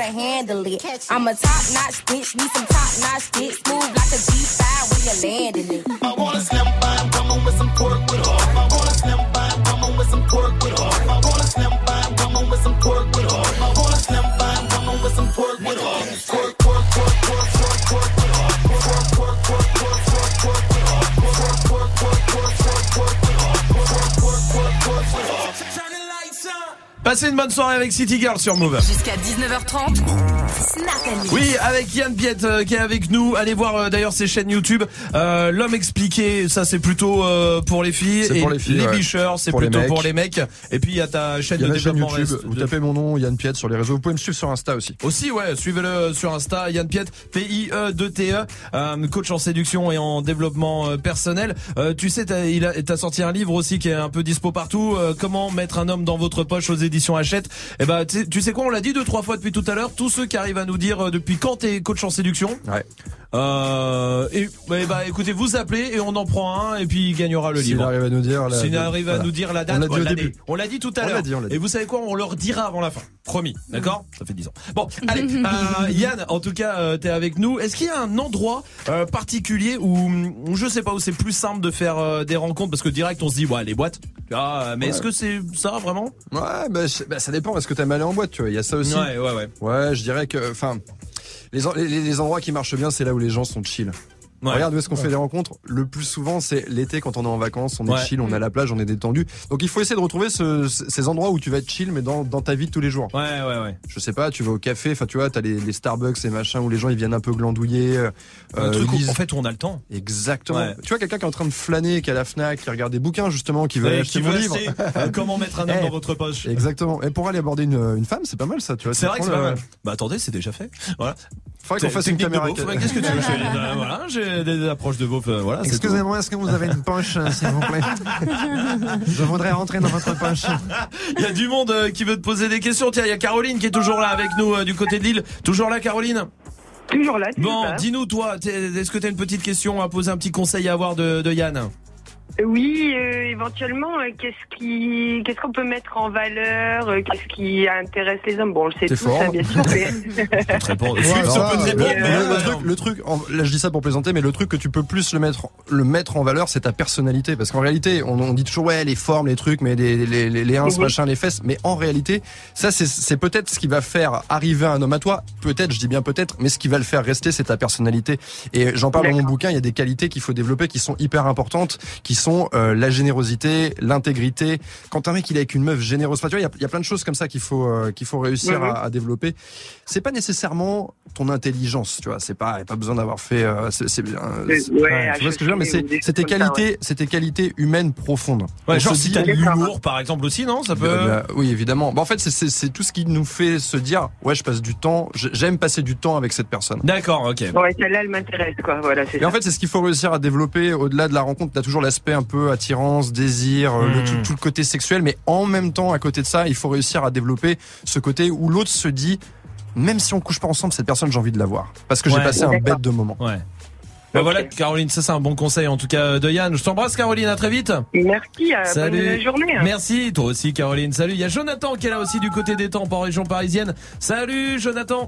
to handle it. I'm a top-notch bitch, need some top-notch dick. Smooth like a G five when you're landing it. I want a slim fine woman with some pork with her. I want a slim fine woman with some pork with her. I want a slim fine woman with some pork with her. I want a slim fine woman with some pork with her. Pork, pork, pork, pork, pork, pork with her. Pork, pork, pork, pork, pork, pork with her. Pork, pork, pork, pork, pork, pork with her. Pork, pork, pork, pork with her. Passez une bonne soirée avec City Girl sur Move. Jusqu'à dix-neuf heures trente. Snap. Oui, avec Yann Piette euh, qui est avec nous. Allez voir euh, d'ailleurs ses chaînes YouTube. Euh, L'homme expliqué, ça c'est plutôt euh, pour les filles. C'est et pour les filles, les ouais. bicheurs, c'est Pour les plutôt mecs. pour les mecs. Et puis il y a ta chaîne Il y a de la chaîne développement. YouTube, reste vous de- tapez mon nom, Yann Piette, sur les réseaux. Vous pouvez me suivre sur Insta aussi. Aussi, ouais, suivez-le sur Insta, Yann Piette, P I E deux T E, euh, coach en séduction et en développement euh, personnel. Euh, tu sais, t'as, il a, t'as sorti un livre aussi qui est un peu dispo partout. Euh, comment mettre un homme dans votre poche aux éditions Hachette. Et ben, tu sais- tu sais quoi, on l'a dit deux trois fois depuis tout à l'heure. Tous ceux qui arrivent à nous dire euh, depuis quand t'es coach en séduction. Ouais. Euh, et bah, bah, écoutez, vous appelez et on en prend un et puis il gagnera le S'il livre. arrive à nous dire la- S'il arrive à voilà. nous dire la date, On l'a dit ouais, au l'année. début. On l'a dit tout à On l'heure. l'a dit, on l'a dit. Et vous savez quoi, on leur dira avant la fin. Promis, d'accord? Ça fait dix ans. Bon, allez, euh, Yann, en tout cas, euh, t'es avec nous. Est-ce qu'il y a un endroit euh, particulier où, où je sais pas, où c'est plus simple de faire euh, des rencontres parce que direct on se dit ouais les boîtes. Ah, mais Ouais. est-ce que c'est ça vraiment? Ouais, bah, je- bah, ça dépend. Est-ce que t'aimes aller en boîte, tu vois? Il y a ça aussi. Ouais, ouais, ouais. Ouais, je dirais que, enfin, les, en- les, les endroits qui marchent bien, c'est là où les gens sont chill. Ouais. Regarde où est-ce qu'on Ouais. fait des rencontres. Le plus souvent, c'est l'été quand on est en vacances, on est Ouais. chill, on est à la plage, on est détendu. Donc il faut essayer de retrouver ce- ce- ces endroits où tu vas être chill, mais dans, dans ta vie de tous les jours. Ouais, ouais, ouais. Je sais pas, tu vas au café, enfin tu vois, t'as les, les Starbucks et machin où les gens ils viennent un peu glandouiller. euh, Un truc où, lisent- en fait où on a le temps. Exactement. Ouais. Tu vois quelqu'un qui est en train de flâner, qui est à la Fnac, qui regarde des bouquins justement, qui veut Ouais, acheter qui mon veut livre. acheter, euh, comment mettre un homme Eh, dans votre poche. Exactement. Et pour aller aborder une, une femme, c'est pas mal ça, tu vois. C'est vrai que c'est prends pas le- mal. Bah attendez, c'est déjà fait. Voilà. Faudrait qu'on fasse une Technique de caméra. beauf. Ouais, Qu'est-ce que tu veux? J'ai, euh, voilà, j'ai des approches de beauf. euh, Voilà. c'est tout. Excusez-moi, est-ce que vous avez une poche, euh, s'il vous plaît? Je voudrais rentrer dans votre poche. Il y a du monde euh, qui veut te poser des questions. Tiens, il y a Caroline qui est toujours là avec nous euh, du côté de Lille. Toujours là, Caroline? Toujours là. toujours Bon, là. dis-nous toi, t'es- est-ce que t'as une petite question à poser, un petit conseil à avoir de, de Yann? Oui, euh, éventuellement, euh, qu'est-ce qui, qu'est-ce qu'on peut mettre en valeur, euh, qu'est-ce qui intéresse les hommes? Bon, on le sait T'es tous, fort. hein, bien sûr. Mais... te répondre. Ouais, Si on ça, peut te euh, répondre, le, mais- le ouais, truc, non. le truc, en- là je dis ça pour plaisanter, mais le truc que tu peux plus le mettre, le mettre en valeur, c'est ta personnalité. Parce qu'en réalité, on, on dit toujours ouais les formes, les trucs, mais les les les, les ins, Mhm. machin, les fesses. Mais en réalité, ça c'est c'est peut-être ce qui va faire arriver un homme à toi. Peut-être, je dis bien peut-être, mais ce qui va le faire rester, c'est ta personnalité. Et j'en parle dans mon D'accord. bouquin. Il y a des qualités qu'il faut développer qui sont hyper importantes, qui sont euh, la générosité, l'intégrité. Quand un mec il est avec une meuf généreuse, enfin, tu vois, il y a, il y a plein de choses comme ça qu'il faut euh, qu'il faut réussir Mhm. à, à développer. C'est pas nécessairement ton intelligence, tu vois. C'est pas, y a pas besoin d'avoir fait. Euh, c'est, c'est, euh, Ouais, c'est- ouais, tu vois ce que je veux dire, mais ou c'est, des c'est tes choses comme ça, qualités, ouais. c'est tes qualités humaines profondes. Ouais, On genre se si dit- t'as de l'humour par exemple aussi, non? Ça peut. Euh, oui, évidemment. Bah, en fait, c'est, c'est, c'est tout ce qui nous fait se dire, ouais, je passe du temps, je- j'aime passer du temps avec cette personne. D'accord, ok. Ouais, celle-là, elle m'intéresse, quoi. Voilà, c'est Et ça. en fait, c'est ce qu'il faut réussir à développer au-delà de la rencontre. T'as toujours l'aspect un peu attirance, désir, euh, le, Mm. tout, tout le côté sexuel, mais en même temps, à côté de ça, il faut réussir à développer ce côté où l'autre se dit, même si on couche pas ensemble, cette personne, j'ai envie de la voir. Parce que j'ai Ouais. passé un D'accord. bête de moment. Ouais. Bah voilà, Caroline, ça c'est un bon conseil en tout cas de Yann. Je t'embrasse, Caroline, à très vite. Merci, euh, Salut. bonne journée. hein. Merci, toi aussi, Caroline. Salut. Il y a Jonathan qui est là aussi du côté des Tempes en région parisienne. Salut, Jonathan.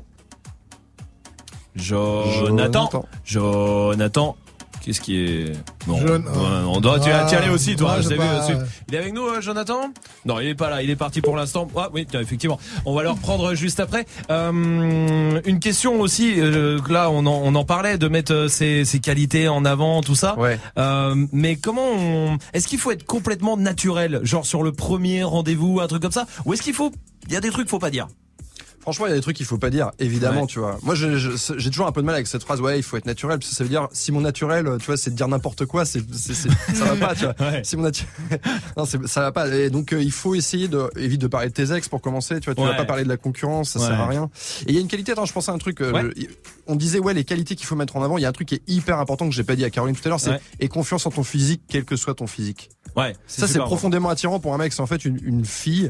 Jonathan. Jonathan. Jonathan. Qu'est-ce qui est bon, Jeune- ouais, on doit tu Ah, y aller aussi toi, ouais, je je t'ai sais vu pas, aussi. ouais. Il est avec nous euh, Jonathan? Non, il est pas là, il est parti pour l'instant. Ah oui, tiens, effectivement. On va le reprendre juste après. Euh, une question aussi euh, là on en, on en parlait de mettre euh, ses, ses qualités en avant, tout ça. Ouais. Euh, mais comment on... est-ce qu'il faut être complètement naturel, genre sur le premier rendez-vous, un truc comme ça, ou est-ce qu'il faut, il y a des trucs faut pas dire? Franchement, il y a des trucs qu'il faut pas dire, évidemment, Ouais. tu vois. Moi, je- je- j'ai toujours un peu de mal avec cette phrase, ouais, il faut être naturel, parce que ça veut dire, si mon naturel, tu vois, c'est de dire n'importe quoi, c'est, c'est, c'est- ça va pas, tu vois. Ouais. Si mon naturel, non, c'est, ça va pas. Et donc, euh, il faut essayer de, évite de parler de tes ex pour commencer, tu vois, tu Ouais. vas pas parler de la concurrence, ça Ouais. sert à rien. Et il y a une qualité, attends, je pensais à un truc, euh, Ouais. le- on disait, ouais, les qualités qu'il faut mettre en avant, il y a un truc qui est hyper important que j'ai pas dit à Caroline tout à l'heure, c'est, Ouais. aie confiance en ton physique, quel que soit ton physique. Ouais, Ça, c'est super profondément attirant pour un mec, c'est en fait une, une fille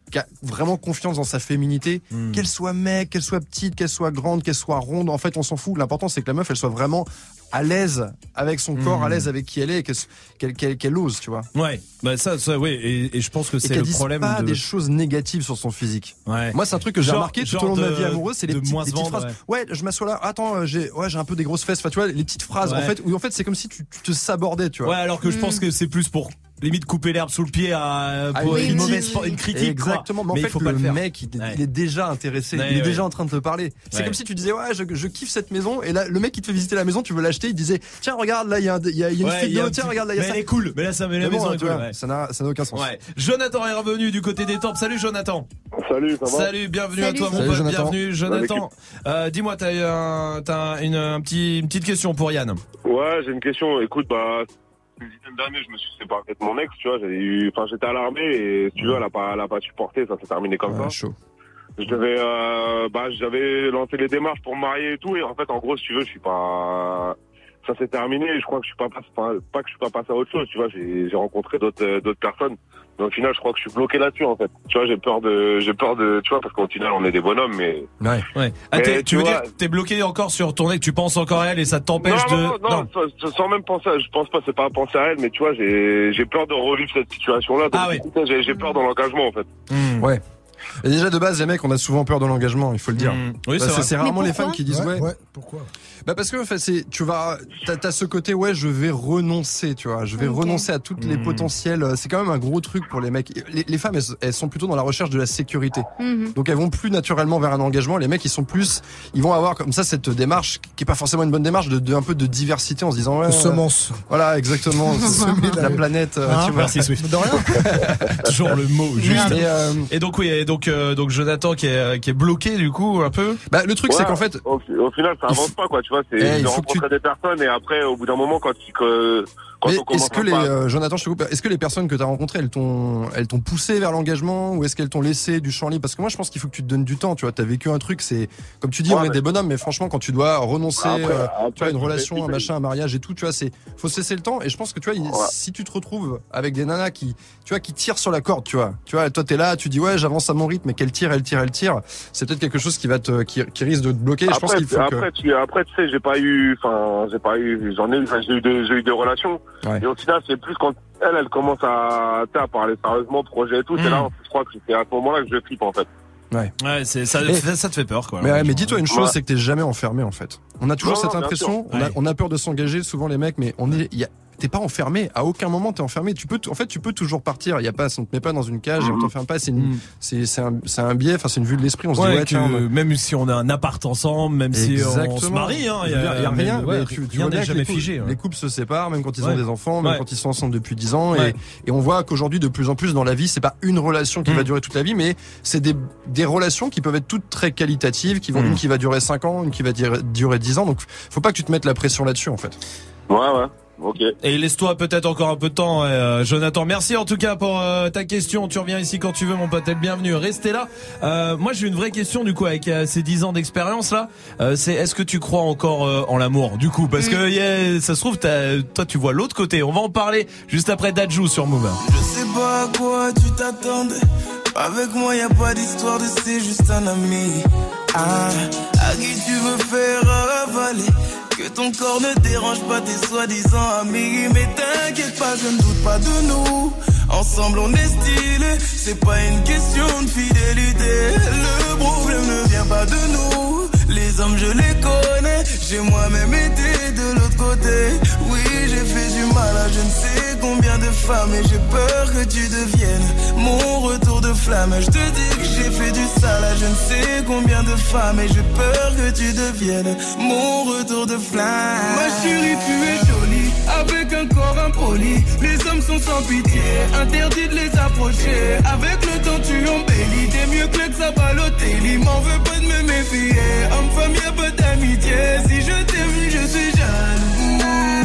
qui a vraiment confiance dans sa féminité, mmh. qu'elle soit mec, qu'elle soit petite, qu'elle soit grande, qu'elle soit ronde, en fait on s'en fout. L'important c'est que la meuf elle soit vraiment à l'aise avec son corps, mmh. à l'aise avec qui elle est, et qu'elle, qu'elle, qu'elle, qu'elle ose, tu vois. Ouais, bah ça, ça oui, et, et je pense que c'est et le problème. Pas de... des choses négatives sur son physique. Ouais. Moi c'est un truc que j'ai genre, remarqué tout au long de, de ma vie amoureuse, c'est les, petits, les petites vendre, phrases. Ouais. ouais, je m'assois là. Attends, j'ai, ouais, j'ai un peu des grosses fesses. Enfin, tu vois, les petites phrases ouais. en fait où en fait c'est comme si tu, tu te sabordais, tu vois. Ouais, alors que mmh. je pense que c'est plus pour limite couper l'herbe sous le pied à pour ah, une mauvaise une critique. Exactement. Quoi. Mais en mais fait, il faut pas le, le faire. mec, il, ouais. il est déjà intéressé. Ouais, il est ouais. déjà en train de te parler. C'est ouais. comme si tu disais ouais, je, je kiffe cette maison. Et là, le mec qui te fait visiter la maison, tu veux l'acheter. Il disait tiens, regarde là, il y a, y a, y a une ouais, vidéo. Un tiens, petit... regarde là, il y a mais ça. elle est cool. Mais là, ça met la mais maison bon, et tout. Vois, ouais. Ça n'a, ça n'a aucun sens. Ouais. Jonathan est revenu du côté des tempes. Salut Jonathan. Salut, ça va? Salut, bienvenue Salut. à toi mon Salut, pote. Jonathan. Bienvenue Jonathan. Euh, dis-moi, t'as, un, t'as une, un petit, une petite question pour Yann. Ouais, j'ai une question. Écoute, bah. Une dizaine d'années, je me suis séparé de mon ex, tu vois, j'ai eu, enfin, j'étais à l'armée et, si tu veux, elle a pas, elle a pas supporté, ça s'est terminé comme ouais, ça. Chaud. Je devais, euh, bah, j'avais lancé les démarches pour me marier et tout, et en fait, en gros, si tu veux, je suis pas, ça s'est terminé, et je crois que je suis pas passé, enfin, pas que je suis pas passé à autre chose, tu vois, j'ai, j'ai rencontré d'autres, euh, d'autres personnes. Donc, au final, je crois que je suis bloqué là-dessus, en fait. Tu vois, j'ai peur de, j'ai peur de, tu vois, parce qu'au final, on est des bonhommes, mais. Ouais. Ouais. Ah, t'es, tu, tu veux vois, dire que t'es bloqué encore sur ton ex, tu penses encore à elle et ça t'empêche non, de. Non, non, non, sans, sans même penser à, je pense pas, c'est pas à penser à elle, mais tu vois, j'ai, j'ai peur de revivre cette situation-là. Donc, ah, ouais. j'ai, j'ai peur dans l'engagement, en fait. Mmh. Ouais. Et déjà de base les mecs on a souvent peur de l'engagement, il faut le dire. Mmh. Oui, bah, c'est, c'est, c'est rarement les femmes qui disent ouais. ouais. ouais. Pourquoi? Bah parce que en fait c'est tu vas t'as, t'as ce côté ouais je vais renoncer tu vois je vais okay. renoncer à toutes les mmh. potentiels, c'est quand même un gros truc pour les mecs. Les, les femmes elles, elles sont plutôt dans la recherche de la sécurité mmh. donc elles vont plus naturellement vers un engagement. Les mecs ils sont plus ils vont avoir comme ça cette démarche qui est pas forcément une bonne démarche de, de un peu de diversité en se disant ouais semence euh, voilà exactement la planète ah, tu vois. Merci Swift. De rien. Toujours le mot juste. Et, euh, et donc oui et donc euh, donc Jonathan qui est qui est bloqué du coup un peu. Bah le truc ouais, c'est qu'en fait au, au final ça avance pas quoi tu vois c'est eh, de rencontrer tu... des personnes et après au bout d'un moment quand tu que quand mais on commence est-ce que les pas... euh, Jonathan je te coupe est-ce que les personnes que tu as rencontrées elles t'ont elles t'ont poussé vers l'engagement ou est-ce qu'elles t'ont laissé du champ libre parce que moi je pense qu'il faut que tu te donnes du temps tu vois t'as vécu un truc c'est comme tu dis ouais, on est mais... des bonhommes mais franchement quand tu dois renoncer après, euh, après, tu vois une relation un machin un mariage et tout tu vois c'est faut se laisser le temps et je pense que tu vois ouais. si tu te retrouves avec des nanas qui tu vois qui tirent sur la corde tu vois tu vois toi t'es là tu dis ouais j'avance à mon rythme mais qu'elle tire elle tire elle tire c'est peut-être quelque chose qui va te qui, qui risque de te bloquer. Après, je pense qu'il faut après, que... tu, après tu sais j'ai pas eu enfin j'ai pas eu j'en ai j'ai eu des j'ai eu des relations ouais. et au final c'est plus quand elle elle commence à à parler sérieusement projet et tout mmh. c'est là je crois que c'est à ce moment-là que je flippe en fait. Ouais. Ouais, c'est ça, et, ça te fait peur quoi. Mais, ouais, mais dis-toi une chose, ouais. c'est que t'es jamais enfermé en fait. On a toujours non, cette non, impression, on, ouais. a, on a peur de s'engager souvent les mecs, mais on est, y a, t'es pas enfermé. À aucun moment t'es enfermé. Tu peux, en fait, tu peux toujours partir. Il y a pas, on te met pas dans une cage mmh. et on t'enferme pas. C'est une, mmh. c'est, c'est un, c'est un biais. Enfin, c'est une vue de l'esprit. On se ouais, dit ouais, tiens, on... même si on a un appart ensemble, même Exactement. si on se marie, hein, il y a, y a rien. Ouais, tu, tu rien vois bien n'est jamais les couples, figé. Ouais. Les couples se séparent, même quand ils ouais. ont des enfants, même ouais. quand ils sont ensemble depuis dix ans. Ouais. Et, et on voit qu'aujourd'hui, de plus en plus dans la vie, c'est pas une relation qui mmh. va durer toute la vie, mais c'est des, des relations qui peuvent être toutes très qualitatives, qui vont mmh. une qui va durer cinq ans, une qui va durer dix ans. Donc, faut pas que tu te mettes la pression là-dessus, en fait. Ouais, ouais. Ok. Et laisse-toi peut-être encore un peu de temps, euh, Jonathan. Merci en tout cas pour euh, ta question. Tu reviens ici quand tu veux, mon pote. T'es le bienvenu. Restez là. Euh, moi, j'ai une vraie question du coup avec euh, ces dix ans d'expérience là. Euh, c'est est-ce que tu crois encore euh, en l'amour du coup? Parce que yeah, ça se trouve, t'as, toi, tu vois l'autre côté. On va en parler juste après Dadju sur Move. Je sais pas à quoi tu t'attendais. Avec moi, y a pas d'histoire de c'est juste un ami. Ah, à qui tu veux faire avaler? Que ton corps ne dérange pas tes soi-disant amis. Mais t'inquiète pas, je ne doute pas de nous. Ensemble on est stylé, c'est pas une question de fidélité. Le problème ne vient pas de nous. Les hommes je les connais, j'ai moi-même été de l'autre côté. Oui, j'ai fait du mal à je ne sais combien de femmes. Et j'ai peur que tu deviennes mon retour de flamme. Je te dis que j'ai fait du sale à je ne sais combien de femmes. Et j'ai peur que tu deviennes mon retour de flamme. Ma chérie, tu es jolie, avec un corps impoli. Les hommes sont sans pitié, interdit de les approcher. Avec le temps tu embellis, t'es mieux que l'ex à Balotelli. M'en veux pas de me méfier, homme-femme y'a pas d'amitié. Si je t'aime je suis jaloux.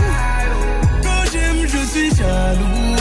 Quand j'aime je suis jaloux.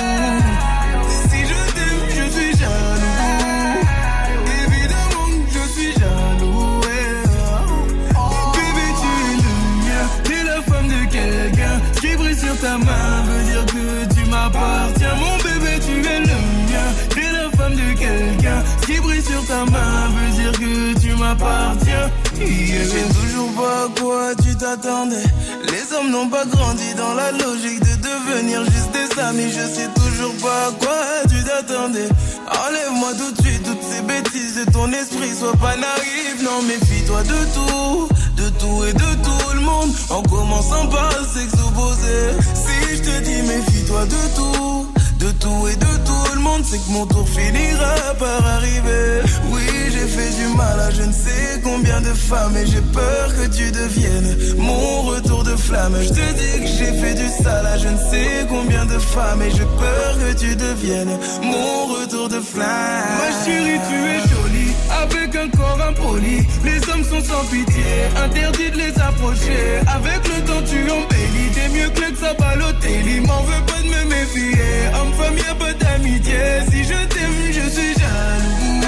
Si je t'aime je suis jaloux. Évidemment que je suis jaloux, yeah. Bébé tu es le mien, t'es la femme de quelqu'un. Ce qui brille sur ta main veut dire que tu m'appartiens. Mon bébé tu es le mien, t'es la femme de quelqu'un. Ce qui brille sur ta main veut dire que tu m'appartiens. Yeah. Je sais toujours pas à quoi tu t'attendais. Les hommes n'ont pas grandi dans la logique de devenir juste des amis. Je sais toujours pas à quoi tu t'attendais. Enlève-moi tout de suite toutes ces bêtises de ton esprit. Sois pas naïf, non méfie-toi de tout, de tout et de tout le monde. En commençant par s'exposer. Si je te dis méfie-toi de tout, de tout et de tout le monde, c'est que mon tour finira par arriver. Oui, j'ai fait du mal à je ne sais combien de femmes et j'ai peur que tu deviennes mon retour de flamme. Je te dis que j'ai fait du sale à je ne sais combien de femmes et j'ai peur que tu deviennes mon retour de flamme. Ma chérie, tu es jolie, avec un corps impoli. Les hommes sont sans pitié, interdit de les approcher. Avec le temps tu embellis, t'es mieux que le Sabalotelli. M'en veux pas de me méfier, homme-femme y'a pas d'amitié. Si je t'aime, je suis jaloux.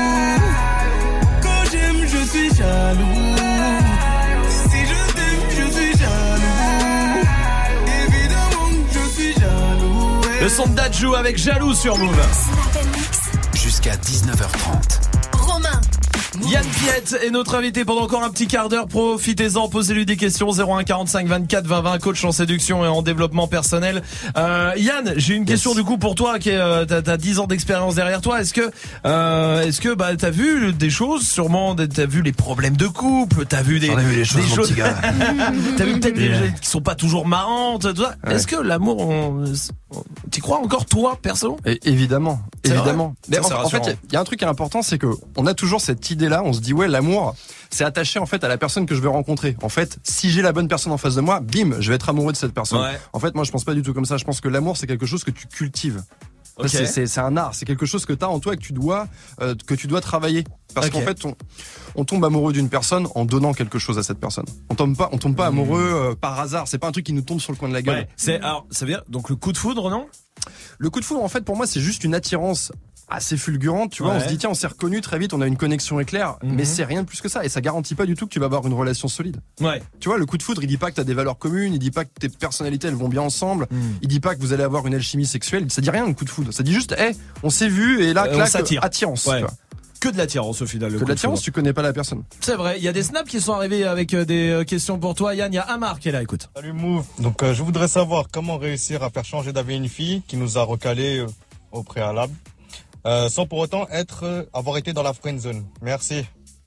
Quand j'aime, je suis jaloux. Si je t'aime, je suis jaloux. Évidemment, je suis jaloux. Le son de Dadju avec Jaloux sur Move. Jusqu'à dix-neuf heures trente. Romain. Yann Piette est notre invité pendant encore un petit quart d'heure. Profitez-en, posez-lui des questions. zéro un quarante-cinq vingt-quatre vingt vingt, coach en séduction et en développement personnel. Euh, Yann, j'ai une yes. question du coup pour toi qui est, euh, t'as, t'as dix ans d'expérience derrière toi. Est-ce que, euh, est-ce que bah t'as vu des choses, sûrement, t'as vu les problèmes de couple, t'as vu des, J'en ai vu les choses, des mon choses, petit gars. t'as vu peut-être des choses qui sont pas toujours marrantes, tout ça. Ouais. Est-ce que l'amour, on, t'y crois encore toi, perso? Et évidemment, c'est évidemment. Mais en, en fait, il y a un truc qui est important, c'est que on a toujours cette idée-là. On se dit ouais, l'amour, c'est attaché en fait à la personne que je vais rencontrer. En fait, si j'ai la bonne personne en face de moi, bim, je vais être amoureux de cette personne. Ouais. En fait, moi, je pense pas du tout comme ça. Je pense que l'amour, c'est quelque chose que tu cultives. Okay. C'est, c'est, c'est un art, c'est quelque chose que tu as en toi et que tu dois, euh, que tu dois travailler. Parce okay. qu'en fait, on, on tombe amoureux d'une personne en donnant quelque chose à cette personne. On tombe pas, on tombe pas amoureux euh, par hasard. C'est pas un truc qui nous tombe sur le coin de la gueule. Ouais, c'est, alors, ça veut dire, donc le coup de foudre, non? Le coup de foudre, en fait, pour moi, c'est juste une attirance assez fulgurante, tu vois, ouais. On se dit tiens, on s'est reconnus très vite, on a une connexion éclair, mm-hmm. mais c'est rien de plus que ça et ça garantit pas du tout que tu vas avoir une relation solide. Ouais. Tu vois, le coup de foudre, il dit pas que t'as des valeurs communes, il dit pas que tes personnalités elles vont bien ensemble, mm. il dit pas que vous allez avoir une alchimie sexuelle, ça dit rien le coup de foudre, ça dit juste hé, hey, on s'est vu et là, euh, clac, attirance. Ouais. Tu vois. Que de l'attirance au final. Le que de l'attirance, tu connais pas la personne. C'est vrai, il y a des snaps qui sont arrivés avec des questions pour toi, Yann. Il y a Amar qui est là, écoute. Salut Move. Donc euh, je voudrais savoir comment réussir à faire changer d'avis une fille qui nous a recalé euh, au préalable. Euh, sans pour autant être, euh, avoir été dans la friend zone. Merci.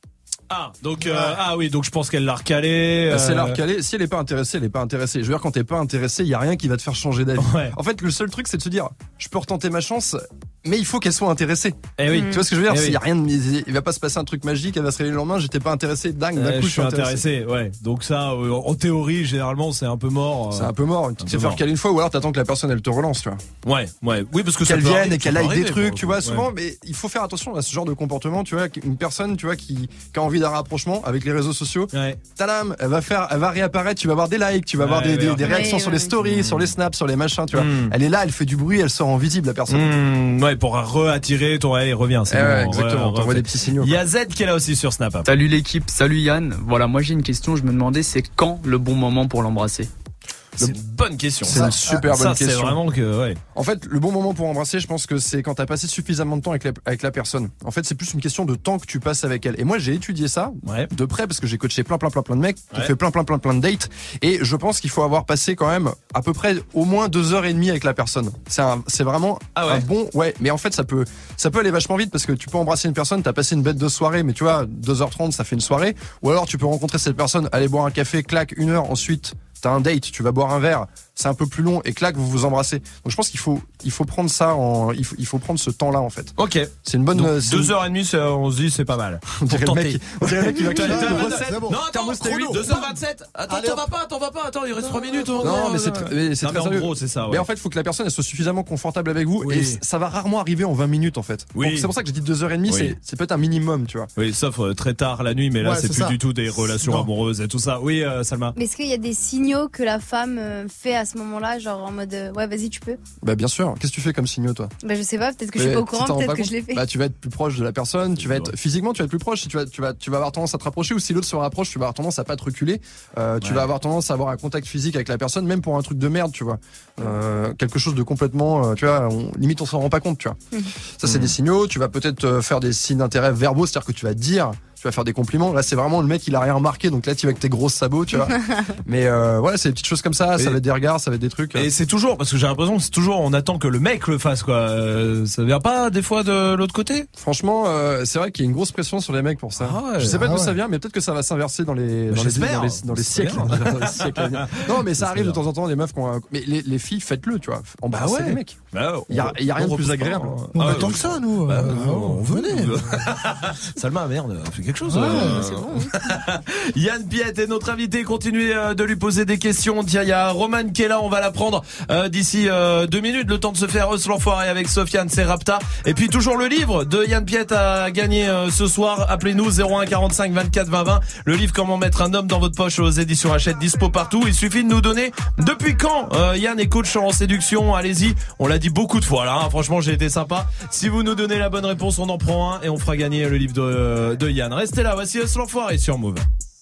Ah, donc, euh, ah oui, donc je pense qu'elle l'a recalé. Euh... C'est l'a recalé. Si elle est pas intéressée, elle est pas intéressée. Je veux dire, quand t'es pas intéressé, il y a rien qui va te faire changer d'avis. Ouais. En fait, le seul truc, c'est de se dire, je peux retenter ma chance, mais il faut qu'elle soit intéressée. Eh oui. Tu vois ce que je veux dire? Eh S'il oui. y a rien de, il va pas se passer un truc magique, elle va se réveiller le lendemain, j'étais pas intéressé, dingue, d'un euh, coup, je je suis intéressé. intéressé. Ouais. Donc ça, euh, en théorie, généralement, c'est un peu mort. Euh... C'est un peu mort. Tu te fais faire recaler une fois, ou alors t'attends que la personne, elle te relance, tu vois. Ouais, ouais. Oui, parce que qu'elle ça vienne arriver, et qu'elle aille des trucs, tu vois, ouais. souvent, mais il faut faire attention à ce genre de comportement, tu vois, une personne, tu vois, qui, qui a envie d'un rapprochement avec les réseaux sociaux. Ouais. Tadam, elle va faire, elle va réapparaître, tu vas avoir des likes, tu vas avoir ouais, des, ouais, des, des réactions ouais, sur ouais. les stories, mmh. sur les snaps, sur les machins, tu vois. Mmh. Elle est là, elle fait du bruit, elle sort en visible, la personne. Mmh, ouais, pour re-attirer, ton, allez, reviens, c'est eh bon. Ouais, exactement, ouais, t'envoies des petits signaux. Il y a Z qui est là aussi sur Snap. Salut l'équipe, salut Yann. Voilà, moi j'ai une question, je me demandais c'est quand le bon moment pour l'embrasser? C'est une bonne question. C'est ça, une super ça, bonne question. C'est vraiment que, ouais. En fait, le bon moment pour embrasser, je pense que c'est quand t'as passé suffisamment de temps avec la, avec la personne. En fait, c'est plus une question de temps que tu passes avec elle. Et moi, j'ai étudié ça ouais. de près parce que j'ai coaché plein, plein, plein, plein de mecs, qui ouais. fait plein, plein, plein, plein de dates. Et je pense qu'il faut avoir passé quand même à peu près au moins deux heures et demie avec la personne. C'est un, c'est vraiment ah ouais. un bon, ouais. Mais en fait, ça peut, ça peut aller vachement vite parce que tu peux embrasser une personne, t'as passé une bête de soirée, mais tu vois, deux heures trente, ça fait une soirée. Ou alors, tu peux rencontrer cette personne, aller boire un café, clac, une heure, ensuite, t'as un date, tu vas boire un verre, c'est un peu plus long et clac, vous vous embrassez. Donc je pense qu'il faut, il faut prendre ça en, il faut, il faut prendre ce temps-là en fait. Ok. C'est une bonne. Donc, c'est deux une... heures et demie, on se dit c'est pas mal. On dirait le mec, on dirait le mec qui va créer une recette. bon. Non attends, deux heures vingt-sept. Attends, t'en vas pas, t'en vas pas. Attends, il reste trois minutes. Non, non mais c'est très, mais c'est non, très mais sérieux. en gros, c'est ça. Ouais. Mais en fait, il faut que la personne elle soit suffisamment confortable avec vous oui. et ça va rarement arriver en vingt minutes en fait. Oui. Donc c'est pour ça que j'ai dit deux heures et demie, oui. c'est, c'est peut-être un minimum, tu vois. Oui, sauf euh, très tard la nuit, mais là ouais, c'est, c'est plus ça. du tout des relations non. amoureuses et tout ça. Oui, euh, Salma. Mais est-ce qu'il y a des signaux que la femme fait à ce moment-là, genre en mode euh, ouais, vas-y, tu peux. Bah bien sûr. Qu'est-ce que tu fais comme signaux, toi? Bah je sais pas, peut-être que je suis pas au courant, peut-être que je l'ai fait. Bah tu vas être plus proche de la personne, tu vas être physiquement, tu vas être plus proche. Si tu vas, tu vas, tu vas avoir tendance à te rapprocher, ou si l'autre se rapproche, tu vas avoir tendance à pas te reculer. Euh, tu Ouais. vas avoir tendance à avoir un contact physique avec la personne, même pour un truc de merde, tu vois. Euh, quelque chose de complètement, euh, tu vois, on, limite on s'en rend pas compte, tu vois. Mhm. Ça c'est des signaux. Tu vas peut-être euh, faire des signes d'intérêt verbaux, c'est-à-dire que tu vas dire. Tu vas faire des compliments. Là, c'est vraiment le mec, il a rien remarqué. Donc là, tu vas avec tes grosses sabots, tu vois. Mais euh, voilà, c'est des petites choses comme ça. Et- Ça va être des regards, ça va être des trucs. Et c'est toujours, parce que j'ai l'impression que c'est toujours, on attend que le mec le fasse, quoi. Euh, ça vient pas des fois de l'autre côté? Franchement, euh, c'est vrai qu'il y a une grosse pression sur les mecs pour ça. Ah ouais. Je sais pas Ah d'où ouais. ça vient, mais peut-être que ça va s'inverser dans les, dans les, j'espère. dans les, dans les Ça siècles. serait bien. Dans les siècles à venir. Non, mais ça Ça arrive serait de temps en temps, des meufs qui ont un- mais les, les filles, faites-le, tu vois. Embrassez Bah ouais. les mecs. Bah, Il y a, il y a on rien de plus repousse agréable. pas, hein. On Ah, attend ouais. que ça, nous. Bah, euh, on venez. Salma, merde, fais quelque chose. Ouais, euh. c'est bon. Yann Piette est notre invité. Continuez euh, de lui poser des questions. Tiens, il y a Romane qui est là. On va la prendre euh, d'ici euh, deux minutes. Le temps de se faire Eus l'enfoiré avec Sofiane, c'est Rapta. Et puis toujours le livre de Yann Piette à gagner euh, ce soir. Appelez-nous zéro un quarante-cinq vingt-quatre vingt vingt. Le livre Comment mettre un homme dans votre poche aux éditions Hachette, dispo partout. Il suffit de nous donner depuis quand euh, Yann est coach en séduction. Allez-y. On l'a dit beaucoup de fois là. Hein. Franchement, j'ai été sympa. Si vous nous donnez la bonne réponse, on en prend un et on fera gagner le livre de, de Yann. Restez là. Voici Eus l'enfoiré sur Move.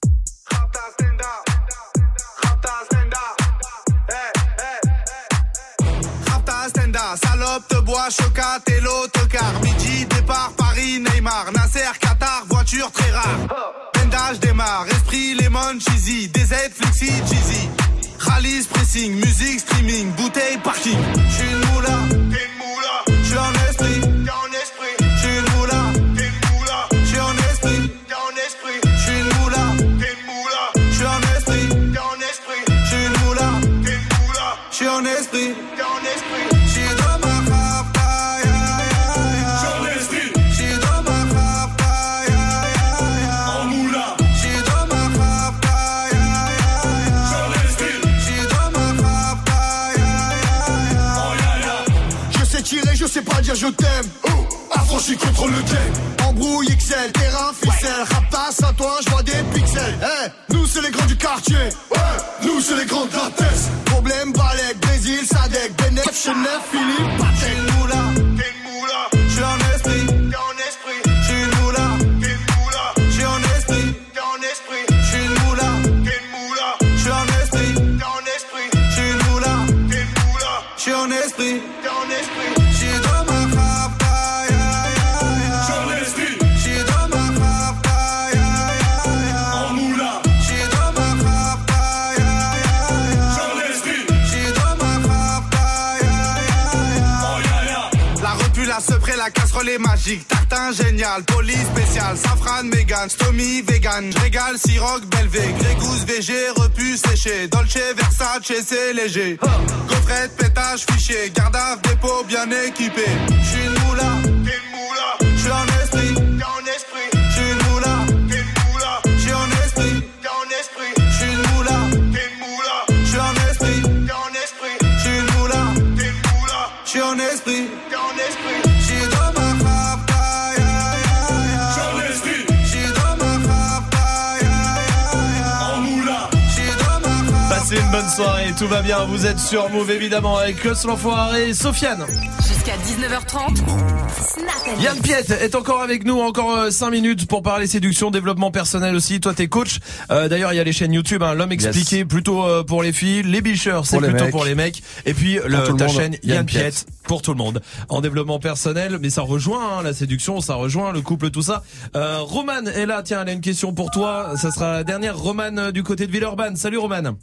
Rapta, Stenda, salope, te bois, chocat et l'autocar. Midi, départ, Paris, Neymar, Nasser, Qatar, voiture très rare. Bendage démarre, esprit, lemon, cheesy, D Z, flexi, cheesy. Rallye, pressing, musique, streaming, bouteille, parking. J'suis une moula, t'es une moula. J'suis en esprit, t'es en esprit. J'suis une moula, t'es une moula. J'suis en esprit, t'es en esprit. J'suis une moula, t'es une moula. J'suis en esprit, t'es en esprit. J'suis une moula, t'es une moula. J'suis en esprit, t'es en esprit. J'suis dans ma rapta, ya ya ya. J'suis en esprit. J'suis dans ma rapta, ya ya ya. En moula. J'suis dans ma rapta, ya ya ya. J'suis en esprit. J'suis dans ma rapta, ya ya ya. Oh ya ya. Je sais tirer, je sais pas dire je t'aime. Affranchi contre le game. Embrouille X L, terrain, ficelle. Raptas à toi, je vois des pixels. Eh, nous c'est les grands du quartier. Ouais, nous c'est les grands de la tête. Problème, Balek, Brésil, Sadek, Benet, Chenef, Philippe, Patek. J'suis une moula, t'es une moula. J'suis en esprit, t'es en esprit. J'suis une moula, t'es une moula. J'suis en esprit, t'es en esprit. J'suis une moula, t'es une moula. J'suis en esprit, t'es en esprit. J'suis une moula, t'es une moula. J'suis en esprit, t'es en esprit. J'suis dans ma rapta, ya ya ya. J'suis en esprit. J'suis dans ma rapta, ya ya ya. En moula. J'suis dans ma rapta, ya ya ya. J'suis en esprit. J'suis dans ma rapta, ya ya ya. Oh ya ya. La repu, la sepré, la casserole est magique. Tartin génial, poli spécial. Safran, mégan, stomy, vegan. J'régale, siroc, belvé. Grégousse, V G, repu, séché. Dolce, Versace, c'est léger. Gaufrette, pétage, fichier. Gardave, dépôt, bien équipé. J'suis une moula, t'es une moula. J'suis en esprit, t'es en esprit. J'suis une moula, t'es une moula. J'suis en esprit, t'es en esprit. J'suis une moula, t'es une moula. J'suis en esprit, t'es en esprit. J'suis une moula, t'es une moula. J'suis en esprit, t'es en esprit. J'suis dans ma rapta, ya ya ya. J'suis en esprit. J'suis dans ma rapta, ya ya ya. En moula. J'suis dans ma rapta. Passez une bonne soirée, tout va bien. Vous êtes sur Move évidemment avec Eus l'enfoiré et Sofiane. Jusqu'à dix-neuf heures trente. Snap and Yann Piette est encore avec nous, encore cinq minutes pour parler séduction, développement personnel aussi. Toi t'es coach. Euh, D'ailleurs il y a les chaînes YouTube, hein, l'homme expliqué Yes. plutôt euh, pour les filles, les bicheurs c'est Pour les plutôt mecs. pour les mecs. Et puis le, tout le ta monde, chaîne Yann, Yann Piette. Piette. Pour tout le monde en développement personnel, mais ça rejoint hein, la séduction, ça rejoint le couple, tout ça. Euh, Romane est là, tiens elle a une question pour toi. Ça sera la dernière. Romane euh, du côté de Villeurbanne. Salut Romane.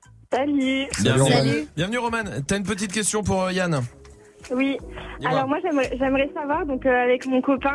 Salut. Bienvenue. Salut. Bienvenue Romane. T'as une petite question pour euh, Yann. Oui. Dis-moi. Alors moi j'aimerais j'aimerais savoir donc euh, avec mon copain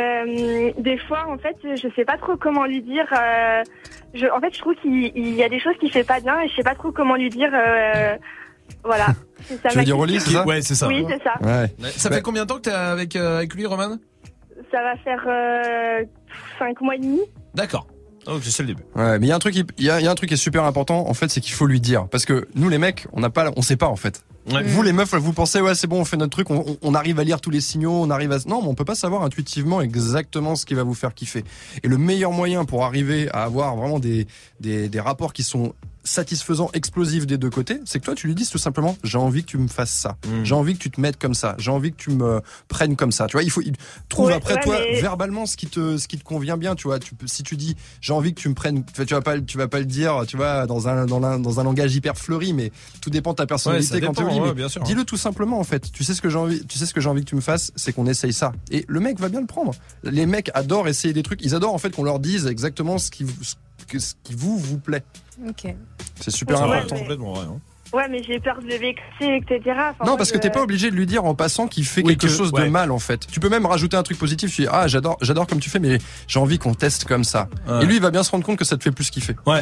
euh, des fois en fait je sais pas trop comment lui dire euh, je en fait je trouve qu'il il y a des choses qu'il fait pas bien et je sais pas trop comment lui dire euh, voilà. C'est ça Tu ma veux dire question. au lit, c'est ça? Ouais c'est ça. Oui c'est ça. Ouais. Ça fait combien de temps que t'es avec euh, avec lui Romane? Ça va faire euh, cinq mois et demi. D'accord. Ok, c'est le début. Ouais, mais il y a un truc, qui- il y a, il y a un truc qui est super important. En fait, c'est qu'il faut lui dire, parce que nous les mecs, on n'a pas, on sait pas en fait. Ouais. Vous les meufs, vous pensez ouais c'est bon, on fait notre truc, on, on- on arrive à lire tous les signaux, on arrive à non, mais on peut pas savoir intuitivement exactement ce qui va vous faire kiffer. Et le meilleur moyen pour arriver à avoir vraiment des des, des rapports qui sont satisfaisant, explosif des deux côtés, c'est que toi tu lui dises tout simplement j'ai envie que tu me fasses ça, mmh. j'ai envie que tu te mettes comme ça, j'ai envie que tu me prennes comme ça. Tu vois, il faut il, trouve ouais, après ouais, toi mais... verbalement ce qui te ce qui te convient bien. Tu vois, tu peux, si tu dis j'ai envie que tu me prennes, tu vas pas tu vas pas le dire, tu vois, dans un dans un dans un langage hyper fleuri, mais tout dépend de ta personnalité ouais, quand tu le dis. Ouais, mais sûr, dis-le hein. tout simplement en fait. Tu sais ce que j'ai envie, tu sais ce que j'ai envie que tu me fasses, c'est qu'on essaye ça. Et le mec va bien le prendre. Les mecs adorent essayer des trucs. Ils adorent en fait qu'on leur dise exactement ce qui ce ce qui vous vous plaît. Ok. C'est super ouais, important. Mais... Complètement vrai. Hein. Ouais, mais j'ai peur de le vexer, et cetera. Enfin, non, parce je... que t'es pas obligé de lui dire en passant qu'il fait oui, quelque que, chose ouais. de mal en fait. Tu peux même rajouter un truc positif. Tu dis ah j'adore, j'adore comme tu fais, mais j'ai envie qu'on teste comme ça. Ouais. Et lui il va bien se rendre compte que ça te fait plus kiffer. Ouais.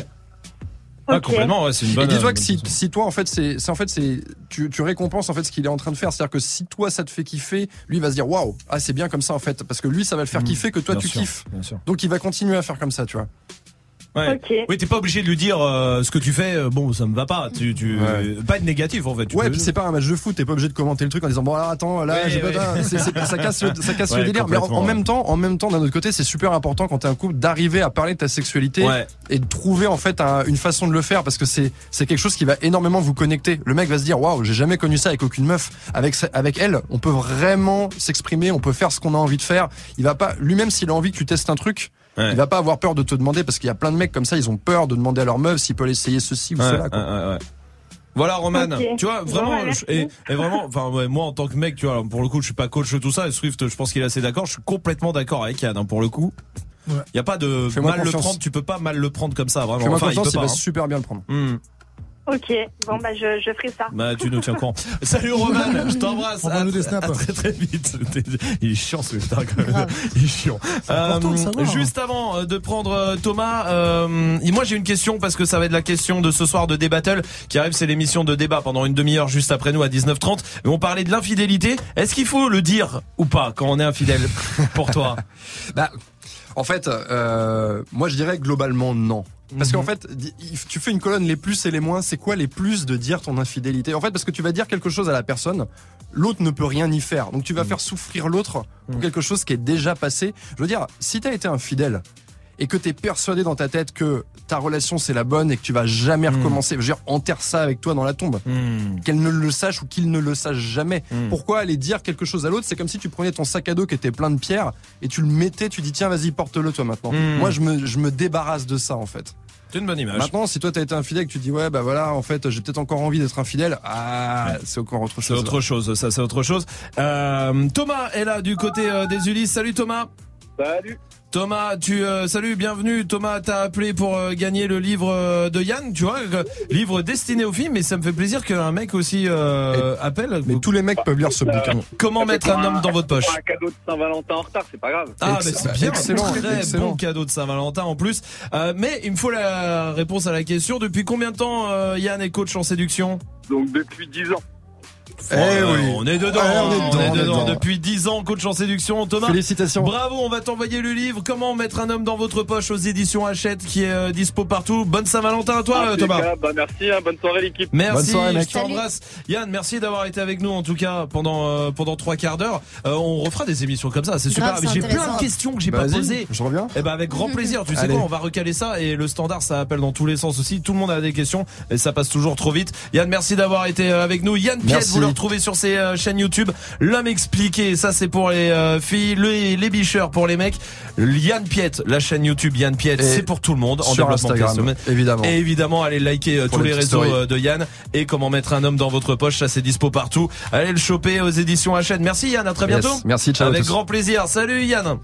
Ah, okay. Complètement, ouais, c'est une bonne. Et dis-toi que si, si toi en fait c'est, c'est en fait c'est, tu, tu récompenses en fait ce qu'il est en train de faire. C'est-à-dire que si toi ça te fait kiffer, lui il va se dire waouh, ah c'est bien comme ça en fait, parce que lui ça va le faire mmh, kiffer que toi tu sûr, kiffes. Donc il va continuer à faire comme ça, tu vois. Ouais. Okay. Oui, t'es pas obligé de lui dire euh, ce que tu fais. Euh, bon, ça me va pas. Tu, tu, ouais. Pas être négatif en fait. Tu ouais, peux... puis c'est pas un match de foot. T'es pas obligé de commenter le truc en disant bon alors attends là, ouais, j'ai ouais. pas. C'est, c'est, ça casse, le, ça casse ouais, le délire. Mais en, en même temps, en même temps, d'un autre côté, c'est super important quand t'es un couple d'arriver à parler de ta sexualité ouais. et de trouver en fait un, une façon de le faire parce que c'est, c'est quelque chose qui va énormément vous connecter. Le mec va se dire waouh, j'ai jamais connu ça avec aucune meuf. Avec avec elle, on peut vraiment s'exprimer, on peut faire ce qu'on a envie de faire. Il va pas lui-même s'il a envie que tu testes un truc. Ouais. Il va pas avoir peur de te demander parce qu'il y a plein de mecs comme ça, ils ont peur de demander à leur meuf s'ils peuvent essayer ceci ou ouais, cela. Quoi. Ouais, ouais. Voilà Roman, okay. tu vois vraiment ouais, et, et vraiment enfin ouais, moi en tant que mec, tu vois, pour le coup, je suis pas coach tout ça et Swift, je pense qu'il est assez d'accord, je suis complètement d'accord avec Yann hein, pour le coup. Il ouais. y a pas de Fais-moi mal confiance. Le prendre, tu peux pas mal le prendre comme ça vraiment. Fais-moi enfin, confiance, il, peut il pas, va hein. super bien le prendre. Mmh. Ok, bon bah je, je ferai ça. Bah tu nous tiens au courant. Salut Roman, je t'embrasse. On va nous des snaps. À très très vite. Il est chiant ce star quand même. Il est chiant. Euh, juste avant de prendre Thomas, euh, moi j'ai une question parce que ça va être la question de ce soir de D-Battle qui arrive, c'est l'émission de débat pendant une demi-heure juste après nous à dix-neuf trente. Et on parlait de l'infidélité. Est-ce qu'il faut le dire ou pas quand on est infidèle pour toi? Bah en fait, euh, moi je dirais globalement non. Parce qu'en fait, tu fais une colonne les plus et les moins. C'est quoi les plus de dire ton infidélité? En fait, parce que tu vas dire quelque chose à la personne, l'autre ne peut rien y faire. Donc tu vas faire souffrir l'autre pour quelque chose qui est déjà passé. Je veux dire, si t'as été infidèle et que t'es persuadé dans ta tête que ta relation c'est la bonne et que tu vas jamais recommencer, je veux dire, enterre ça avec toi dans la tombe. Mm. Qu'elle ne le sache ou qu'il ne le sache jamais. Mm. Pourquoi aller dire quelque chose à l'autre? C'est comme si tu prenais ton sac à dos qui était plein de pierres et tu le mettais, tu dis tiens vas-y porte-le toi maintenant. Mm. Moi je me, je me débarrasse de ça en fait. C'est une bonne image. Maintenant, si toi t'as été infidèle et que tu dis ouais bah voilà en fait j'ai peut-être encore envie d'être infidèle, ah ouais. c'est encore autre chose. C'est autre là. chose, ça c'est autre chose. Euh, Thomas est là du côté euh, des Ulysses. Salut Thomas. Salut. Thomas, tu euh, salut, bienvenue. Thomas t'a appelé pour euh, gagner le livre euh, de Yann, tu vois, euh, livre destiné aux filles, mais ça me fait plaisir qu'un mec aussi euh, appelle. Mais tous les mecs peuvent lire ce euh, bouquin. Comment mettre un homme dans votre poche? Un cadeau de Saint-Valentin en retard, c'est pas grave. Ah, mais c'est bien, excellent, très excellent. Bon cadeau de Saint-Valentin en plus. Euh, mais il me faut la réponse à la question. Depuis combien de temps euh, Yann est coach en séduction? Donc depuis dix ans. Eh oui. On est dedans, eh, on est dedans, on est dedans, on est dedans. Depuis dix ans, coach en séduction. Thomas, félicitations. Bravo, on va t'envoyer le livre Comment mettre un homme dans votre poche aux éditions Hachette qui est euh, dispo partout. Bonne Saint-Valentin à toi, ah, Thomas. Cas, bah merci, hein, bonne soirée l'équipe. Merci, bonne soirée, mec. Je t'embrasse. Yann, merci d'avoir été avec nous en tout cas pendant euh, pendant trois quarts d'heure. Euh, on refera des émissions comme ça, c'est super. Grave, c'est j'ai plein de questions que j'ai bah, pas posées. Je reviens. Et ben bah, avec grand plaisir. Tu sais Allez. quoi, on va recaler ça et le standard ça appelle dans tous les sens aussi. Tout le monde a des questions et ça passe toujours trop vite. Yann, merci d'avoir été avec nous. Yann Piette, vous le retrouvez sur ses euh, chaîne YouTube, L'Homme Expliqué, ça c'est pour les euh, filles, les, les bicheurs pour les mecs. Yann Piette, la chaîne YouTube Yann Piette, c'est pour tout le monde en sur Instagram, évidemment. Et évidemment, allez liker euh, tous les, les réseaux euh, de Yann et Comment mettre un homme dans votre poche, ça c'est dispo partout. Allez le choper aux éditions Hachette. Merci Yann, à très bientôt. Yes, merci, ciao. Avec grand plaisir. Salut Yann.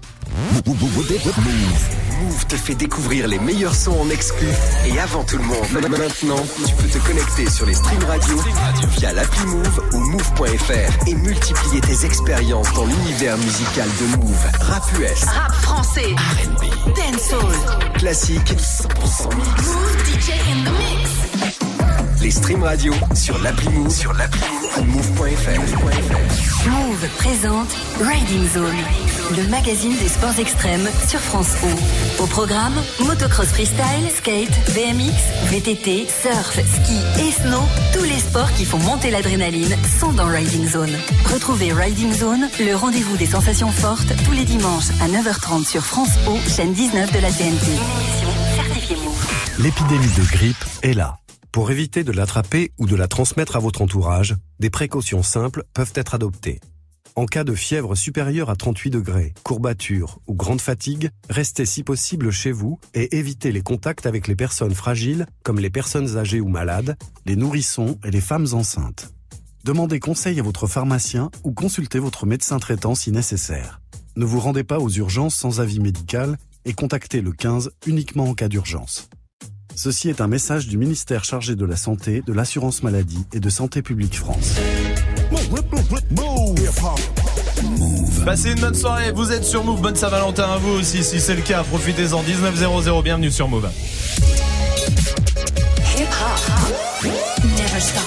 Move te fait découvrir les meilleurs sons en exclu et avant tout le monde. Maintenant, tu peux te connecter sur les streams radio via l'appli Move ou move point f r et multiplier tes expériences dans l'univers musical de Move. Rap U S, rap français, R and B, dancehall, classique, cent pour cent mix. Move D J in the mix. Les streams radio sur l'appli Move, sur l'appli Move, move point f r. Move présente Riding Zone, le magazine des sports extrêmes sur France O. Au programme, motocross freestyle, skate, B M X, V T T, surf, ski et snow, tous les sports qui font monter l'adrénaline sont dans Riding Zone. Retrouvez Riding Zone, le rendez-vous des sensations fortes, tous les dimanches à neuf heures trente sur France O, chaîne dix-neuf de la T N T. Une émission certifiée Move. L'épidémie de grippe est là. Pour éviter de l'attraper ou de la transmettre à votre entourage, des précautions simples peuvent être adoptées. En cas de fièvre supérieure à trente-huit degrés, courbature ou grande fatigue, restez si possible chez vous et évitez les contacts avec les personnes fragiles comme les personnes âgées ou malades, les nourrissons et les femmes enceintes. Demandez conseil à votre pharmacien ou consultez votre médecin traitant si nécessaire. Ne vous rendez pas aux urgences sans avis médical et contactez le quinze uniquement en cas d'urgence. Ceci est un message du ministère chargé de la Santé, de l'Assurance Maladie et de Santé Publique France. Passez une bonne soirée, vous êtes sur Move, bonne Saint-Valentin à vous aussi si c'est le cas, profitez-en. Dix-neuf zéro zéro, bienvenue sur Move. Never stop.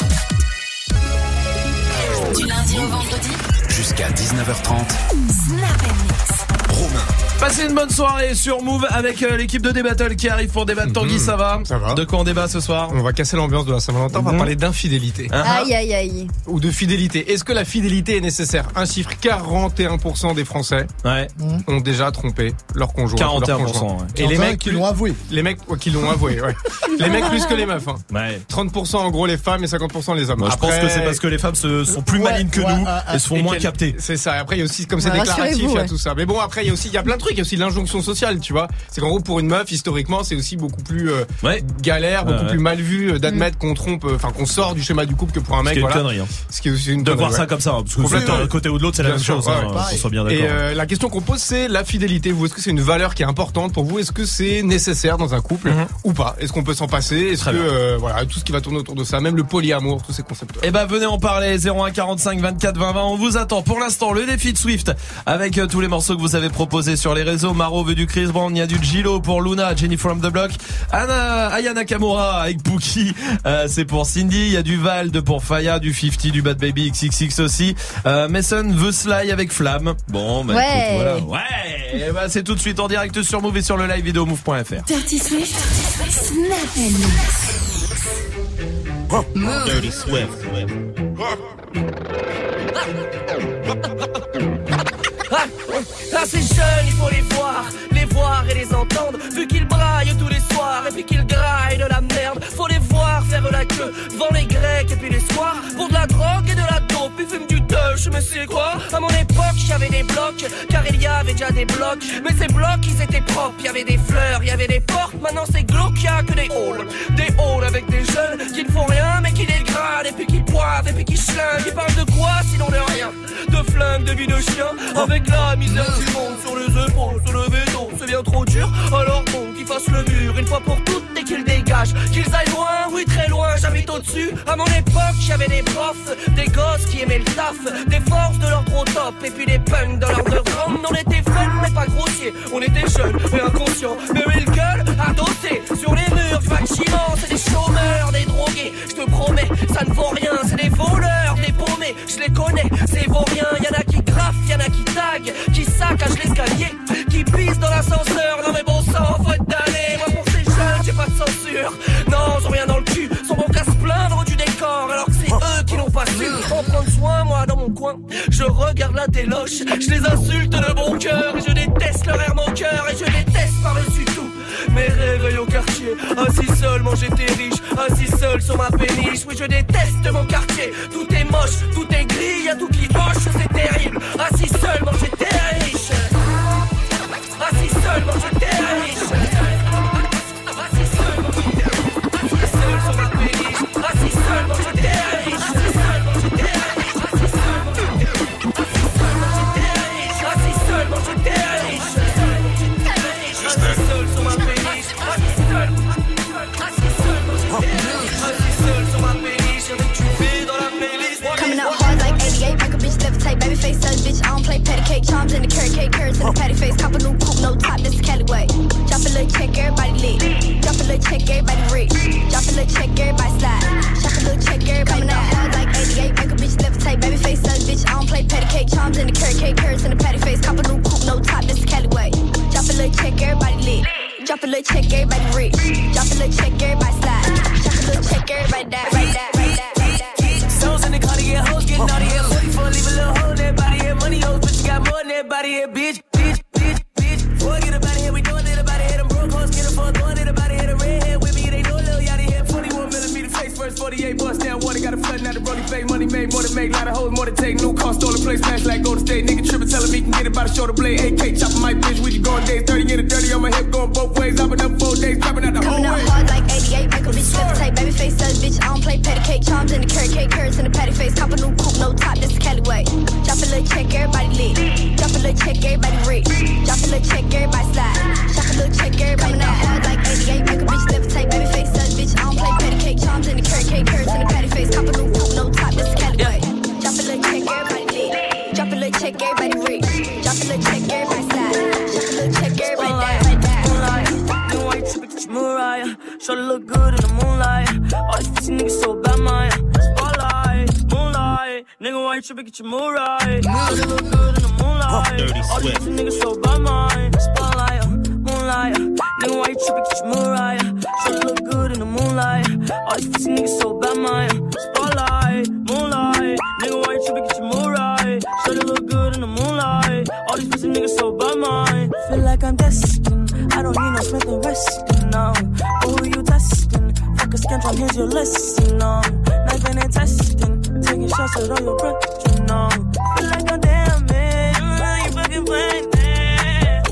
Du lundi au vendredi jusqu'à dix-neuf heures trente. Snap and Mix. Romain. Passez une bonne soirée sur Move avec euh, l'équipe de D-Battle qui arrive pour débattre. Tanguy, ça va ? Ça va. De quoi on débat ce soir ? On va casser l'ambiance de la Saint-Valentin, on va Mmh. parler d'infidélité. Aïe aïe aïe. Ou de fidélité. Est-ce que la fidélité est nécessaire ? Un chiffre, quarante et un pour cent des Français ouais. ont déjà trompé leur conjoint. quarante et un leur pour cent, conjoint. ouais. Et les mecs qui l'ont avoué. Les mecs ouais, qui l'ont avoué, ouais. Les mecs plus que les meufs. Hein. Ouais. trente pour cent en gros les femmes et cinquante pour cent les hommes. Moi, Après... je pense que c'est parce que les femmes se, sont plus Ouais, malines que ouais, nous ah, ah, et se font et moins qu'elles- capter. C'est ça. Après, il y a aussi, comme c'est Ouais, déclaratif, il y rassurez-vous, a ouais. tout ça. Mais bon, après, il y a aussi, il y a plein de trucs. Il y a aussi l'injonction sociale, tu vois. C'est qu'en gros, pour une meuf, historiquement, c'est aussi beaucoup plus euh, ouais. galère, beaucoup Ouais, ouais. plus mal vu euh, d'admettre qu'on trompe, enfin qu'on sort du schéma du couple que pour un Ce mec. qui est une voilà. connerie, hein. Ce qui est aussi une De connerie, voir ça ouais. comme ça, parce que Complètement. d'un côté ou de l'autre, c'est la Bien même sûr, chose, ouais, hein, ouais. qu'on soit bien d'accord. Et euh, la question qu'on pose, c'est la fidélité. Vous, est-ce que c'est une valeur qui est importante pour vous ? Est-ce que c'est nécessaire dans un couple Mhm. ou pas ? Est-ce qu'on peut s'en passer ? Est-ce Très que bien. euh, voilà, tout ce qui va tourner autour de ça, même le polyamour, tous ces concepts. Eh ben venez en parler, zéro un quarante-cinq vingt-quatre vingt vingt, on vous attend. Pour l'instant, le défi de Swift avec euh, tous les morceaux que vous avez proposés sur les réseaux. Maro veut du Chris Brown, il y a du Gilo pour Luna, Jenny from the Block, Anna, Aya Nakamura avec Pookie, euh, c'est pour Cindy, il y a du Vald pour Faya, du cinquante, du Bad Baby X X X aussi, euh, Mason veut Sly avec Flamme. Bon, bah Ouais. écoute, voilà. Ouais, eh ben, c'est tout de suite en direct sur Move et sur le live vidéo move point f r. Dirty Swift. Snap and Mix. Move. Dirty Swift. Ah, ah, ces jeunes, il faut les voir, les voir et les entendre. Vu qu'ils braillent tous les soirs et puis qu'ils graillent de la merde. Faut les voir faire la queue devant les Grecs et puis les soirs. Pour de la drogue et de la dope, ils fument du touch, mais c'est quoi ? À mon époque, j'avais des blocs, car il y avait déjà des blocs. Mais ces blocs, ils étaient propres, il y avait des fleurs, il y avait des portes. Maintenant c'est glauque, y'a que des halls. Des halls avec des jeunes qui ne font rien, mais qui dégradent et puis qui poivent et puis qui schlinguent. Ils parlent de quoi sinon de rien ? De flingues, de vie de chien, avec la misère du monde sur les épaules, se lever tôt, c'est bien trop dur. Alors bon, qu'ils fassent le mur une fois pour toutes et qu'ils dégagent. Qu'ils aillent loin, oui très loin, j'habite au-dessus. À mon époque, j'avais des profs, des gosses qui aimaient le taf, des forces de leur gros top et puis des punks dans leur underground. On était fun mais pas grossier, on était jeunes mais inconscients. Mais oui, le gueule adossé sur les murs du bâtiment. C'est des chômeurs, des drogués, je te promets, ça ne vaut rien. C'est des voleurs, des paumés, je les connais, c'est vaut rien. Y'en a qui graffent, y'en a qui taguent, qui saccagent l'escalier, qui pissent dans l'ascenseur. Non mais bon sang, faut être damné. Moi pour ces jeunes, j'ai pas de censure. Non, ils ont rien dans le cul, sont bons qu'à se plaindre du décor. Alors que c'est eux qui n'ont pas su en prendre soin. Moi dans mon coin, je regarde la téloche, je les insulte de bon cœur. Et je déteste leur air moqueur, et je déteste par-dessus tout mes réveils au quartier. Assis seul, moi j'étais riche, assis seul sur ma péniche. Oui, je déteste mon quartier, tout est moche, tout est gris, y'a tout qui hoche, c'est terrible. Assis seul, moi j'étais riche. Assis seul, moi j'étais riche. Assis seul, moi j'étais riche. Assis seul sur ma péniche. Assis seul, moi j'étais riche. Assis seul, moi j'étais riche. Assis seul, moi j'étais riche. Assis seul, moi j'étais riche. Assis seul sur ma péniche. Assis seul. Assis seul, moi j'étais riche. Assis seul sur ma péniche. Avec du V dans la playlist. Coming up hard like eighty-eight, make a bitch levitate, baby face son bitch. I don't play patty cake, charms in the carrot cake, carrots in the patty face. Cop a new coupe, no top, this is Cali way. Drop a little check, everybody lit. Drop a little check, everybody rich. Drop a little check, everybody slide. Drop a little check, everybody coming up hard like eighty-eight, make a bitch levitate, baby face son bitch. I don't play patty cake, charms in the carrot cake, carrots in the patty face. Cop a new coupe, no top, this is Cali way. Drop a little check, everybody lit. Drop a little check, everybody rich. Drop a little check, everybody slide. Drop a little check, everybody die, right die, right die, right die. Stones in the car to get hoes, get naughty. Yeah, forty-four, leave a little hole in that body. Yeah, money hoes, but you got more than that body. Yeah, bitch, bitch, bitch, bitch. Forget about it, here we doing it about it. Hit them broke hoes, get them for doing it about it. Hit a redhead with me, they know Lil Yachty. Yeah, forty forty-eight bust down water, got a flood, now the rolling fake. Money made, more to make, lot of hoes, more to take. New car, stolen place, smash like Golden State. Nigga trippin', tellin' me can get it by the shoulder blade. A K choppin' my bitch, we just going days. thirty in the dirty on my hip, going both ways. I've been up four days, dropping out the whole way. Coming out hard like eighty-eight, make a bitch levitate. Baby face says, bitch, I don't play patty cake. Charms in the carrot cake, carrots in the patty face. Cop a new coupe, no top, that's the Cali way. Drop a little check, everybody lit. Drop a little check, everybody rich. Drop a little check, everybody slide. Drop a little check, everybody coming out hard like eighty-eight, make a bitch levitate. Baby face says, bitch, I don't play patty cake. Charms in the carrot cake, carrots in the patty face. Cop a new coupe, no top, that's the Cali way. Drop a little check, everybody lit. Drop a little check, everybody rich. Drop a little check, everybody slide. Drop a little check, everybody die. Then why you trippin', get your Mariah? Shorty look good in the moonlight. All these pussy niggas so bad, Maya. Spotlight, moonlight. Nigga, why you trippin', get your Mariah? Shorty look good in the moonlight. All these pussy niggas so bad, Maya. Spotlight, moonlight. Nigga, why you trippin', get your Mariah? Shorty look good in the moonlight. All these pussy niggas so bad, Maya. Spotlight, moonlight. Nigga, why you trippin', get your Mariah? Shorty look good in the moonlight. All these pussy niggas so bad, Maya. Feel like I'm destined. I don't need no Smith and Weston, no. Who you testing? Fuck a scantron, here's your lesson, no. Knifing and testing, taking shots at all your breath, you know. Feel like I'm damn man, you fucking playing that.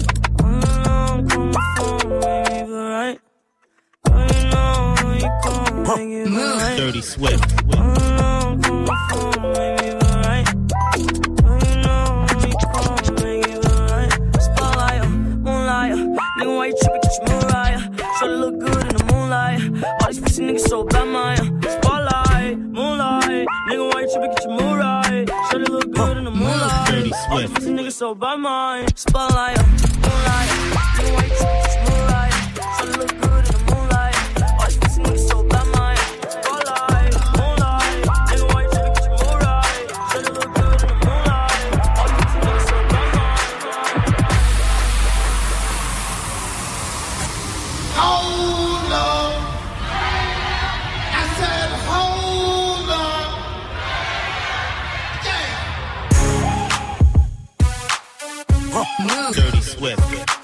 Mm, come phone, make me feel right. Oh, you know, you come, make me feel right. Dirty Swift. Mm, come phone, make me feel right. Oh, you know, you come, make me feel right. Spotlight, moonlight. Nigga, why you trippin', get your Mariah? Shorty look good in the moonlight. All these pussy niggas so bad, Maya. Spotlight, moonlight. Nigga, why you trippin', get your Mariah? Shorty look good in the moonlight. Dirty All these Swift. pussy niggas so bad, Maya. Spotlight, moonlight. Nigga, why you trippin', get your Mariah? Shorty look good in the moonlight. All these pussy niggas so bad, Maya. Spotlight, moonlight. Nigga, why you trippin', get your Mariah? Shorty look good in the moonlight. All these pussy niggas so bad, Maya. Hold on. I said hold on. Yeah. Dirty Swift.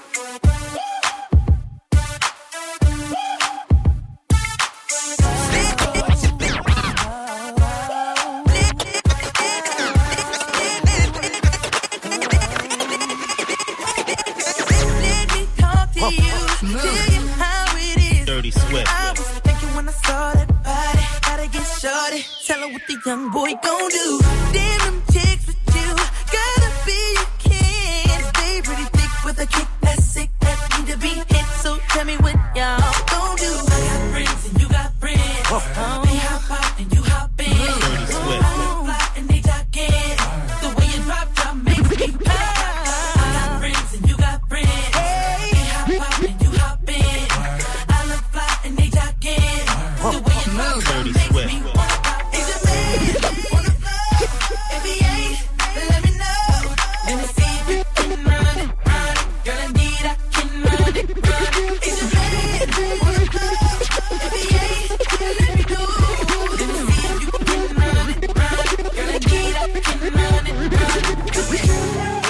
Dirty Swift. I was thinking when I saw that body, gotta get shorty. Tell her what the young boy gon' do. Damn them chicks with you, gotta be a king. Stay pretty thick with a kick that's sick, that need to be hit. So tell me what y'all gon' do. I got friends and you got friends. Oh, they hop out and you hop in. Dirty Swift. I look fly and they jogging. The way you drop, drop makes me high. I got friends and you got friends. They hop out and you hop in. I look fly and they jogging. The way you drop, drop Dirty makes Swift. me wanna pop. Is it man on the floor? If he ain't, let me know. Let me see if you can run it, run it. Girl, indeed I can run it, run it. Is it man on the floor? If he ain't, let me know. Let me see if you can run it, run it. Girl, indeed I can run it, run it.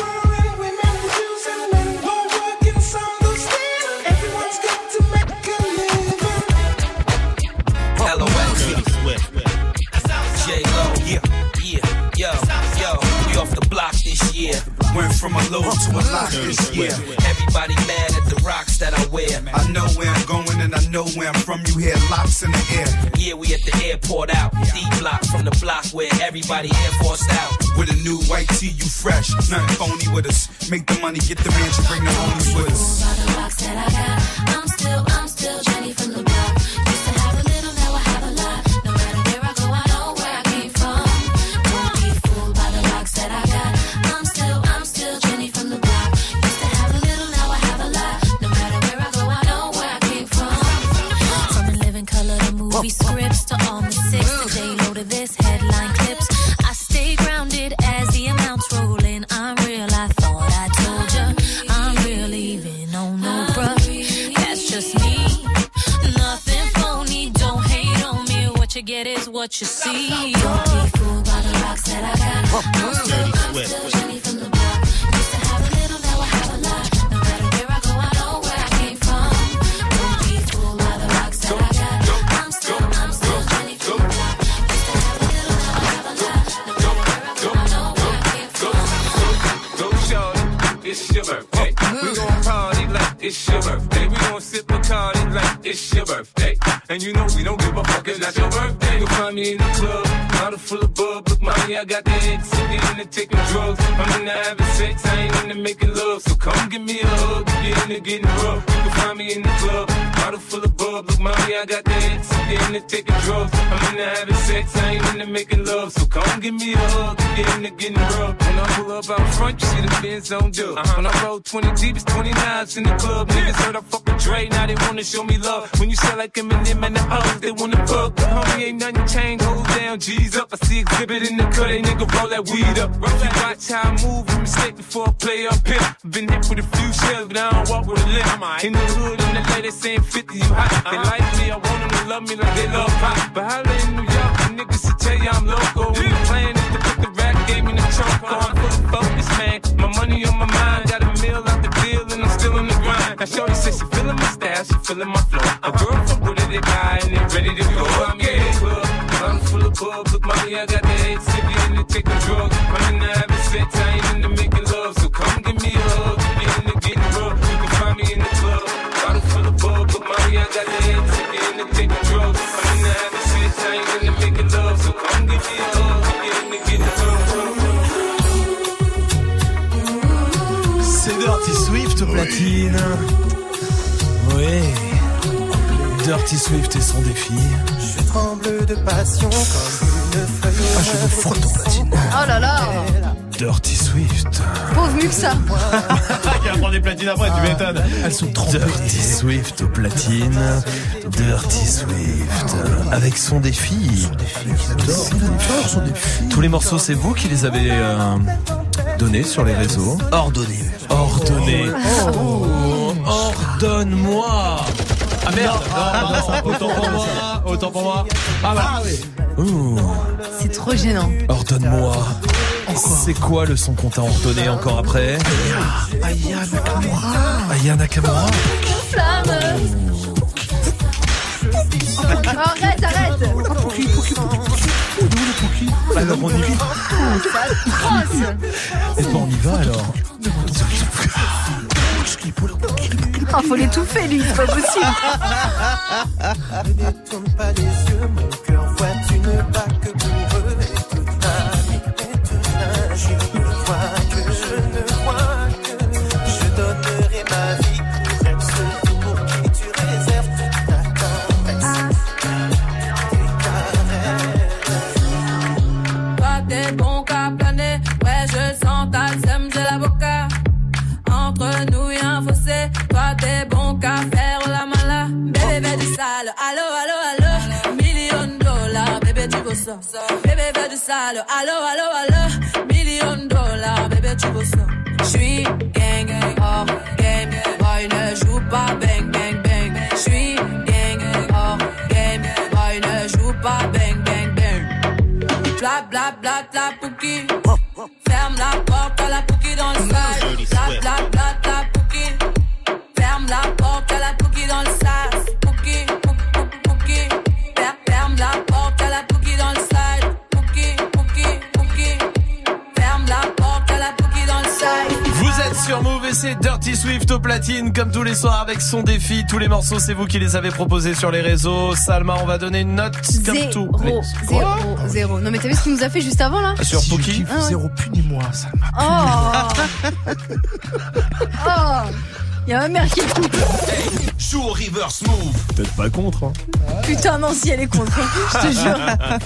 L O X. Dirty Swift. J-Lo, yeah, yeah, yo, yo, we off the block this year. Went from a low to a lot this year. Everybody mad at the rocks that I wear. I know where I'm going and I know where I'm from. You hear locks in the air. Yeah, we at the airport out. D-block from the block where everybody Air Forced out. With a new white tee, you fresh. Nothing phony with us. Make the money, get the mansion, bring the homies with us. All the rocks that I got, I'm still, I'm still Jenny from the block. Used to have a little, now I have a lot. No matter where I go, I know where I came from. Don't be fooled by the rocks that I got. I'm still, I'm still Jenny from the block. Used to have a little, now I have a lot. No matter where I go, I know where I came from. From the living color to movie scripts to all the six, the day load of this headline clips. I stay grounded as the amounts roll in. I'm real, I thought I told ya. I'm real, even on no bruh. That's just me. Nothing phony, don't hate on me. What you get is what you see. Don't be fooled by the rocks that I got. I'm still, I'm still Jenny from the block. Used to have a little, now I have a lot. No matter where I go, I know where I came from. Don't be fooled by the rocks that I got. I'm still, I'm still Jenny from the block. and you know we don't give a fuck. It's not your birthday. You'll find me in the club, bottle full of bub. Look, mommy, I got the head sick in the taking drugs. I'm into having sex, I ain't into making love. So come give me a hug, if you're into getting rough. You can find me in the club, bottle full of bub. Look, mommy, I got the head sick in the taking drugs. I'm into having sex, I ain't into making love. So come give me a hug, if you're into getting rough. When I pull up out front, you see the Benz on dub. Uh-huh. When I roll twenty deep, it's twenty-nines in the club. Niggas heard I fuck with Dre, now they wanna show me love. When you sell like Eminem and the hoes, they wanna fuck. Homie, ain't nothing changed, hold down, G's up. I see exhibit in the cut, they nigga roll that weed up. Roll that. Watch how I move, a mistake before I play up here. Been hit with a few shells, but I don't walk with a limp. In the hood, in the lady saying fifty, you hot. They like me, I want them to love me like they love pop. But holla in New York, the niggas to tell you I'm local. When the plan is to put the rap game in the trunk. I'm full of focus, man. My money on my mind, got a meal out the deal, and I'm still in the grind. Now shorty says she feeling my style, she feeling my flow. A girl from Wooded, they buy, and they ready to go. I'm in the club, I'm full of bub. Look, mommy, I got the head sippy in the taking drugs. I'm in the having sex, I ain't into making love. So come give me a hug, if you're into getting rough. You can find me in the club, bottle full of bub. Look, mommy, I got the head sippy in the taking drugs. I'm in the having sex, I ain't into making love. So come give me a hug, if you're into getting rough. C'est Dirty Swift au platine. Ouais. Dirty Swift et son défi. Je tremble de passion comme une feuille. Ah, je me frotte au platine. Oh là là. Dirty Swift. Pauvre mieux que ça. Il va prendre des platines après, tu m'étonnes. Elles sont trempées. Dirty Swift au platine. Dirty Swift. Avec son défi. Son défi. Tous les morceaux, c'est vous qui les avez euh, donnés sur les réseaux. Ordonné. Ordonné. Oh. Ordonne-moi. Ah merde, non, non, non, autant pour moi, autant pour moi. Ah bah. Ah oui. Ouh. C'est trop gênant. Ordonne-moi. C'est quoi le son qu'on t'a ordonné encore après? Aya Nakamura. Aya Nakamura. Flamme. Arrête, arrête. Alors on y va. Et ben on y va alors. Oh, faut l'étouffer lui, c'est pas possible. Ne détourne pas les yeux, mon cœur voit une vague pour eux. Et toute la nuit, et toute la je ne vois que, je ne vois que. Je donnerai ma vie pour être celui pour qui tu réserves toute ta tendresse. Tes caresses. Toi t'es bon qu'à planer, ouais je sens ta sème, j'ai l'avocat. Entre nous y'a un fossé, toi t'es bon qu'à faire la mala. Bébé fais du sale, allo allo allo. Million dollars, bébé tu veux ça. Bébé fais du sale, allo allo allo. Million dollars, bébé tu veux ça. J'suis gang gang, hors game, boy ne joue pas bang bang bang. J'suis gang hors game, boy ne joue pas bang bang bang. Bla bla bla bla pouki. Ferme la porte à la pouki dans le sale. Bla bla bla bla pouki. Ferme la porte à la pouki dans le sale. Pouki, pouki, pouki. Ferme la porte à la pouki dans le sale. Pouki, pouki, pouki. Ferme la porte à la pouki dans le sale. Vous êtes sur Move et c'est Dirty Swift au platine comme tous les soirs avec son défi. Tous les morceaux c'est vous qui les avez proposés sur les réseaux. Salma, on va donner une note comme Zéro, tout. zéro, zéro. Non mais t'as vu ce qu'il nous a fait juste avant là? Sur Si Pookie je kiffe Ah ouais. zéro, punis-moi, ça m'a Oh. Oh. Y'a ma mère qui écoute. Joue au reverse move. Peut-être pas contre. Hein. Putain non si elle est contre, je te jure.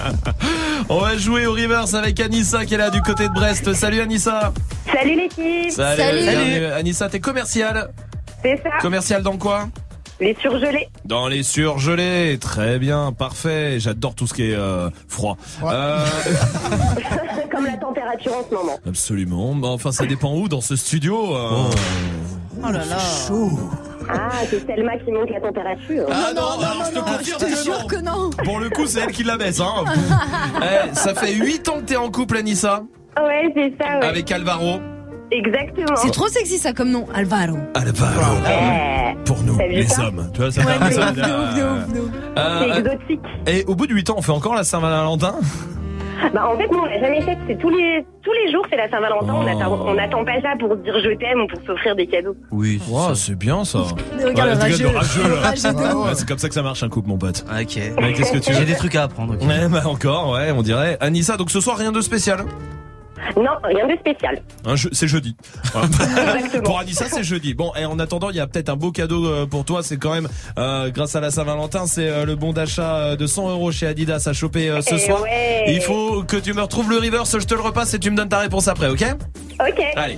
On va jouer au reverse avec Anissa qui est là du côté de Brest. Salut Anissa. Salut l'équipe. Salut. Salut. Bienvenue. Anissa, t'es commerciale. C'est ça. Commerciale dans quoi? Les surgelés. Dans les surgelés. Très bien, parfait. J'adore tout ce qui est euh, froid. Ouais. Euh... Comme la température en ce moment. Absolument. Bah, enfin, ça dépend où dans ce studio. Euh... Oh là là. chaud. Ah, c'est Selma qui monte la température. Ah non, non, alors non, je te non, confirme je te que jure non. que non. Pour le coup, c'est elle qui la baisse. Hein. Eh, ça fait huit ans que t'es en couple, Anissa. Ouais, c'est ça, ouais. Avec Alvaro. Exactement. C'est trop sexy ça comme nom, Alvaro. Alvaro. Ouais. Pour nous, T'as vu les ça hommes. Tu vois, ça Ouais, fait de ça. ouf, de ouf, de ouf, de ouf. Euh, C'est exotique. Et au bout de huit ans, on fait encore la Saint-Valentin? Bah, en fait, nous, on l'a jamais fait. C'est tous les, tous les jours, c'est la Saint-Valentin. Oh. On attend, on attend pas ça pour dire je t'aime ou pour s'offrir des cadeaux. Oui. Wow, c'est bien ça. Regarde le regarde le rageux. rageux, là. Rageux de Ouais, ouf. ouais, c'est comme ça que ça marche un couple, mon pote. Ok. Ouais, qu'est-ce que tu veux? J'ai des trucs à apprendre. ok. Ouais, bah encore, ouais, on dirait. Anissa, donc ce soir, rien de spécial. Non, rien de spécial. Un jeu, c'est jeudi. Voilà. Pour Anissa, c'est jeudi. Bon, et en attendant, il y a peut-être un beau cadeau euh, pour toi. C'est quand même, euh, grâce à la Saint-Valentin, c'est euh, le bon d'achat euh, de cent euros chez Adidas à choper euh, ce Eh soir. ouais. Il faut que tu me retrouves le reverse, je te le repasse et tu me donnes ta réponse après, ok? Ok. Allez.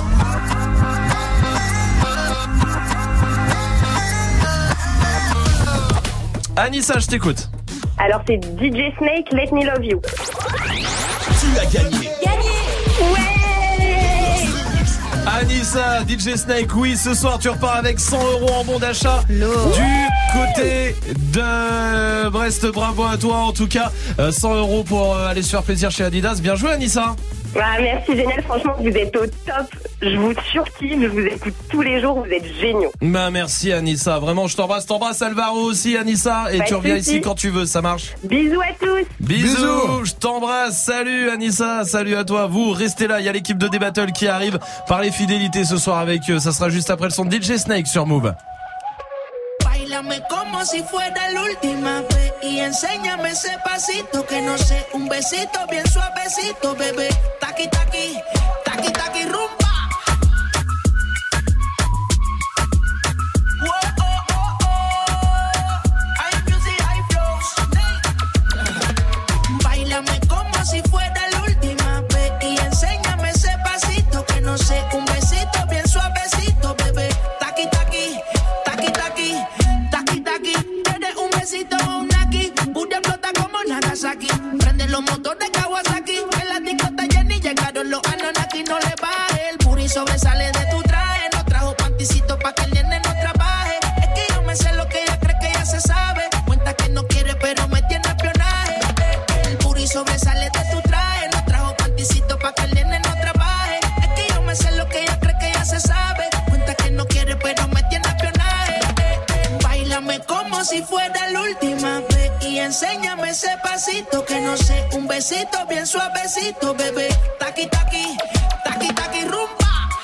Anissa, je t'écoute. Alors, c'est D J Snake, Let Me Love You. Tu as gagné. Ouais. Anissa, D J Snake, oui, ce soir tu repars avec cent euros en bon d'achat du côté de Brest. Bravo à toi en tout cas, euh, cent euros pour euh, aller se faire plaisir chez Adidas. Bien joué Anissa. Ah, merci, génial. Franchement, vous êtes au top. Je vous surkiffe. Je vous écoute tous les jours. Vous êtes géniaux. Bah merci Anissa, vraiment je t'embrasse, t'embrasse Alvaro aussi Anissa. Et Pas tu de reviens soucis. ici quand tu veux, ça marche. Bisous à tous. Bisous, Bisous. je t'embrasse, salut Anissa, salut à toi, vous restez là, il y a l'équipe de D-Battle qui arrive par les fidélités ce soir avec eux, ça sera juste après le son de D J Snake sur Move. Báilame como si fuera la última vez y enséñame ese pasito que no sé, un besito bien suavecito, bebé. Taqui taqui, taqui taqui rumba. Whoa, oh, oh, oh. Hay music, hay flows. Báilame como si fuera la última vez y enséñame ese pasito que no sé, un besito bien suavecito, bebé. Taqui taqui, taqui taqui. Taki taki, eres un besito o un naki. Booty explota como Nagasaki. Prende los motores Kawasaki. En la discota Jenny llegaron los Anunnaki. No le baje, el booty sobresale de tu traje. No trajo panticito pa' que el nene no trabaje. Es que yo me sé lo que ella cree que ya se sabe. Cuenta que no quiere pero me tiene espionaje. El booty sobresale de tu traje. No trajo panticito pa' que el nene no trabaje. Es que yo me sé lo que ella cree que ya se sabe. Cuenta que no quiere pero me tiene espionaje. Báilame como si fuera la última vez y enséñame ese pasito que no sé, un besito bien suavecito, bebé. Taqui taqui, taqui taqui rumba.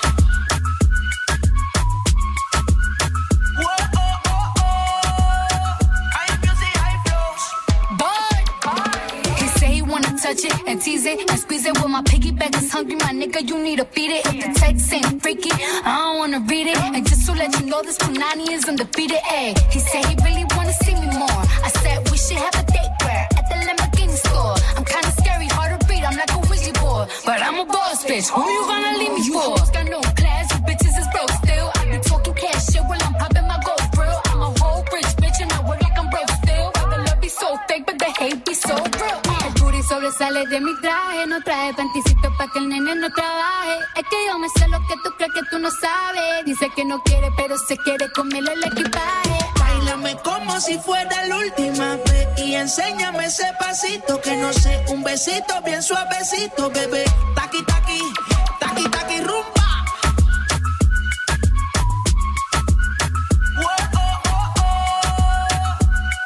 Whoa, oh, oh, oh. Hay music, hay flows. Boy, he say he wanna touch it and tease it and squeeze it. When my piggyback is hungry, my nigga, you need to feed it. If the text ain't freaky, I don't wanna read it. And just to let you know, this Punani is undefeated. Ay, he said he really wanna see me more. I said we should have a date where at the Lamborghini store. I'm kinda scary, hard to read. I'm like a Ouija board, but I'm a boss bitch. Who you gonna leave me for? Got no class, you bitches is broke still. I be talking cash shit while I'm popping my gold grill. I'm a whole rich bitch and I work like I'm broke still. The love be so fake, but the hate be so real. El booty sobresale de mi traje, no traje panticito pa' que el nene no trabaje. Es que yo me sé lo que tú crees que tú no sabes. Dice que no quiere, pero se quiere comerle el equipaje. Báilame como si fuera la última vez y enséñame ese pasito que no sé, un besito bien suavecito, bebé. Taqui taqui, taqui taqui rumba. Whoa, oh, oh, oh.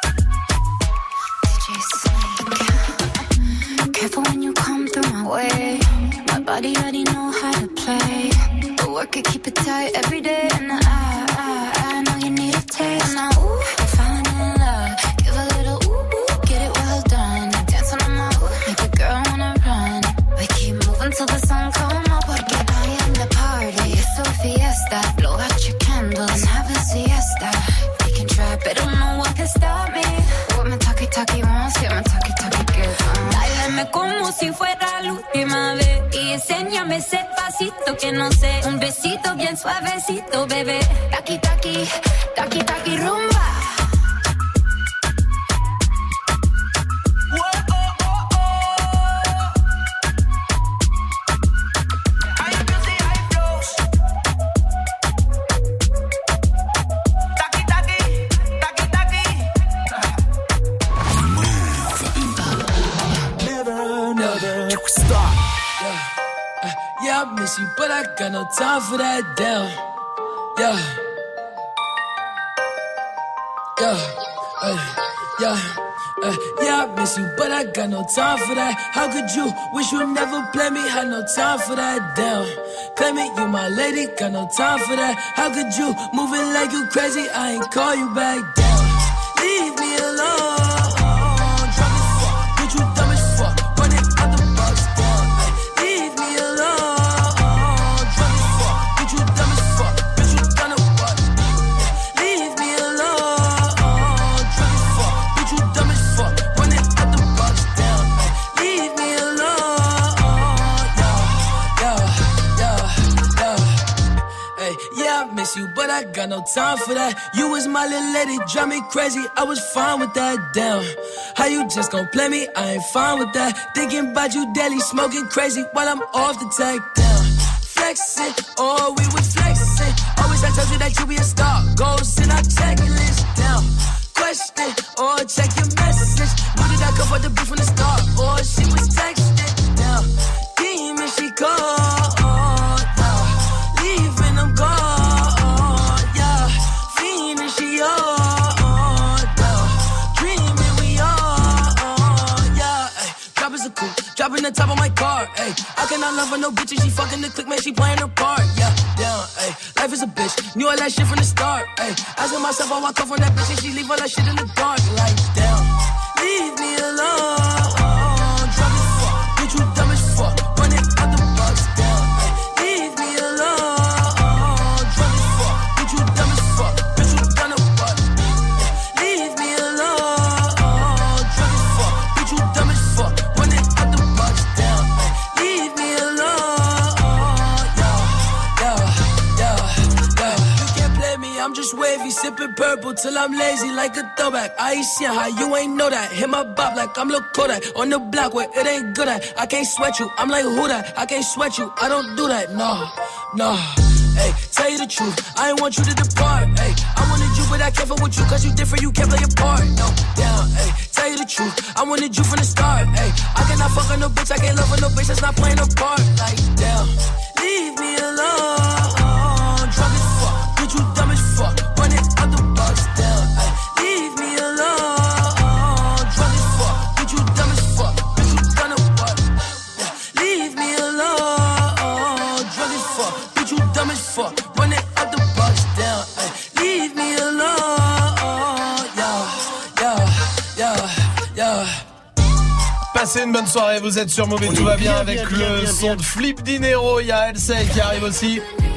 D J Snake. Careful when you come through my way. My body already know how to play. But work it, keep it tight every day. And I, I, I know you need a taste. Now, ooh, I'm falling in love. Give a little ooh, ooh, get it well done. Dance on my ooh, make a girl wanna run. We keep moving till the sun come up. Porque I am the party. It's a fiesta. Blow out your candles and have a siesta. We can try, but don't know what can stop me. What my talkie talkie wants, yeah, my talkie talkie good. Báilame como si fuera la última vez y enséñame ese pasito que no sé, un besito bien suavecito, bebé. Taqui taqui, taqui taqui rumba. Yeah, I miss you, but I got no time for that damn. Yeah. Yeah. Uh, yeah. Uh, yeah, I miss you, but I got no time for that. How could you wish you never play me? Had no time for that. Damn, claim it, you my lady, got no time for that. How could you move it like you crazy? I ain't call you back. Damn, leave me alone. Drop it fuck, bitch, you dumb as fuck. Run it out the box. Damn, leave me alone. Drop it fuck, bitch, you dumb as fuck. Bitch, you done it what? Leave me alone. Drop it fuck, bitch, you dumb as fuck. Run it out the box. Damn, leave me alone. Yeah, yeah, yeah, yeah. Hey, yeah, I miss you, but I got no time for that. You was my little lady, drive me crazy. I was fine with that. Damn, how you just gon' play me? I ain't fine with that. Thinking about you daily, smoking crazy while I'm off the tag. Down, flexing, oh we was flexing. Always I told you that you be a star. Goals in our checklist. Down, question, or check your message. Knew that I could for the beef from the start. Or she was texting. Down, demon she called. Yeah, leaving them gone. Yeah, fiending she on. Yeah, dreaming we on. Yeah, ay, drop is a cool. Dropping the top of my car. Ay, I cannot love her no bitch and she fucking the click, man. She playing her part. Yeah, down. Ay, life is a bitch. Knew all that shit from the start. Ay, asking myself how I come from that bitch and she leave all that shit in the dark. Like, down, leave me alone. Drop it fuck, bitch, you dumb as fuck. Run it out the box. Down, ay, leave me alone. Drop it fuck, bitch, you dumb as fuck. Bitch, you done it what? Leave me alone. Drop it fuck, bitch, you dumb as fuck. Run it out the box. Down, ay, leave me alone. Yeah, yeah, yeah, yeah. You can't play me, I'm just wavy, sipping purple till I'm lazy like a throwback. I ain't seen how you ain't know that. Hit my bop like I'm Lil Kodak on the block where it ain't good at. I can't sweat you, I'm like who that? I can't sweat you, I don't do that. No, no. Hey, tell you the truth, I ain't want you to depart. Hey, I wanted you, but I can't fuck with you cause you different, you can't play your part. No, down. Hey, tell you the truth, I wanted you from the start. Hey, I cannot fuck with no bitch, I can't love with no bitch that's not playing her part. Like, damn, leave me alone. Drop it fuck, bitch, you dumb as fuck. Run it out the box. Down, ay, leave me alone. Drop it fuck, bitch, you dumb as fuck. Bitch, you done it what? Yeah, leave me alone. Drop it fuck, bitch, you dumb as fuck. Run it out the box. Down, ay, leave me alone. Yeah, yeah, yeah, yeah. Passez une bonne soirée, vous êtes sur Mauvais, tout va bien, bien avec bien, le bien, son bien. de Flip Dinero. Il y a Elsey qui arrive aussi.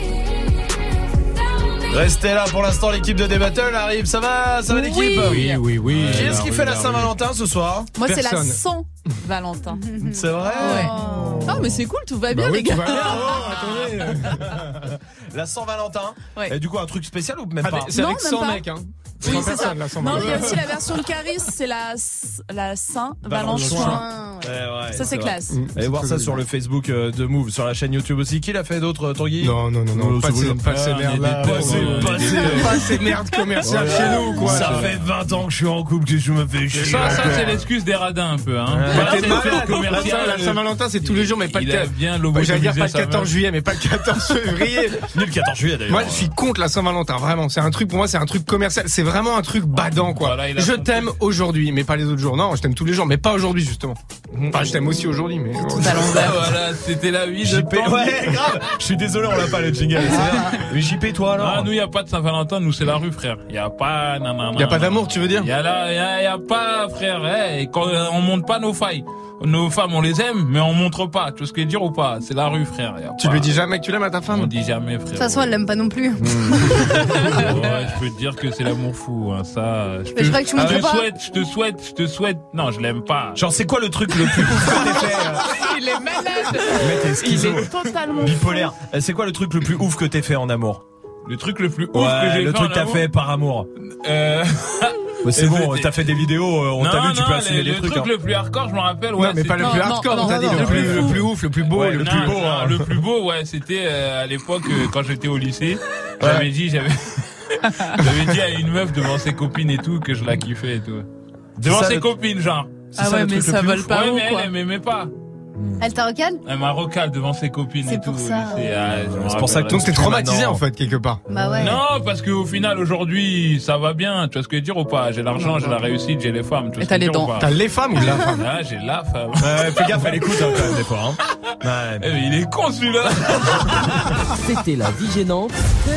Restez là pour l'instant, l'équipe de D-Battle arrive. Ça va, ça va l'équipe? Oui, oui, oui. Qui est-ce qui oui, fait oui, la Saint-Valentin ce soir? Moi, Personne. c'est la Saint-Valentin. C'est vrai? Ouais. Ah, mais c'est cool, tout va bien, bah les oui, gars. tout va bien. Oh, attendez. La Saint-Valentin. Ouais. Et du coup, un truc spécial ou même Ah, pas? C'est Non, avec même cent pas. mecs, hein. Oui, cent c'est ça. personnes, la Non, Saint-Valentin. il y a aussi la version de Caris, c'est la, la Saint-Valentin. Ouais, ouais, Ça, c'est vrai. classe. Allez voir ça sur le Facebook de Move, sur la chaîne YouTube aussi. Qui l'a fait d'autre, Tanguy? Non, non, non, non, pas c'est ces- pas ces merdes-là. Pas ces- pas ces- Pas ces merdes commerciales Voilà. chez nous, quoi. Ça fait vingt ans que je suis en couple, que je me fais chier. Ça, ça c'est l'excuse des radins un peu. Hein. Bah, Voilà, t'es c'est malade. le fait La commercial. Saint- la Saint-Valentin, c'est tous les jours, mais pas le Il a quatorze. bien Bah, J'allais dire pas le sa quatorze meuf. juillet, mais pas le quatorze février. Ni le quatorze juillet d'ailleurs. Moi, je suis contre la Saint-Valentin, vraiment. C'est un truc, pour moi, c'est un truc commercial. C'est vraiment un truc badant, quoi. Voilà, il a je son t'aime aujourd'hui, mais pas les autres jours. Non, je t'aime tous les jours, mais pas aujourd'hui, justement. Enfin, je t'aime aussi aujourd'hui, mais. Voilà, c'était la vie de J P, Tanguy. ouais, grave. Je suis désolé, on l'a pas le jingle. c'est bien. Mais J P, toi alors? Ah, nous, il n'y a pas de Saint-Valentin, nous, c'est la rue, frère. Il n'y a pas. Il y a pas d'amour, tu veux dire? Il y a là, il y a, y a pas, frère. Eh, et quand on montre pas nos failles. Nos femmes, on les aime, mais on montre pas. Tu vois ce que je veux dire ou pas? C'est la rue, frère. Y a Tu pas- lui dis jamais que tu l'aimes à ta femme? On dit jamais, frère. De toute façon, elle l'aime pas non plus. Ouais, je peux te dire que c'est l'amour fou, hein, ça. Je, Mais je crois que tu je montres te pas. souhaite, je te souhaite, je te souhaite. Non, je l'aime pas. Genre, c'est quoi le truc le plus ouf que t'aies fait? euh, Il est malade. Mec, t'es Il schizo. est totalement Bipolaire. Euh, C'est quoi le truc le plus ouf que t'aies fait en amour? Le truc le plus ouf Ouais, que j'ai le fait truc en t'as amour. fait par amour. Euh... Bah, c'est Et bon, c'était- t'as fait des vidéos, euh, on t'a Non, vu, tu non, peux assumer le, des le trucs. truc hein. le plus hardcore, je me rappelle. Ouais, Non, mais pas le c'était- plus non, hardcore, non, t'as dit non, le non, plus, le le plus plus ouf, le plus beau, Ouais, le le plus plus beau. beau, Non, hein. le plus beau, ouais, c'était euh, à l'époque euh, quand j'étais au lycée. J'avais dit, j'avais, j'avais dit à une meuf devant ses copines et tout que je la kiffais et tout. Devant ça, ses le- copines, genre. Ah ça, ouais, le mais truc le ça plus vole ouf. pas Ouais, haut, mais quoi. elle, elle m'aimait pas. Elle t'a recale? Elle m'a recale devant ses copines C'est et tout. pour ça. C'est, ah, je me C'est pour ça que rappelle. donc t'es traumatisé en fait quelque part. Bah ouais. Non, parce qu'au final aujourd'hui ça va bien. Tu vois ce que je veux dire ou pas? J'ai l'argent, j'ai la réussite, j'ai les femmes. Tu vois Et ce t'as que je les veux dire dents. ou pas? T'as les femmes ou la femme? Ah, j'ai la femme. Ouais, fais gaffe, elle écoute hein, quand même des fois. Hein. Ouais. Eh, mais il est con celui-là. C'était la vie gênante.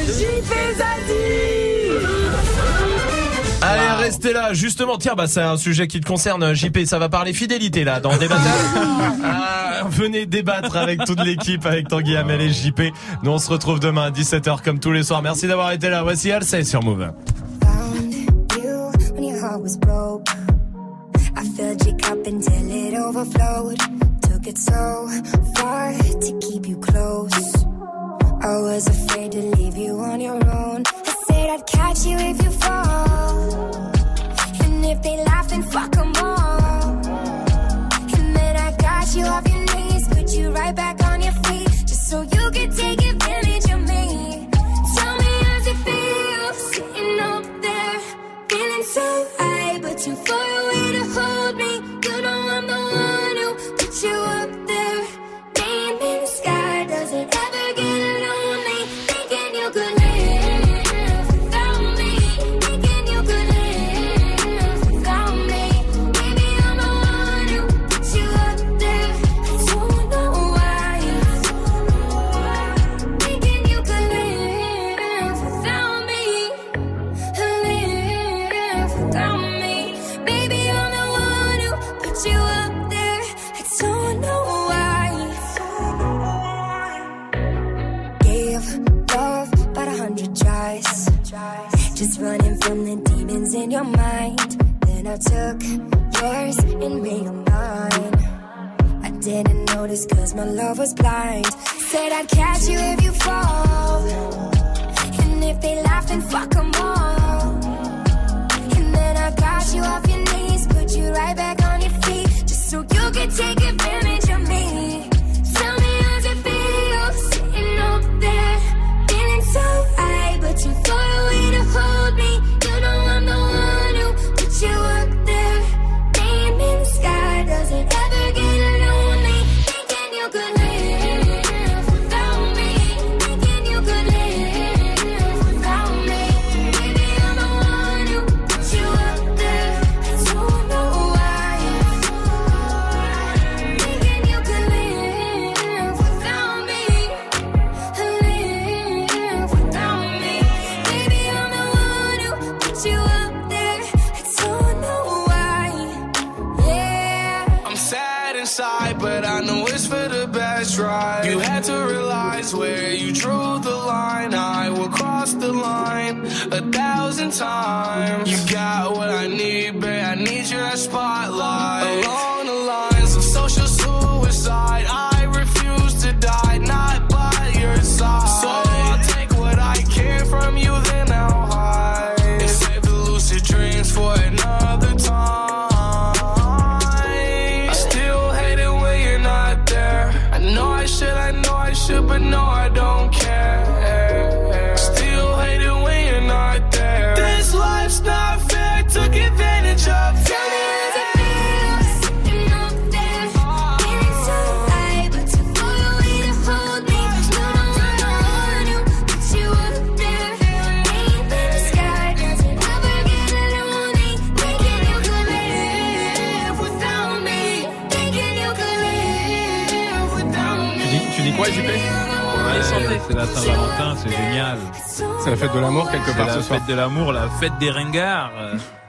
Allez, restez là. Justement, tiens, bah c'est un sujet qui te concerne, J P. Ça va parler fidélité là, dans des batailles. Ah, venez débattre avec toute l'équipe, avec Tanguy Hamel et J P. Nous, on se retrouve demain à dix-sept heures comme tous les soirs. Merci d'avoir été là. Voici Halsey sur Move. When your heart was broke, I filled your cup until it overflowed. Took it so far to keep you close. I was afraid to leave you on your own. I said I'd catch you if you fall, and if they laugh, then fuck 'em all. And then I got you off your knees, put you right back on your feet, just so you could take advantage of me. Tell me how's it feel, sitting up there, feeling so high, but too far away to hold me. You know I'm the one who put you up there. Name in the sky, does it ever get lonely? Thinking you could live without me. Thinking you could live without me. Maybe I'm the one who put you up there. I don't know why. Thinking you could live without me. Live without me. Baby, I'm the one who put you up there. I don't know why. Gave love about a hundred tries, just running from the demons in your mind. Then I took yours and made them mine. I didn't notice 'cause my love was blind. Said I'd catch you if you fall, and if they laugh, then fuck 'em all. And then I got you off your knees, put you right back on your feet, just so you could take advantage of me. Tell me how's it feel, sitting up there, feeling so high, but too far away to hold me. You know I'm the one who put you up there. Name in the sky, does it ever get lonely? Thinking you could live without me. Thinking you could live without me. Maybe I'm the one who put you up there. I don't know why. Thinking you could live without me. Live without me. Maybe I'm the one who put you up there. I don't know why. Yeah. I'm sad inside, but I know it's for the best, right? You had to realize where you drew the line. I will cross the line a thousand times. You got what I need, babe. I need your spotlight. Along the lines of social suicide, I refuse to die, not by your side. So I'll take what I can from you, then I'll hide. And save the lucid dreams for another time. I still hate it when you're not there. I know I should, I know I should, but no, I don't care. Still hate it when you're not there. This life's not fair, took advantage of. Tell me how's it feel, sitting up there, feeling so high, but too far away to hold me. You know I'm the one who put you up there. Name in the sky, does it ever get lonely? Thinking you could live without me. Thinking you could live without me. Tu dis, tu dis quoi, J P? Ouais, c'est la Saint-Valentin, c'est génial. C'est la fête de l'amour quelque C'est part la ce soir. fête de l'amour, la fête des ringards.